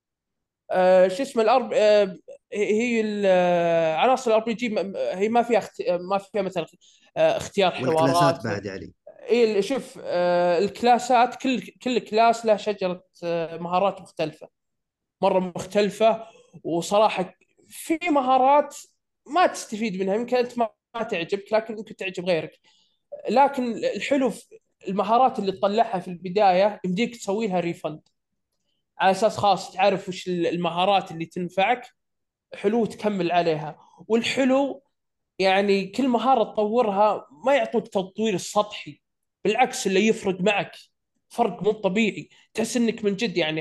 شو اسمه الارب هي عناصر الار بي جي. هي ما فيها مثلا اختيار والكلاسات حوارات. بعد يعني. ايه، شوف، الكلاسات، كل كلاس له شجرة مهارات مختلفة، مرة مختلفة. وصراحة في مهارات ما تستفيد منها، يمكن انت ما تعجبك، لكن يمكن تعجب غيرك. لكن الحلو في المهارات اللي تطلعها في البداية، يمديك تسوي لها ريفند، على اساس خاص تعرف وش المهارات اللي تنفعك. حلو تكمل عليها. والحلو يعني كل مهارة تطورها ما يعطوك تطوير السطحي، بالعكس اللي يفرق معك فرق مو طبيعي. تحس انك من جد يعني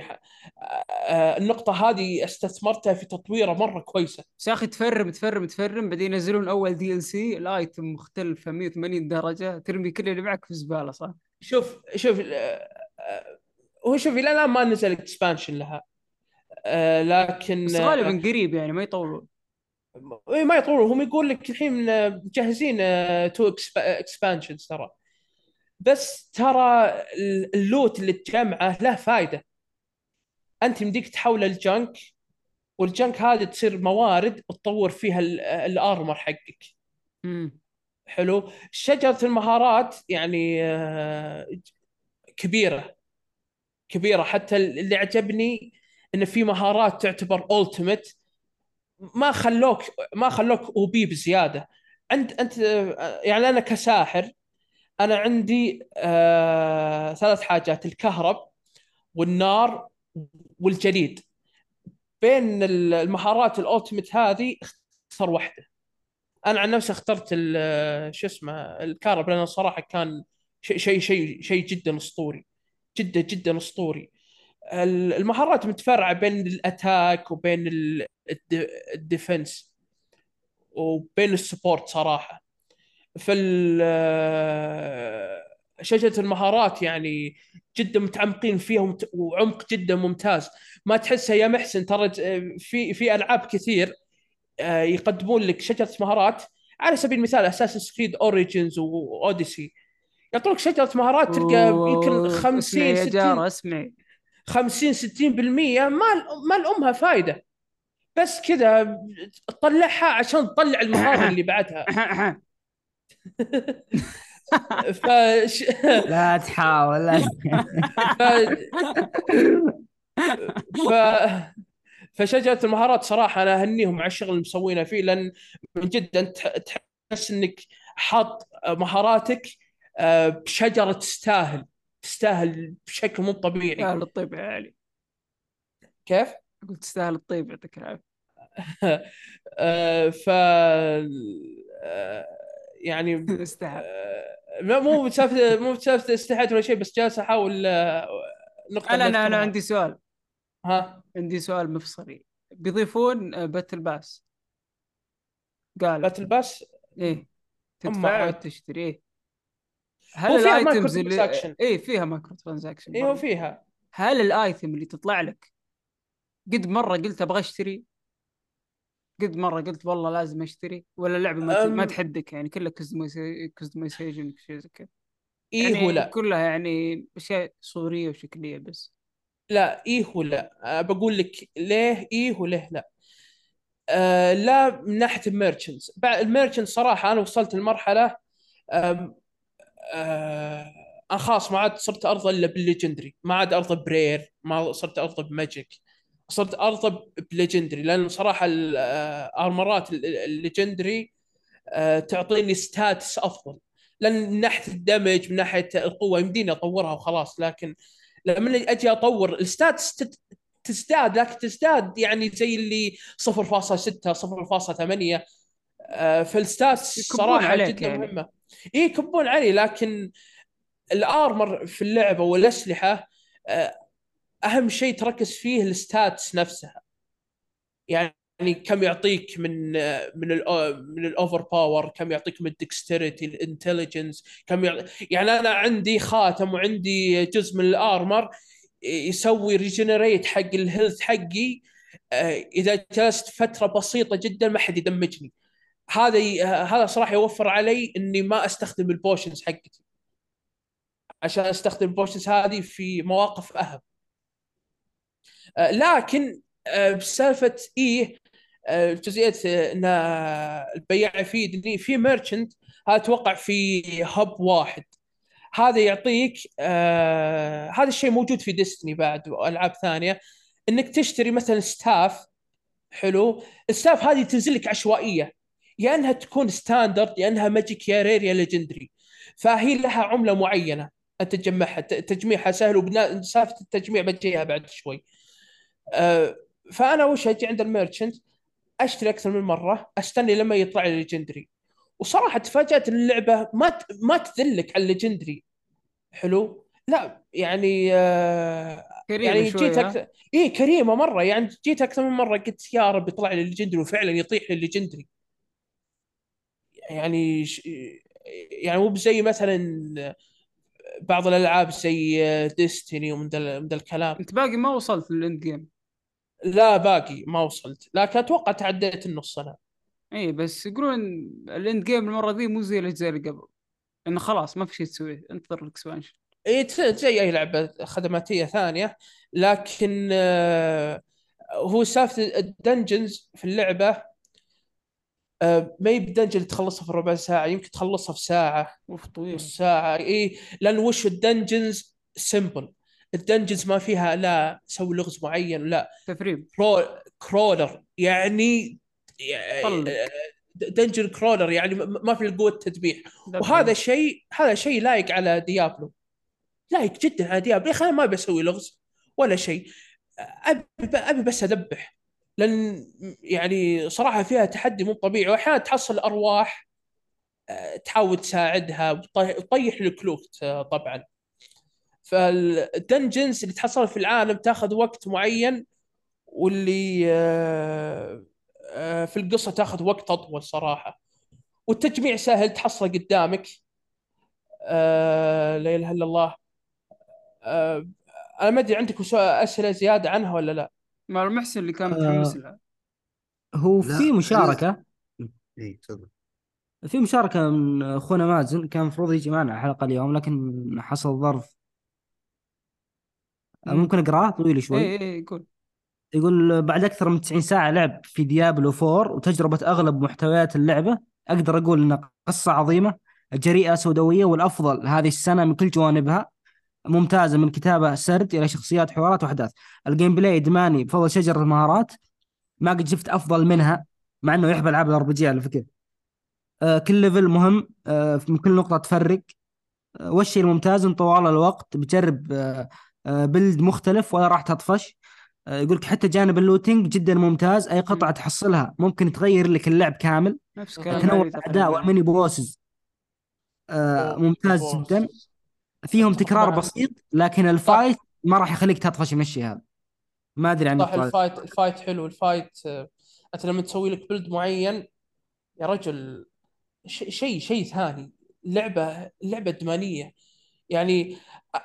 النقطة هذه استثمرتها في تطويره مرة كويسة. بس يا اخي تفرم تفرم تفرم، بعدين ينزلون اول دي ال سي الايتم مختلفة 180 درجة، ترمي كل اللي معك في الزبالة، صح؟ شوف هو شوف الى الان ما نزل اكسبانشن لها. لكن بس غالبا قريب يعني، ما يطولون. ما يطولون. هم يقول لك الحين مجهزين تو اكسبانشنز ترى. بس ترى اللوت اللي تجمعه له فائدة. انت يمديك تحوله لجنك، والجنك هذه تصير موارد تطور فيها الارمر حقك. امم. حلو. شجرة المهارات يعني كبيرة كبيرة. حتى اللي عجبني ان في مهارات تعتبر ultimate، ما خلوك ما خلوك او بي بزيادة. انت يعني انا كساحر، انا عندي 3 حاجات: الكهرب، والنار، والجليد. بين المهارات الالتيميت هذه اختار واحده. انا عن نفسي اخترت شو اسمه الكهرب، لانه صراحه كان شيء جدا اسطوري، جدا جدا اسطوري. المهارات متفرعه بين الاتاك وبين الديفنس وبين السبورت صراحه. شجرة المهارات يعني جدا متعمقين فيها، وعمق جدا ممتاز. ما تحسها يا محسن؟ ترى في العاب كثير يقدمون لك شجرة مهارات. على سبيل المثال اساسن كريد اوريجينز واوديسي، يعطونك شجرة مهارات تلقى يمكن اسمعي 50 يا 60 جارة، اسمعي. 50 60% ما لأمها فائدة. بس كذا تطلعها عشان تطلع المهارة اللي بعدها. ف لا تحاول لا ف ف فشجره المهارات صراحه انا اهنيهم على الشغل اللي مسوينه فيه، لان من جد انت تحس انك حاط مهاراتك بشجره تستاهل بشكل مو طبيعي. تستاهل الطيب يا علي. كيف؟ قلت تستاهل الطيب، يعطيك العافية. آه، ف آه، يعني استاهل. مو بسالفه استحيت ولا شيء، بس جالس احاول نقطه انا اللي انا انا اذكرها. عندي سؤال. ها. عندي سؤال مفصلي. بيضيفون باتل باس، قالوا. باتل باس. ايه، هم تدفع وتشتري. ايه. هل هو فيها مايكرو الايتمز اللي ترانزاكشن. فيها مايكرو ترانزاكشن ايوه برضه؟ فيها. هل الايتم اللي تطلع لك قد مره قلت ابغى اشتري، قد مره قلت والله لازم اشتري، ولا اللعبه ما أم... تحدك يعني كلها كستمايزيشن شيء زي كذا؟ ايه يعني ولا كلها يعني اشياء صوريه وشكليه بس. لا، ايه ولا بقول لك ليه ايه وليه لا. لا، من ناحيه الميرشنتس، بعد الميرشنت صراحه انا وصلت لمرحله آم، آه انا خلاص ما عاد صرت ارضى الا بالليجندري، ما عاد ارضى برير، ما صرت ارضى بماجيك، صرت ارضى بليجندري، لان صراحه الارمرات الليجندري تعطيني ستاتس افضل، لان من ناحيه الدمج من ناحيه القوه يمديني اطورها وخلاص. لكن لما اجي اطور الستاتس تزداد، لكن تزداد يعني زي اللي 0.6 0.8. بس فالستاتس يكبون صراحه عليك جدا يعني. مهمه. ايه يكبون علي، لكن الارمر في اللعبه والاسلحه آه، اهم شيء تركز فيه الستاتس نفسها. يعني كم يعطيك من الاوفر باور، كم يعطيك من الدكستيريتي، الانتليجنس، يعني انا عندي خاتم وعندي جزء من الارمر يسوي ريجنريت حق الهيلث حقي. اذا جلست فتره بسيطه جدا ما حد يدمجني. هذا صراحه يوفر علي اني ما استخدم البوشنز حقتي، عشان استخدم البوشنز هذه في مواقف اهم. لكن بسالفه ايه جزئيه ان البياع يفيدني في ميرشنت، هذا اتوقع في هب واحد. هذا يعطيك هذا الشيء موجود في ديستني بعد والعاب ثانيه، انك تشتري مثلا ستاف. حلو. الستاف هذه تنزل لك عشوائيه، يا انها تكون ستاندرد يا انها ماجيك يا رير يا ليجندري، فهي لها عمله معينه انت تجمعها، تجميعها سهل، وسالفه التجميع بتجيها بعد شوي. آه، فانا وش اجي عند الميرشنت اشتري اكثر من مره، استني لما يطلع لي ليجندري. وصراحه تفاجات إن اللعبه ما تذلك على الليجندري. حلو. لا يعني كريمه يعني جيت شويه ها؟ اكثر. ايه كريمه مره، يعني جيت اكثر من مره قلت يا رب يطلع لي الليجندري، وفعلا يطيح لي الليجندري. يعني يعني مو بزي مثلا بعض الالعاب زي ديستني ومن ذا الكلام. انت باقي ما وصلت للاند جيم؟ لا باقي ما وصلت، لكن اتوقع تعديت النص انا. اي بس يقولون الاند جيم المره ذي مو زي الاجزاء اللي قبل، انه خلاص ما في شيء تسويه، انتظر الاكسبانشن. إيه زي اي لعبه خدماتيه ثانيه. لكن هو سالفه الدنجنز في اللعبه ما هي بدنجن اللي تخلصها في ربع ساعه، يمكن تخلصها في ساعه، اوف طويله. نص ساعه. اي لان وش الدنجنز سمبل، الدنجنز ما فيها لا سوي لغز معين، لا تفريم. كرولر يعني طلق. دنجن كرولر، يعني ما في قوه تذبيح. ذبح. وهذا شيء هذا شيء لايق على ديابلو، لايق جدا على ديابلو. يا اخي انا ما بسوي لغز ولا شيء، ابي بس اذبح. لان يعني صراحه فيها تحدي مو طبيعي، واحيانا تحصل ارواح تحاول تساعدها وتطيح الكلوت طبعا. فالدنجنز اللي تحصل في العالم تاخذ وقت معين، واللي في القصه تاخذ وقت اطول صراحه. والتجميع سهل تحصله قدامك. لا اله الا الله. آه، انا ما ادري عندك اسئله زياده عنها ولا لا؟ مع المحسن اللي كان متحمس آه لها. هو في لا مشاركة، اي تفضل. في مشاركة من أخونا مازن، كان المفروض يجي معنا حلقة اليوم لكن حصل ظرف. امم. ممكن أقراه طويل شوي. اي يقول. يقول بعد أكثر من 90 ساعة لعب في ديابلو 4 وتجربة أغلب محتويات اللعبة، أقدر أقول أن قصة عظيمة جريئة سوداوية والأفضل هذه السنة من كل جوانبها، ممتازة من كتابة سرد إلى شخصيات حوارات وأحداث. الجيم بلاي إدماني بفضل شجرة المهارات، ما قد شفت أفضل منها، مع أنه يحب ألعاب الار بي جي على فكرة. كل ليفل مهم، من كل نقطة تفرق. والشيء الممتاز ان طوال الوقت بتجرب بلد مختلف ولا راح تطفش. يقولك حتى جانب اللوتينج جدا ممتاز، اي قطعة مم. تحصلها ممكن تغير لك اللعب كامل. نفس كلام مهم. تنوع علي الاعداء تقريبا. والميني بوسز اوه ممتاز جدا. بوس. فيهم اتفق تكرار معك. بسيط لكن الفايت صح. ما راح يخليك تطفش من الشيء هذا. ما ادري عن صح النقطة هذه. الفايت حلو. الفايت انت لما تسوي لك بلد معين يا رجل شيء ثاني. لعبه ادمانيه يعني.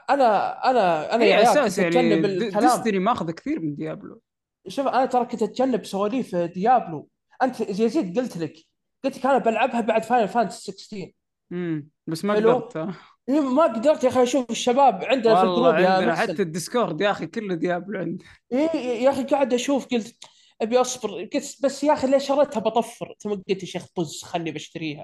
انا هي يا كنت اساس يعني اتجنب الكلام. ديستني ماخذ كثير من ديابلو. شوف انا ترى كنت اتجنب سواليف ديابلو. انت يزيد قلت لك انا بلعبها بعد فاينل فانتسي 16. بس ما حلو. قدرت إيه، ما قدرت يا اخي اشوف الشباب عندنا في والله الجروب يا عندنا حتى محسن. الديسكورد يا اخي كله ديابلو عندي. ايه يا اخي قاعد اشوف قلت ابي اصبر، قلت بس يا اخي ليش شريتها بطفر، ثم قلت يا شيخ طز خلني بشتريها.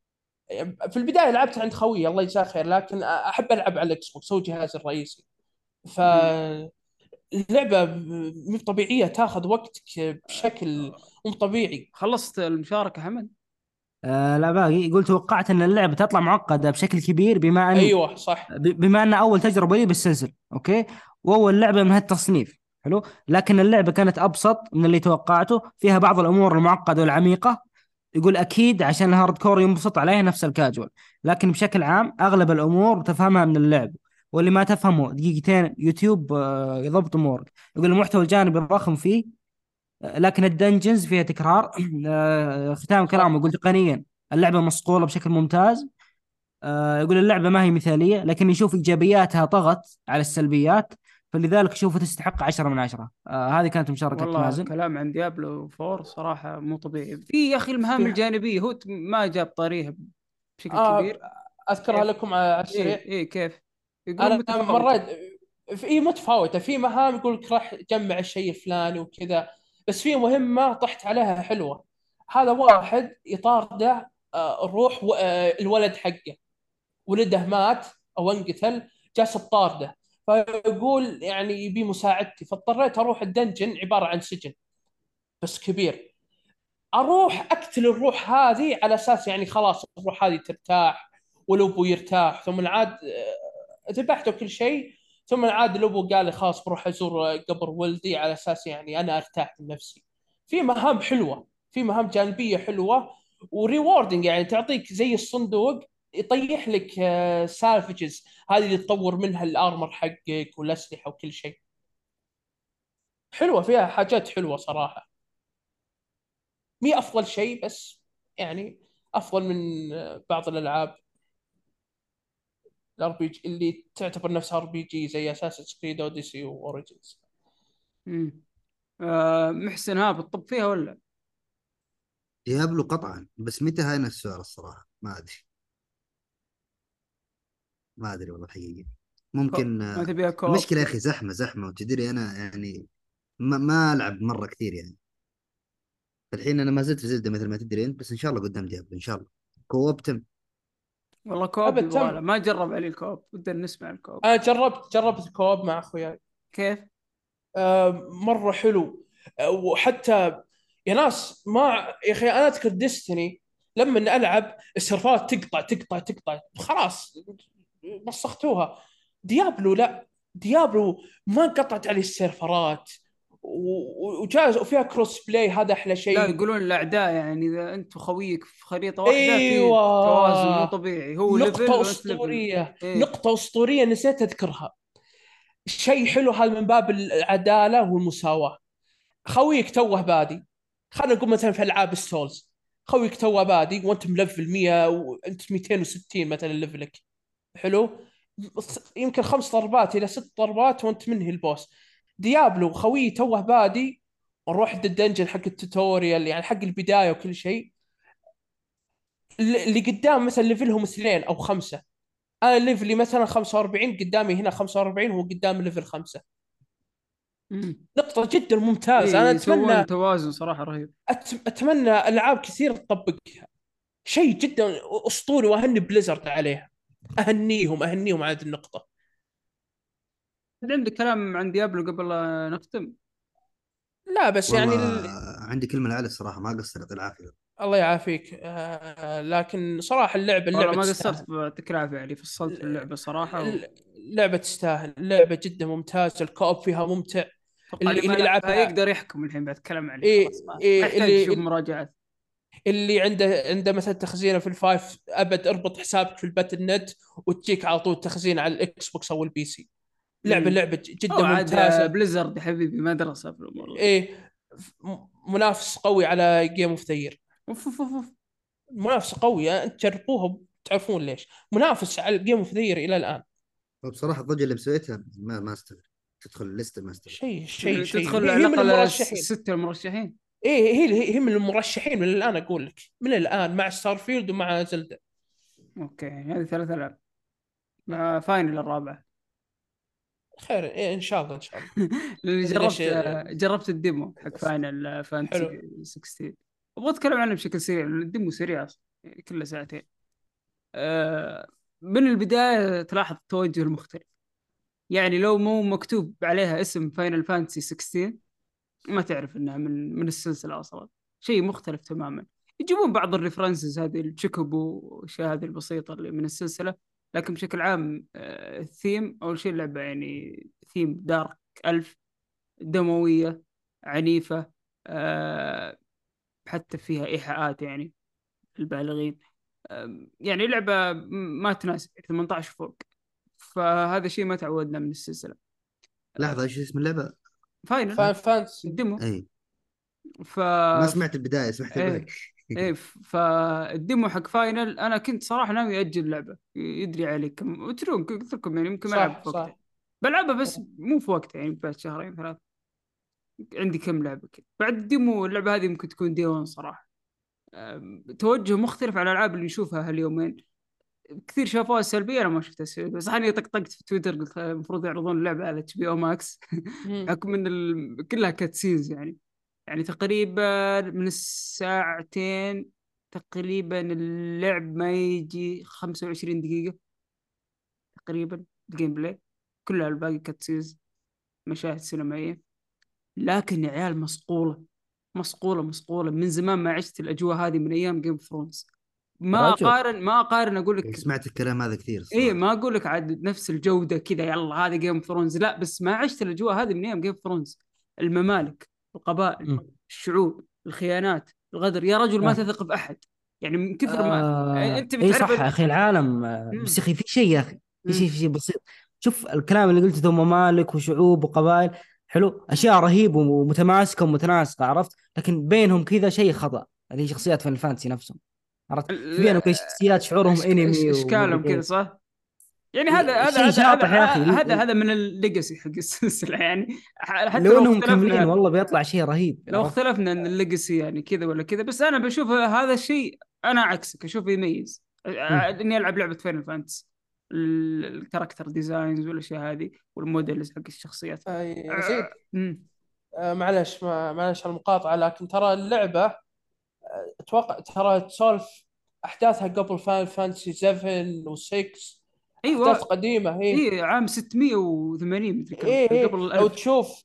في البدايه لعبت عند خوي الله يجزاه خير، لكن احب العب على الاكس بوكس، هو جهازي الرئيسي. مم. فاللعبه مو طبيعيه، تاخذ وقتك بشكل مو طبيعي. خلصت المشاركة حمد؟ لا باقي. قلت توقعت ان اللعبه تطلع معقده بشكل كبير، ايوه صح. بما ان اول تجربه لي بالسلسله، اوكي، واول لعبه من هالتصنيف. حلو. لكن اللعبه كانت ابسط من اللي توقعته، فيها بعض الامور المعقده والعميقه. يقول اكيد عشان الهارد كور ينبسط عليها نفس الكاجوال، لكن بشكل عام اغلب الامور تفهمها من اللعب. واللي ما تفهمه دقيقتين يوتيوب يضبط امورك. يقول المحتوى الجانبي الضخم فيه، لكن الدنجنز فيها تكرار. ختام كلامه صح. يقول تقنيا اللعبه مصقوله بشكل ممتاز. يقول اللعبة ما هي مثالية، لكن يشوف إيجابياتها طغت على السلبيات، فلذلك يشوفه تستحق 10 من 10. هذه كانت مشاركة والله مازن. كلام عن ديابلو فور صراحة مو طبيعي. في يا أخي المهام في الجانبية هو ما جاب طاريها بشكل آه كبير. اذكرها كيف؟ لكم على إيه السريع. إيه كيف؟ يقولون انا متفاوتة. مريت في متفاوته، في مهام يقول لك راح جمع الشيء الفلاني وكذا، بس في مهمه طحت عليها حلوه. هذا واحد يطارده الروح الولد حقه، ولده مات او انقتل، جالس بطارده، فيقول يعني يبي مساعدتي، فاضطريت اروح الدنجن عباره عن سجن بس كبير، اروح اقتل الروح هذه على اساس يعني خلاص الروح هذه ترتاح والابو يرتاح، ثم عاد ذبحته كل شيء، ثم عاد الابو قال لي خلاص بروح ازور قبر ولدي على اساس يعني انا ارتاح من نفسي. في مهام حلوه، في مهام جانبيه حلوه وريوردنج، يعني تعطيك زي الصندوق يطيح لك سالفجز، هذه اللي تطور منها الارمر حقك والاسلحه وكل شيء. حلوه فيها حاجات حلوه صراحه. مي افضل شيء بس يعني افضل من بعض الالعاب الار بي جي اللي تعتبر نفسها ار بي جي زي اساس كريد اوديسي واوريجنز. مم. محسن ها بتطب فيها ولا؟ ديابلو قطعا، بس متى هاي السعر الصراحة ما أدري. ما أدري والله الحقيقة. ممكن ما تبيها كوب المشكلة يا كذا؟ أخي زحمة زحمة، وتدري أنا يعني ما ألعب مرة كثير يعني. الحين أنا ما زلت في زلدة مثل ما تدري أنت، بس إن شاء الله قدام ديابلو إن شاء الله. كوب تم. والله كوب ابد يبغى له، تم. ما جرب عليه الكوب، بدنا نسمع الكوب. انا جربت الكواب مع اخوياي. كيف؟ مره حلو. وحتى يا ناس ما يا اخي انا اذكر ديستني لما العب السيرفرات تقطع خلاص مسختوها. ديابلو لا، ديابلو ما انقطعت عليه السيرفرات وجاز وفيها كروس بلاي، هذا احلى لا شيء. يقولون الاعداء يعني اذا انت وخويك في خريطه واحده في توازن مو ايوه، طبيعي، هو ليفل نقطة وانت ليفل. أسطورية، ايه. نقطة أسطورية نسيت أذكرها. شيء حلو هذا من باب العدالة والمساواة. خويك توه بادي، خلينا نقول مثلا في ألعاب السولز، خويك توه بادي وأنت ملفل 100 وأنت 260 مثلا ليفلك، حلو، يمكن 5 ضربات إلى 6 ضربات وأنت منهي البوس. ديابلو خوي توه بادي، ونروح الدنجن حق التوتوريال يعني حق البداية وكل شيء، اللي قدام مثلا ليفلهم 2 أو 5، انا ليفلي مثلا 45، قدامي هنا 45 وهو قدامي ليفل 5. امم نقطة جدا ممتازة. انا ايه يسوون اتمنى توازن صراحه رهيب. اتمنى العاب كثير تطبقها، شيء جدا اسطوري، واهني بليزرد عليها، اهنيهم على هذه النقطة. هل عندك كلام عن ديابلو قبل لا نختم؟ لا بس والله يعني عندي كلمة لعلي الصراحة، ما قصر، يعطيه العافية. الله يعافيك. لكن صراحة والله اللعبة ما قصرت، تستاهل. يعطيك العافيه يعني، فصلت في اللعبه صراحه اللعبة تستاهل، اللعبة جدا ممتازة، الكوب فيها ممتع. اتوقع اللي ما اللي لعبها يلعبها يقدر يحكم الحين بعد كلام عليه، خلاص إيه ما إيه يحتاج يشوف اللي مراجعات. اللي عنده مثلا تخزينه في الفايف، ابد اربط حسابك في الباتل نت وتجيك على طول تخزين على الاكس بوكس او البي سي. لعبه هو جدا عاد ممتازه. بليزرد يا حبيبي مدرسه في الامور ذي. ايه، منافس قوي على جيم اوف ذا يير، اوف اوف اوف أوف. منافسه قويه، انت جربوها تعرفون ليش؟ منافس على الجيم اوف ذا الى الان. وبصراحه الضجه اللي مسويتها ما استغرب تدخل الليسته، ما استغرب. شيء تدخل هي على من الاقل المرشحين. 6 المرشحين. ايه هي من المرشحين من الان، اقول لك من الان مع ستارفيلد ومع زلدة. اوكي يعني هذه 3 ألعاب. فاينل الرابعة. خير، إيه ان شاء الله ان شاء الله. لاني ليش؟ جربت الديمو حق فاينل حلو. فانتسي 16. ابغى اتكلم عنه بشكل سريع لأن الديمو سريع اصلا يعني كله ساعتين. من البداية تلاحظ التوجه المختلف. يعني لو مو مكتوب عليها اسم فاينل فانتسي 16 ما تعرف انها من السلسلة اصلا. شيء مختلف تماما. يجيبون بعض الريفرنسز هذه التشيكوبو والاشياء هذه البسيطة اللي من السلسلة. لكن بشكل عام الثيم اول شيء اللعبة يعني ثيم دارك ألف، دموية، عنيفة. آه، حتى فيها إيحاءات يعني البالغين. يعني لعبة ما تناسب 18 فوق. فهذا شيء ما تعودنا من السلسلة. لحظه، ايش اسم اللعبه؟ فاينل فانتسي. الديمو. اي ف ما سمعت البدايه، سمعت الباقي. ايه ايه فالديمو حق فاينل انا كنت صراحة ناوي اجل اللعبة يدري عليكم وترون قلت لكم يعني يمكن ما العب صح في وقتها. صح. بلعبها بس مو في وقتها يعني بعد شهرين 3. عندي كم لعبة كذا بعد الديمو. اللعبة هذه ممكن تكون دي 1 صراحة. توجه مختلف على الألعاب اللي نشوفها هاليومين. كثير شافوها سلبية، أنا ما شفتها سلبية بس أنا طقطقت في تويتر قلت المفروض يعرضون اللعبة على اتش بي او ماكس. مم. بحكم إن كلها كاتسينز يعني. يعني تقريبا من الساعتين تقريبا اللعب ما يجي 25 دقيقة تقريبا الجيم بلاي. كلها الباقي كاتسينز، مشاهد سينمائية. لكن يا عيال مصقولة مسقولة من زمان ما عشت الأجواء هذه من أيام جيم اوف ثرونز. رجل. ما أقارن أقول لك. سمعت الكلام هذا كثير إيه الصراحه. ما أقول لك عاد نفس الجودة كذا يلا هذا جيم اوف ثرونز لا، بس ما عشت الأجواء هذه من أيام جيم اوف ثرونز. الممالك، القبائل، مم. الشعوب، الخيانات، الغدر. يا رجل ما آه. تثق بأحد يعني من كثر ما أنت اي بتعرف صح يا اخي العالم، بس مم. يا اخي في شيء، يا اخي في مم. شيء بسيط. شوف الكلام اللي قلته، ذو ممالك وشعوب وقبائل، حلو، اشياء رهيبه ومتماسكه ومتناسقه، عرفت، لكن بينهم كذا شيء خطأ. هذه شخصيات فان الفانتسي نفسهم، عرفت، في ال- بينهم كذا شخصيات شعورهم انمي اشكالهم ومدري كذا ايش. صح. يعني هذا شيء هذا هذا شاطح يا اخي. هذا من الليجاسي حق السلسله يعني. حتى لو لو انهم مكملين اختلفنا، والله بيطلع شيء رهيب، لو عرفت. اختلفنا ان الليجاسي يعني كذا ولا كذا، بس انا بشوف هذا الشيء. انا عكسك اشوفه يميز مم. اني العب لعبه فاينل فانتسي. الكاركتر ديزاينز والاشياء هذه والموديلز حق الشخصيات. يزيد. مم. معلش معلش على المقاطعة، لكن ترى اللعبة اتوقع ترى تسولف احداثها قبل فاين فانتسي 7 و6. احداث ايوه قديمة هي. اي عام 680 مدري كم ايه قبل لو الألف. تشوف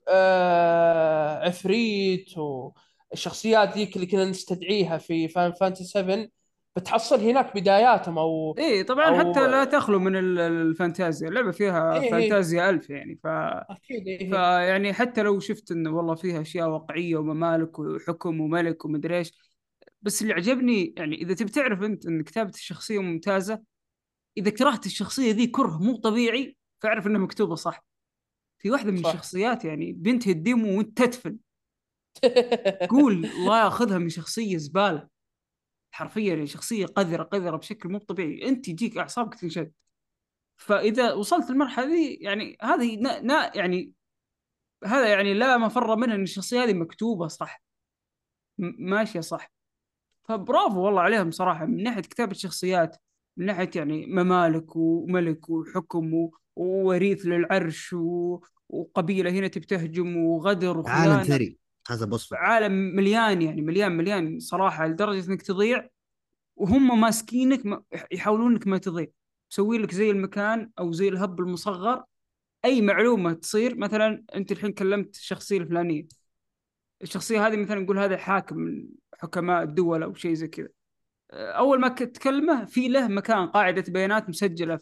عفريت والشخصيات ذيك اللي كنا نستدعيها في فاين فانتسي 7 بتحصل هناك بداياتهم ايه طبعا او حتى لا تخلو من الفانتازيا. اللعبة فيها ايه فانتازيا ألف يعني اكيد ايه. فيعني حتى لو شفت انه والله فيها اشياء واقعيه وممالك وحكم وملك ومدري ايش. بس اللي عجبني يعني اذا تبي تعرف انت ان كتابه الشخصيه ممتازه. اذا كرهت الشخصيه ذي كره مو طبيعي فاعرف انها مكتوبه صح. في واحده من صح. الشخصيات يعني بنت الديمو وانت تدفن قول الله ياخذها من شخصيه زباله. حرفيا يعني شخصيه قذره قذره بشكل مو طبيعي انت يجيك اعصابك تنشد. فاذا وصلت المرحله دي يعني هذه يعني هذا يعني لا مفر منها ان الشخصيه هذه مكتوبه صح. ماشيه صح. فبرافو والله عليهم صراحه من ناحيه كتابه شخصيات، من ناحيه يعني ممالك وملك وحكم ووريث للعرش وقبيله هنا تبتهجم وغدر عالم وخيانه. ثري حسب وصفك. عالم مليان يعني مليان صراحه لدرجه انك تضيع وهم ماسكينك يحاولونك ما تضيع. مسوي لك زي المكان او زي الهب المصغر. اي معلومه تصير مثلا انت الحين كلمت الشخصيه الفلانيه. الشخصيه هذه مثلا نقول هذا حاكم من حكماء الدول او شيء زي كذا. اول ما تكلمه في له مكان قاعده بيانات مسجله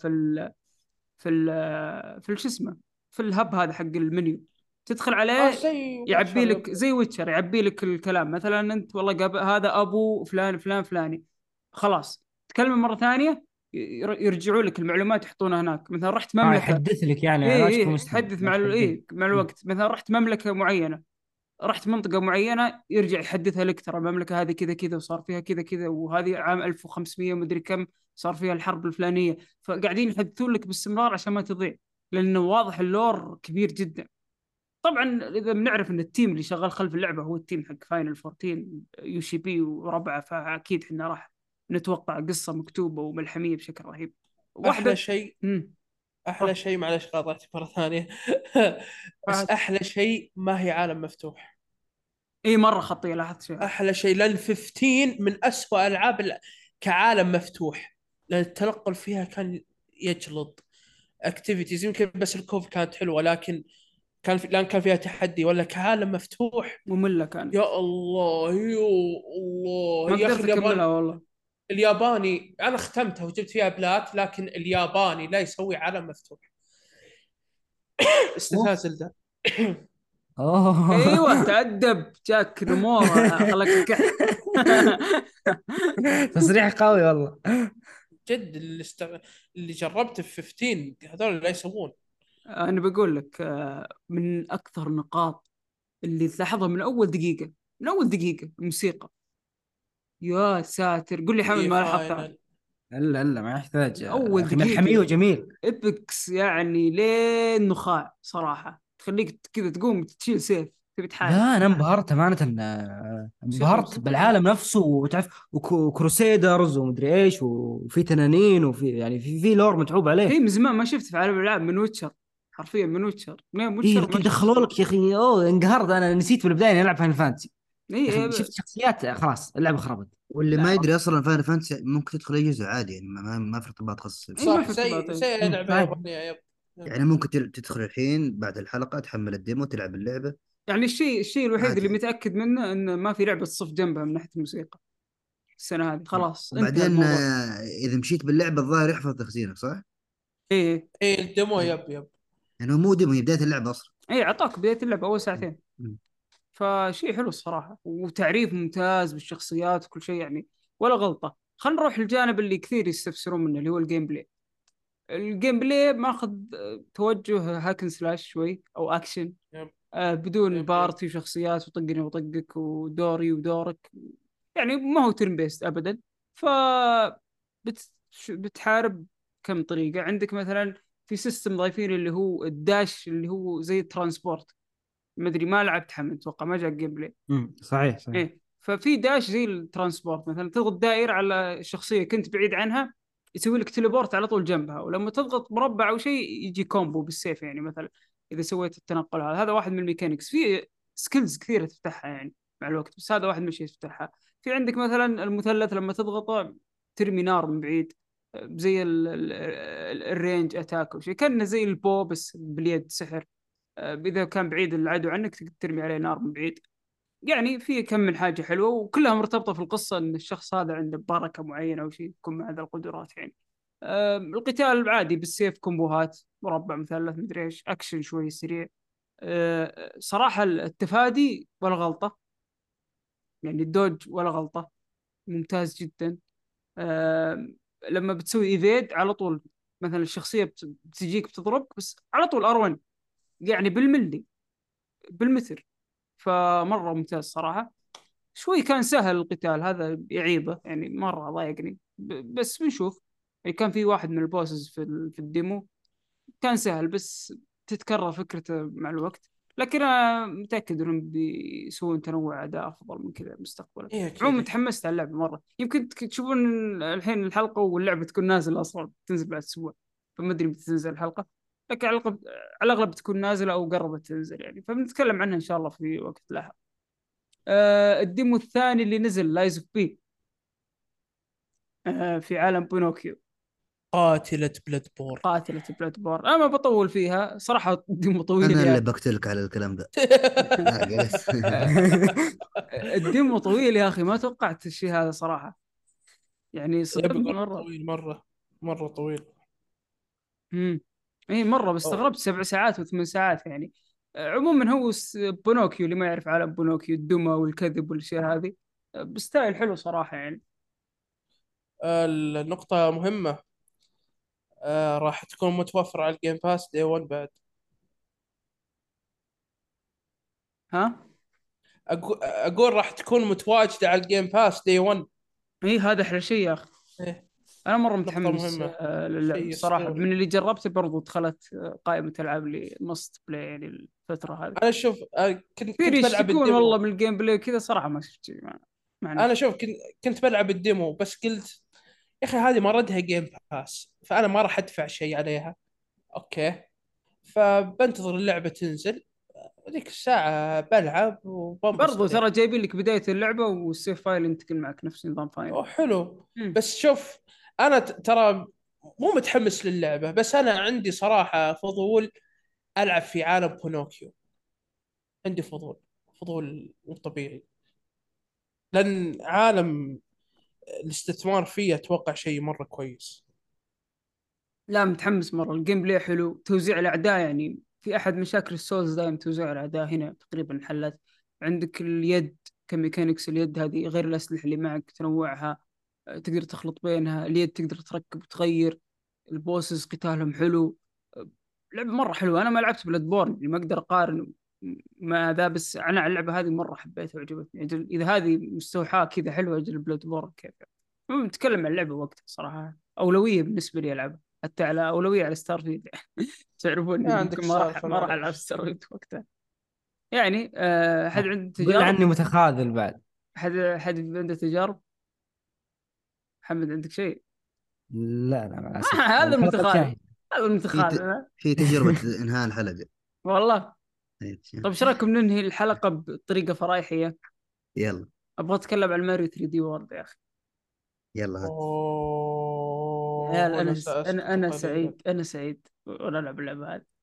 في شو اسمه في الهب هذا حق المنيو. تدخل عليه زي يعبي واتشر لك زي ويتشر يعبي لك الكلام. مثلا انت والله هذا ابو فلان فلان فلاني. خلاص تكلمه مره ثانيه يرجعوا لك المعلومات يحطونها هناك. مثلا رحت مملكه. يحدث لك يعني ايه عناصر ايه مستمع تحدث ما تخبيه. مع الوقت مثلا رحت مملكه معينه. رحت منطقة معينة يرجع يحدثها لك، ترى المملكة هذه كذا كذا وصار فيها كذا كذا، وهذه عام 1500 مدري كم صار فيها الحرب الفلانية. فقاعدين يحدثون لك باستمرار عشان ما تضيع، لأنه واضح اللور كبير جدا. طبعا إذا بنعرف أن التيم اللي شغال خلف اللعبة هو التيم حق فاينل 14 يو شي بي وربعه، فأكيد احنا راح نتوقع قصة مكتوبة وملحمية بشكل رهيب. احلى واحدة. شيء امم احلى شيء معلش قاطعتك مره ثانيه. بس بعد. احلى شيء ما هي عالم مفتوح. اي مرة خطية، لاحظت شيء هذا. احلى شيء لان 15 من أسوأ العاب كعالم مفتوح، لان التنقل فيها كان يجلط. اكتيفيتيز يمكن بس الكوف كانت حلوه، لكن لان كان فيها تحدي، ولا كعالم مفتوح. مملة كانت. يا الله يا الله ما يا اخي قدرت أكملها والله. الياباني انا ختمتها وجبت فيها بلات، لكن الياباني لا يسوي عالم مفتوح. اوف. استثناء زلدة. اوه. ايوه تأدب جاك نمورا خلك تكح. تصريح قوي والله. جد اللي جربته في 15 هذول لا يسوون. انا بقول لك من اكثر النقاط اللي تلاحظها من اول دقيقة، من اول دقيقة الموسيقى. يا ساتر، قول لي حمد في ما لاحظتها. فاينل. الا الا ما يحتاج من يا اول اخي، ملحمي دقيقة وجميل. ابيكس يعني لين نخاع صراحة، تخليك كذا تقوم تشيل سيف تبي تحارب. لا انا انبهرت امانه، موسيقى انبهرت موسيقى بالعالم نفسه، وتعرف وكروسيدرز ومدري ايش، وفي تنانين، وفي يعني في لور متعوب في عليه. من زمان ما شفت في عالم الالعاب من ويتشر، حرفيا من ويتشر، من اي ويتشر ما لكن شفت دخلوا شيء. لك يا اخي، اوه انقهرت، انا نسيت في البدايه اني العب فاين فانتسي. اي يا اخي إيه، شفت شخصيات خلاص اللعبه خربت. واللي ما لا يدري اصلا فاينل فانتسي ممكن تدخل اي جزء عادي، يعني ما في ارتباط خاص اي ما بشيء. في صح، ارتباط. زي اي لعبه صحيح. يابانيه يب. يعني ممكن تدخل الحين بعد الحلقه تحمل الديمو تلعب اللعبه يعني الشيء الوحيد اللي عادي. متاكد منه انه ما في لعبه تصف جنبها من ناحيه الموسيقى السنه هذه، خلاص انتهى وبعدين الموضوع. اذا مشيت باللعبه الظاهر يحفظ تخزينك صح؟ ايه اي الديمو يعني يب. يعني هو مو ديمو، هي بدايه اللعبه اصلا. ايه اعطاك بدايه اللعبه اول ساعتين. مم. فشيء حلو الصراحه، وتعريف ممتاز بالشخصيات وكل شيء يعني، ولا غلطه. خلينا نروح للجانب اللي كثير يستفسرون منه اللي هو الجيم بلاي. الجيم بلاي ماخذ توجه هاكن سلاش شوي او اكشن، يب بدون يب يب. بارتي وشخصيات وطقني وطقك ودوري ودورك، يعني ما هو ترن بيست ابدا. ف بتحارب كم طريقه. عندك مثلا في سيستم ضايفين اللي هو الداش، اللي هو زي الترانسبورت. ما ادري ما لعبت حمد، اتوقع ما جاء جيم بلاي. صحيح صحيح. ايه ففي داش زي الترانسبورت، مثلا تضغط دائره على الشخصيه كنت بعيد عنها يسوي لك تليبورت على طول جنبها، ولما تضغط مربع او شيء يجي كومبو بالسيف يعني مثلا. اذا سويت التنقل هذا واحد من الميكانيكس، في سكيلز كثيره تفتحها يعني مع الوقت، بس هذا واحد من الشيء تفتحها. في عندك مثلا المثلث لما تضغطه ترمي نار من بعيد، زي الرينج اتاك او شيء، كانه زي البو بس باليد سحر. اذا كان بعيد العدو عنك تقدر ترمي عليه نار من بعيد. يعني في كم من حاجة حلوة وكلها مرتبطة في القصة إن الشخص هذا عنده بركة معينة أو شيء يكون مع هذه القدرات يعني. القتال عادي بالسيف، كومبوهات مربع مثلث مدري إيش، أكشن شوي سريع. صراحة التفادي ولا غلطة، يعني الدوج ولا غلطة، ممتاز جدا. لما بتسوي ايفيد على طول، مثلا الشخصية بتجيك بتضربك بس على طول ار1، يعني بالملي بالمتر. فمرة ممتاز صراحة. شوي كان سهل القتال هذا يعيبه يعني، مرة ضايقني، بس بنشوف. يعني كان في واحد من البوسز في الديمو كان سهل، بس تتكرر فكرته مع الوقت. لكن أنا متأكد إنهم بيسوون تنوع أداء أفضل من كذا مستقبلا. اي اكيد عموما اكيد. تحمست على اللعبة مرة. يمكن تشوفون الحين الحلقة واللعبة تكون نازلة أصلا، تنزل بعد أسبوع، فما أدري متى تنزل الحلقة. لكن على الأغلب تكون نازلة أو قربت تنزل يعني، فبنتكلم عنها إن شاء الله في وقت لاحق. الديمو الثاني اللي نزل لايز اوف بي، في عالم بونوكيو، قاتلة بلاد بور. قاتلة بلاد بور. انا ما بطول فيها صراحة، ديمو طويل انا اللي يا بقتلك على الكلام ده. لا جلست. الديمو طويل يا اخي، ما توقعت الشيء هذا صراحة، يعني يبي صدمت يقول مرة. طويل مرة، مرة طويل. امم اي مرة، بس أوه. استغربت 7 ساعات وثمان ساعات يعني. عموما هو بونوكيو، اللي ما يعرف عالم بونوكيو، الدمى والكذب والاشياء هذه، بستايل حلو صراحة يعني. النقطة مهمة، راح تكون متوفرة على الجيم باس دي 1 بعد. ها اقول راح تكون متواجده على الجيم باس دي 1. اي هذا احلى شيء يا اخي. إيه. انا مره نقطه متحمس مهمه. للعب شيء الصراحه، اسطوري. من اللي جربته برضو دخلت قائمه العاب لي مست بلاي يعني الفتره هذه. انا شوف كنت كثير بلعب يشتكون والله الديمو. من الجيم بلاي كذا، صراحه ما شفت شيء ما عندي انا شيء. شوف كنت بلعب الديمو، بس قلت يا اخي هذه ما ردها جيم باس، فانا ما راح ادفع شيء عليها. اوكي، فبنتظر اللعبه تنزل، ذيك الساعه بلعب وبنبسط برضو عليها. ترى جايبين لك بدايه اللعبه والسيف فايل ينتقل معك نفس نظام فاينل. أوه حلو. مم. بس شوف، انا ترى مو متحمس للعبه، بس انا عندي صراحه فضول العب في عالم بونوكيو. عندي فضول مو طبيعي، لان عالم الاستثمار فيه اتوقع شيء مره كويس. لا متحمس مره، الجيم بلاي حلو، توزيع الاعداء يعني في احد مشاكل السولز دائما توزيع الاعداء، هنا تقريبا حلت. عندك اليد كميكانكس، اليد هذه غير الاسلحه اللي معك تنوعها، تقدر تخلط بينها، اليد تقدر تركب وتغير. البوسز قتالهم حلو. لعبة مرة حلوة. أنا ما لعبت بلاد بورن اللي ما أقدر أقارن مع ذا، بس أنا اللعبة هذه مرة حبيتها وعجبتني. أجل إذا هذه مستوحاة كذا حلوة، أجل بلاد بورن كيف يعني. نتكلم عن اللعبة وقتها صراحة، أولوية بالنسبة لي ألعبها حتى على أولوية على ستار فيلد. تعرفوني عندك يمكن سالفه ما راح ألعب معليش. ستار فيلد وقتها. يعني حد عنده قل تجارب؟ عني متخاذل بعد. حد عنده تجارب؟ محمد عندك شيء؟ لا لا مع الاسف هذا الحلقه المتخاذل، شاهد. هذا المتخاذل. في تجربة إنهاء الحلقة. والله. إيه، طيب ايش رايكم ننهي الحلقة بطريقة فرايحية؟ يلا ابغى اتكلم عن ماريو 3 دي وورد يا اخي. يلا هات. يا عيال اوه، انا انا سأسكت انا قليلا. سعيد، انا سعيد وانا العب اللعبة هذه.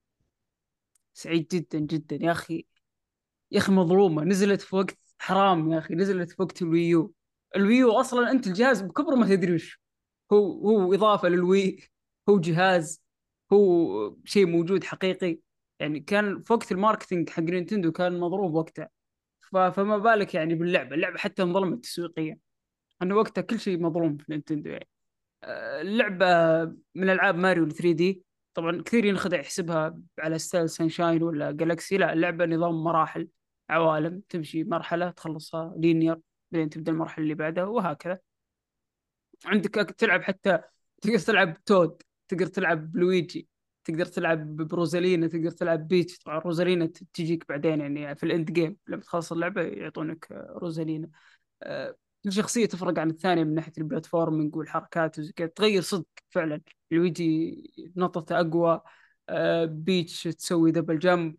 سعيد جدا جدا يا اخي. يا اخي مظلومة، نزلت في وقت حرام يا اخي، نزلت في وقت الويو. الويو اصلا انت الجهاز بكبره ما تدري وش هو اضافة للوي، هو جهاز، هو شيء موجود حقيقي. يعني كان في وقت الماركتينج حق نينتندو كان مضروب وقتها. فما بالك يعني باللعبة، اللعبة حتى انظلمت تسويقيا، انه وقتها كل شيء مظلوم في نينتندو يعني. اللعبة من العاب ماريو 3 دي. طبعا كثير ينخدع يحسبها على ستايل سانشاين ولا جالكسي، لا اللعبة نظام مراحل، عوالم تمشي مرحلة تخلصها لينير، بعدين تبدأ المرحلة اللي بعدها وهكذا. عندك تلعب حتى، تقدر تلعب تود، تقدر تلعب لويجي، تقدر تلعب بروزالينا، تقدر تلعب بيتش. طبعا روزالينا تجيك بعدين يعني في الاند جيم لما تخلص اللعبة يعطونك روزالينا. آه، كل شخصية تفرق عن الثانية من ناحية البلاتفورمينج والحركات وزي كذا، تغير صدق فعلا. لويجي نطته أقوى، بيتش تسوي دبل جمب،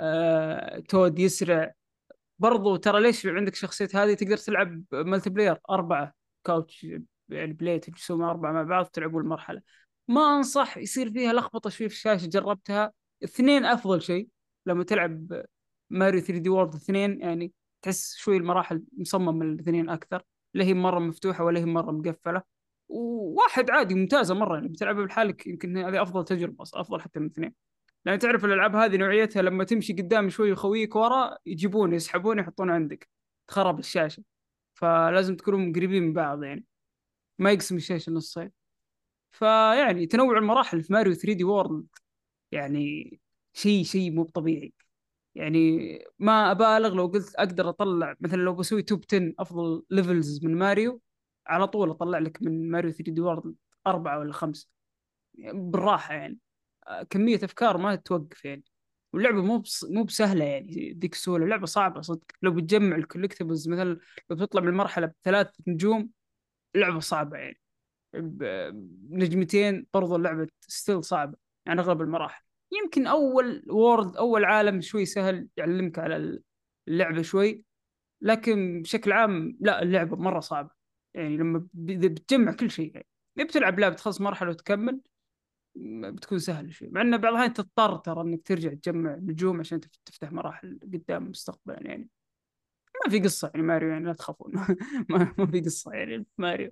تود يسرع. برضو ترى ليش عندك شخصية هذه تقدر تلعب ملتي بلاير 4 كاوتش، يعني بلاي تجلسون 4 مع بعض تلعبوا المرحلة. ما أنصح يصير فيها لخبطة شوي في الشاشة، جربتها. اثنين أفضل شيء لما تلعب ماريو 3 دي وورد 2 يعني، تحس شوي المراحل مصمم من الاثنين أكثر، لا هي مرة مفتوحة ولا هي مرة مقفلة. وواحد عادي ممتازة مرة يعني، بتلعبها بحالك يمكن هذه أفضل تجربة، أفضل حتى من اثنين. لان تعرف الالعاب هذه نوعيتها لما تمشي قدام شوي وخويك ورا يجيبون يسحبون يحطون عندك، تخرب الشاشه. فلازم تكونوا قريبين من بعض يعني، ما يقسم الشاشه نصين. فيعني تنوع المراحل في ماريو 3 دي وورلد يعني شيء مو طبيعي. يعني ما ابالغ لو قلت اقدر اطلع مثلا لو بسوي توب 10 افضل ليفلز من ماريو، على طول اطلع لك من ماريو 3 دي وورلد 4 ولا 5 بالراحه يعني. كمية أفكار ما تتوقف يعني. واللعبة مو بسهلة يعني ذيك السهولة، اللعبة صعبة صدق. لو بتجمع الكولكتبلز مثلا، لو بتطلع من المرحلة ب3 نجوم، لعبة صعبة يعني. بنجمتين برضو اللعبة ستيل صعبة يعني أغلب المراحل. يمكن أول وورد أول عالم شوي سهل يعلمك على اللعبة شوي، لكن بشكل عام لا اللعبة مرة صعبة. يعني لما بتجمع كل شيء يعني، بتلعب لعبة تخلص مرحلة وتكمل بتكون سهلة شوي، مع انه بعض الأحيان تضطر ترى انك ترجع تجمع نجوم عشان تفتح مراحل قدام مستقبلا يعني. ما في قصة يعني ماريو يعني لا تخافون. ما في قصة يعني في ماريو.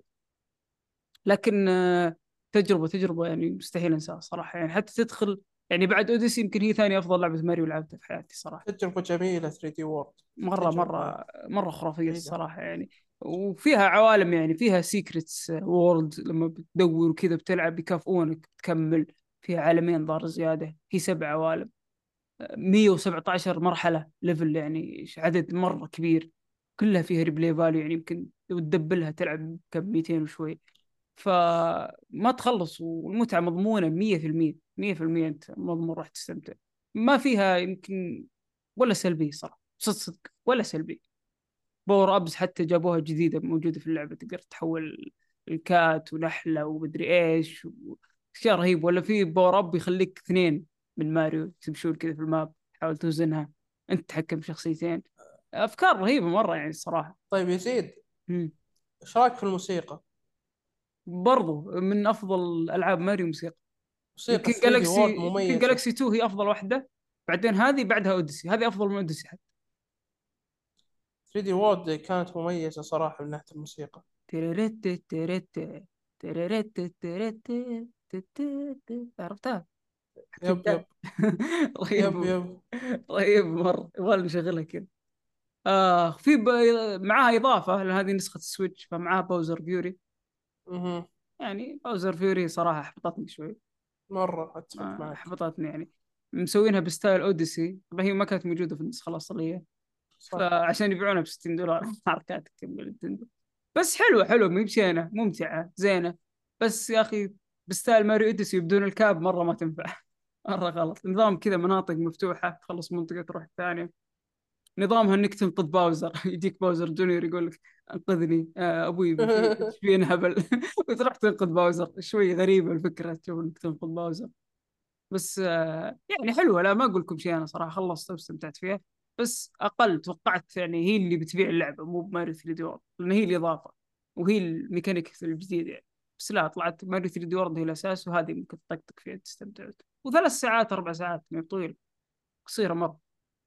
لكن تجربة يعني مستحيل انساها صراحة يعني. حتى تدخل يعني بعد اوديسي يمكن هي ثاني افضل لعبة ماريو لعبتها في حياتي صراحة. تجربه جميله 3 دي وورد. مرة تجربه مرة مرة خرافية جيده. الصراحة يعني. وفيها عوالم يعني، فيها سيكريتس وورلد لما بتدور وكذا بتلعب بيكافئونك تكمل. فيها عالمين ضار زيادة، في 7 عوالم. 117 مرحلة ليفل، يعني عدد مرة كبير، كلها فيها ريبلاي فاليو، يعني يمكن لو تدبلها تلعب كم 200 وشوي، فما تخلص، والمتعة مضمونة 100%. 100% أنت مضمون راح تستمتع، ما فيها يمكن ولا سلبي صراحة، صدق ولا سلبي. باور أبز حتى جابوها جديدة موجودة في اللعبة، تقدر تحول الكات ونحلة ومدري إيش أشياء رهيبة. ولا في باور أب يخليك اثنين من ماريو تمشون كذا في الماب، تحاول توزنها، أنت تتحكم بشخصيتين. أفكار رهيبة مرة يعني الصراحة. طيب يزيد، مم. ايش رايك في الموسيقى؟ برضو من أفضل ألعاب ماريو موسيقى. موسيقى يمكن 3D جالكسي وورد يمكن مميزة. جالكسي 2 هي أفضل واحدة، بعدين هذه، بعدها أوديسي، هذه أفضل من أوديسي حتى. 3D وورد كانت مميزة صراحة من ناحية الموسيقى. تيريريت تيريت تيريريت تيريت تيريت. عرفتها؟ يب يب. يب رهيب. يب. رهيب مرة، يبغى نشغلها كذا. معاها إضافة، لأن هذه نسخة السويتش، فمعاها باوزر فيوري. مهم. يعني باوزر فيوري صراحة أحبطتني شوي. مرة أتفق معك. أحبطتني يعني. مسوينها بستايل أوديسي، طبعا هي ما كانت موجودة في النسخة الأصلية، صح. فعشان يبيعونها ب $60 حركات نينتندو. بس حلوة حلوة، مي بشينة، ممتعة زينة. بس يا أخي بستايل ماريو أوديسي بدون الكاب مرة ما تنفع. مرة غلط نظام كذا، مناطق مفتوحة تخلص منطقة تروح الثانية. نظامها انك تنقذ باوزر يجيك باوزر جونيور يقول لك انقذني ابوي في هبل وتروح تنقذ باوزر. شوي غريبة الفكرة تشوف انك تنقذ باوزر. بس يعني حلوة، لا ما اقول لكم شيء، انا صراحة خلصت واستمتعت فيها. بس اقل توقعت يعني هي اللي بتبيع اللعبة، مو بماريو 3 دي وورد، لان هي الاضافة وهي الميكانيك الجديد يعني. بس لا، طلعت ماريو 3 دي وورد هي الاساس، وهذه ممكن تطقطق فيها تستمتع. وثلاث ساعات 4 ساعات يعني طويل، قصيرة مرة.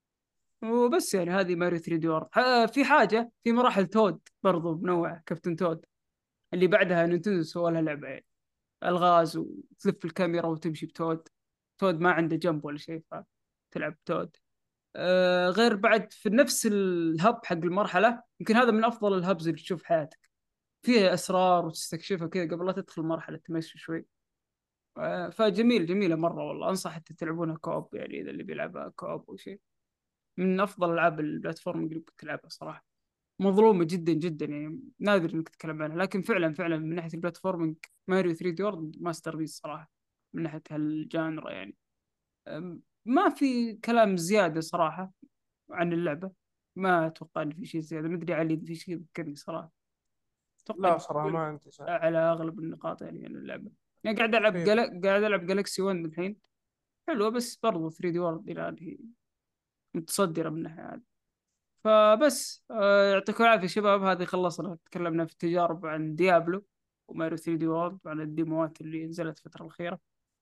وبس يعني هذه ماريو 3 دي وورد. في حاجة في مراحل تود برضو منوعة، كابتن تود اللي بعدها نينتندو سووا لها لعبة يعني. الغاز وتلف الكاميرا وتمشي بتود. تود ما عنده جنب ولا شيء، فتلعب تود. غير بعد في نفس الهب حق المرحلة، يمكن هذا من أفضل الهبز اللي تشوف في حياتك، فيها أسرار وتستكشفها كذا قبل لا تدخل مرحلة تمشي شوي. فجميل، جميلة مرة والله، أنصح حتى تلعبونها كوب، يعني إذا اللي بيلعبها كوب أو شيء. من افضل العاب البلاتفورم اللي ممكن تلعبها صراحه. مظلومه جدا جدا يعني، نادر انك تتكلم عنها، لكن فعلا فعلا من ناحيه البلاتفورمينج ماريو 3 دي وورد ماستر بيس صراحه، من ناحيه هالجانرا يعني. ما في كلام زياده صراحه عن اللعبه. ما اتوقع ان في شيء زياده، مدري علي إذا في شيء يذكرني صراحه. اتوقع لا إني صراحة ما عندي زي. على اغلب النقاط يعني عن اللعبه. يعني تقريبا. قاعد العب جالكسي 1 الحين، حلوه، بس برضو 3 دي وورد الى الان هي متصدره من الناحيه هذه. فبس يعطيكم العافية شباب، هذه خلصنا، تكلمنا في التجارب عن ديابلو وماريو 3 دي وورد، وعن الديموات اللي نزلت الفترة الأخيرة،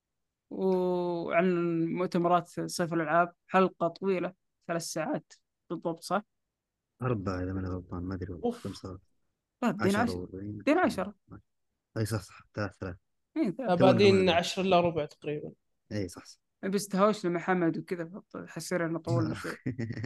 وعن مؤتمرات صيف الألعاب. حلقة طويلة 3 ساعات بالضبط، صح؟ 4 إذا ماني غلطان، ما أدري والله كم اوف. صار. لا بدينا 10 10. و 40. بدينا 10. أي صح صح، 3. إيه تونا بعدين ما 10 الا ربع تقريبا. أي صح صح. بس تهاوشنا مع حمد وكذا، حسينا إنه طولنا شوي.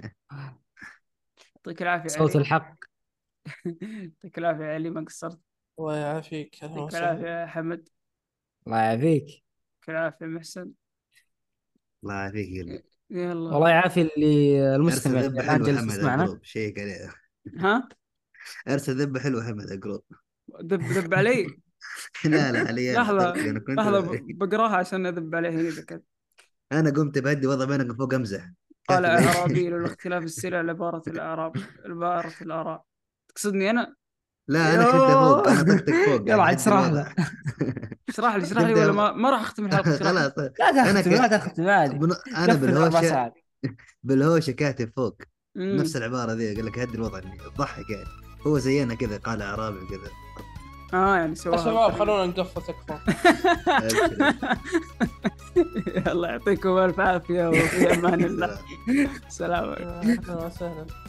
يعطيك العافية صوت علي. الحق. يعطيك العافية يا علي، ما قصرت. الله يعافيك، اهلا يعطيك العافية وسهلا. يا حمد. الله يعافيك. يعطيك العافية يا محسن. الله يعافيك قلبي. والله يلا. يعافي أرسل المستمع اللي ذبة الان حلوة جالس حمد على يسمعنا. الجروب، شيك عليه. ها. أرسل ذبة حلوة حمد على الجروب. دب علي. لا لا، علي أنا لحظة طلق، أنا كنت لحظة، بقراها عشان أذب عليه هنا إذا كان. أنا قمت بهدي وضع بينك فوق أمزح. قال كاتب إيه؟ أعرابي للاختلاف السلع لبارة الأعراب، لبارة الآراء. تقصدني أنا؟ لا أنا كنت فوق، يوه. أنا طقتك فوق قاعد يلا عاد أهدي اشرح الوضع. له. اشرح لي قمت ولا ما راح أختم الحلقة، اشرح لي. خلاص. لا أنا تختم لا تختم عادي. أنا قفل الاربع بالهوشة، ساعات بالهوشة كاتب فوق امم نفس العبارة ذي، قال لك هدي الوضع اللي تضحك يعني. هو زينا كذا، قال أعرابي وكذا. يعني يا سواها شباب بطريقة. خلونا نقفل تكفون. أبشر أبشر. يلا يعطيكم الف عافية وفي أمان الله. سلام. سلام. اهلا وسهلا.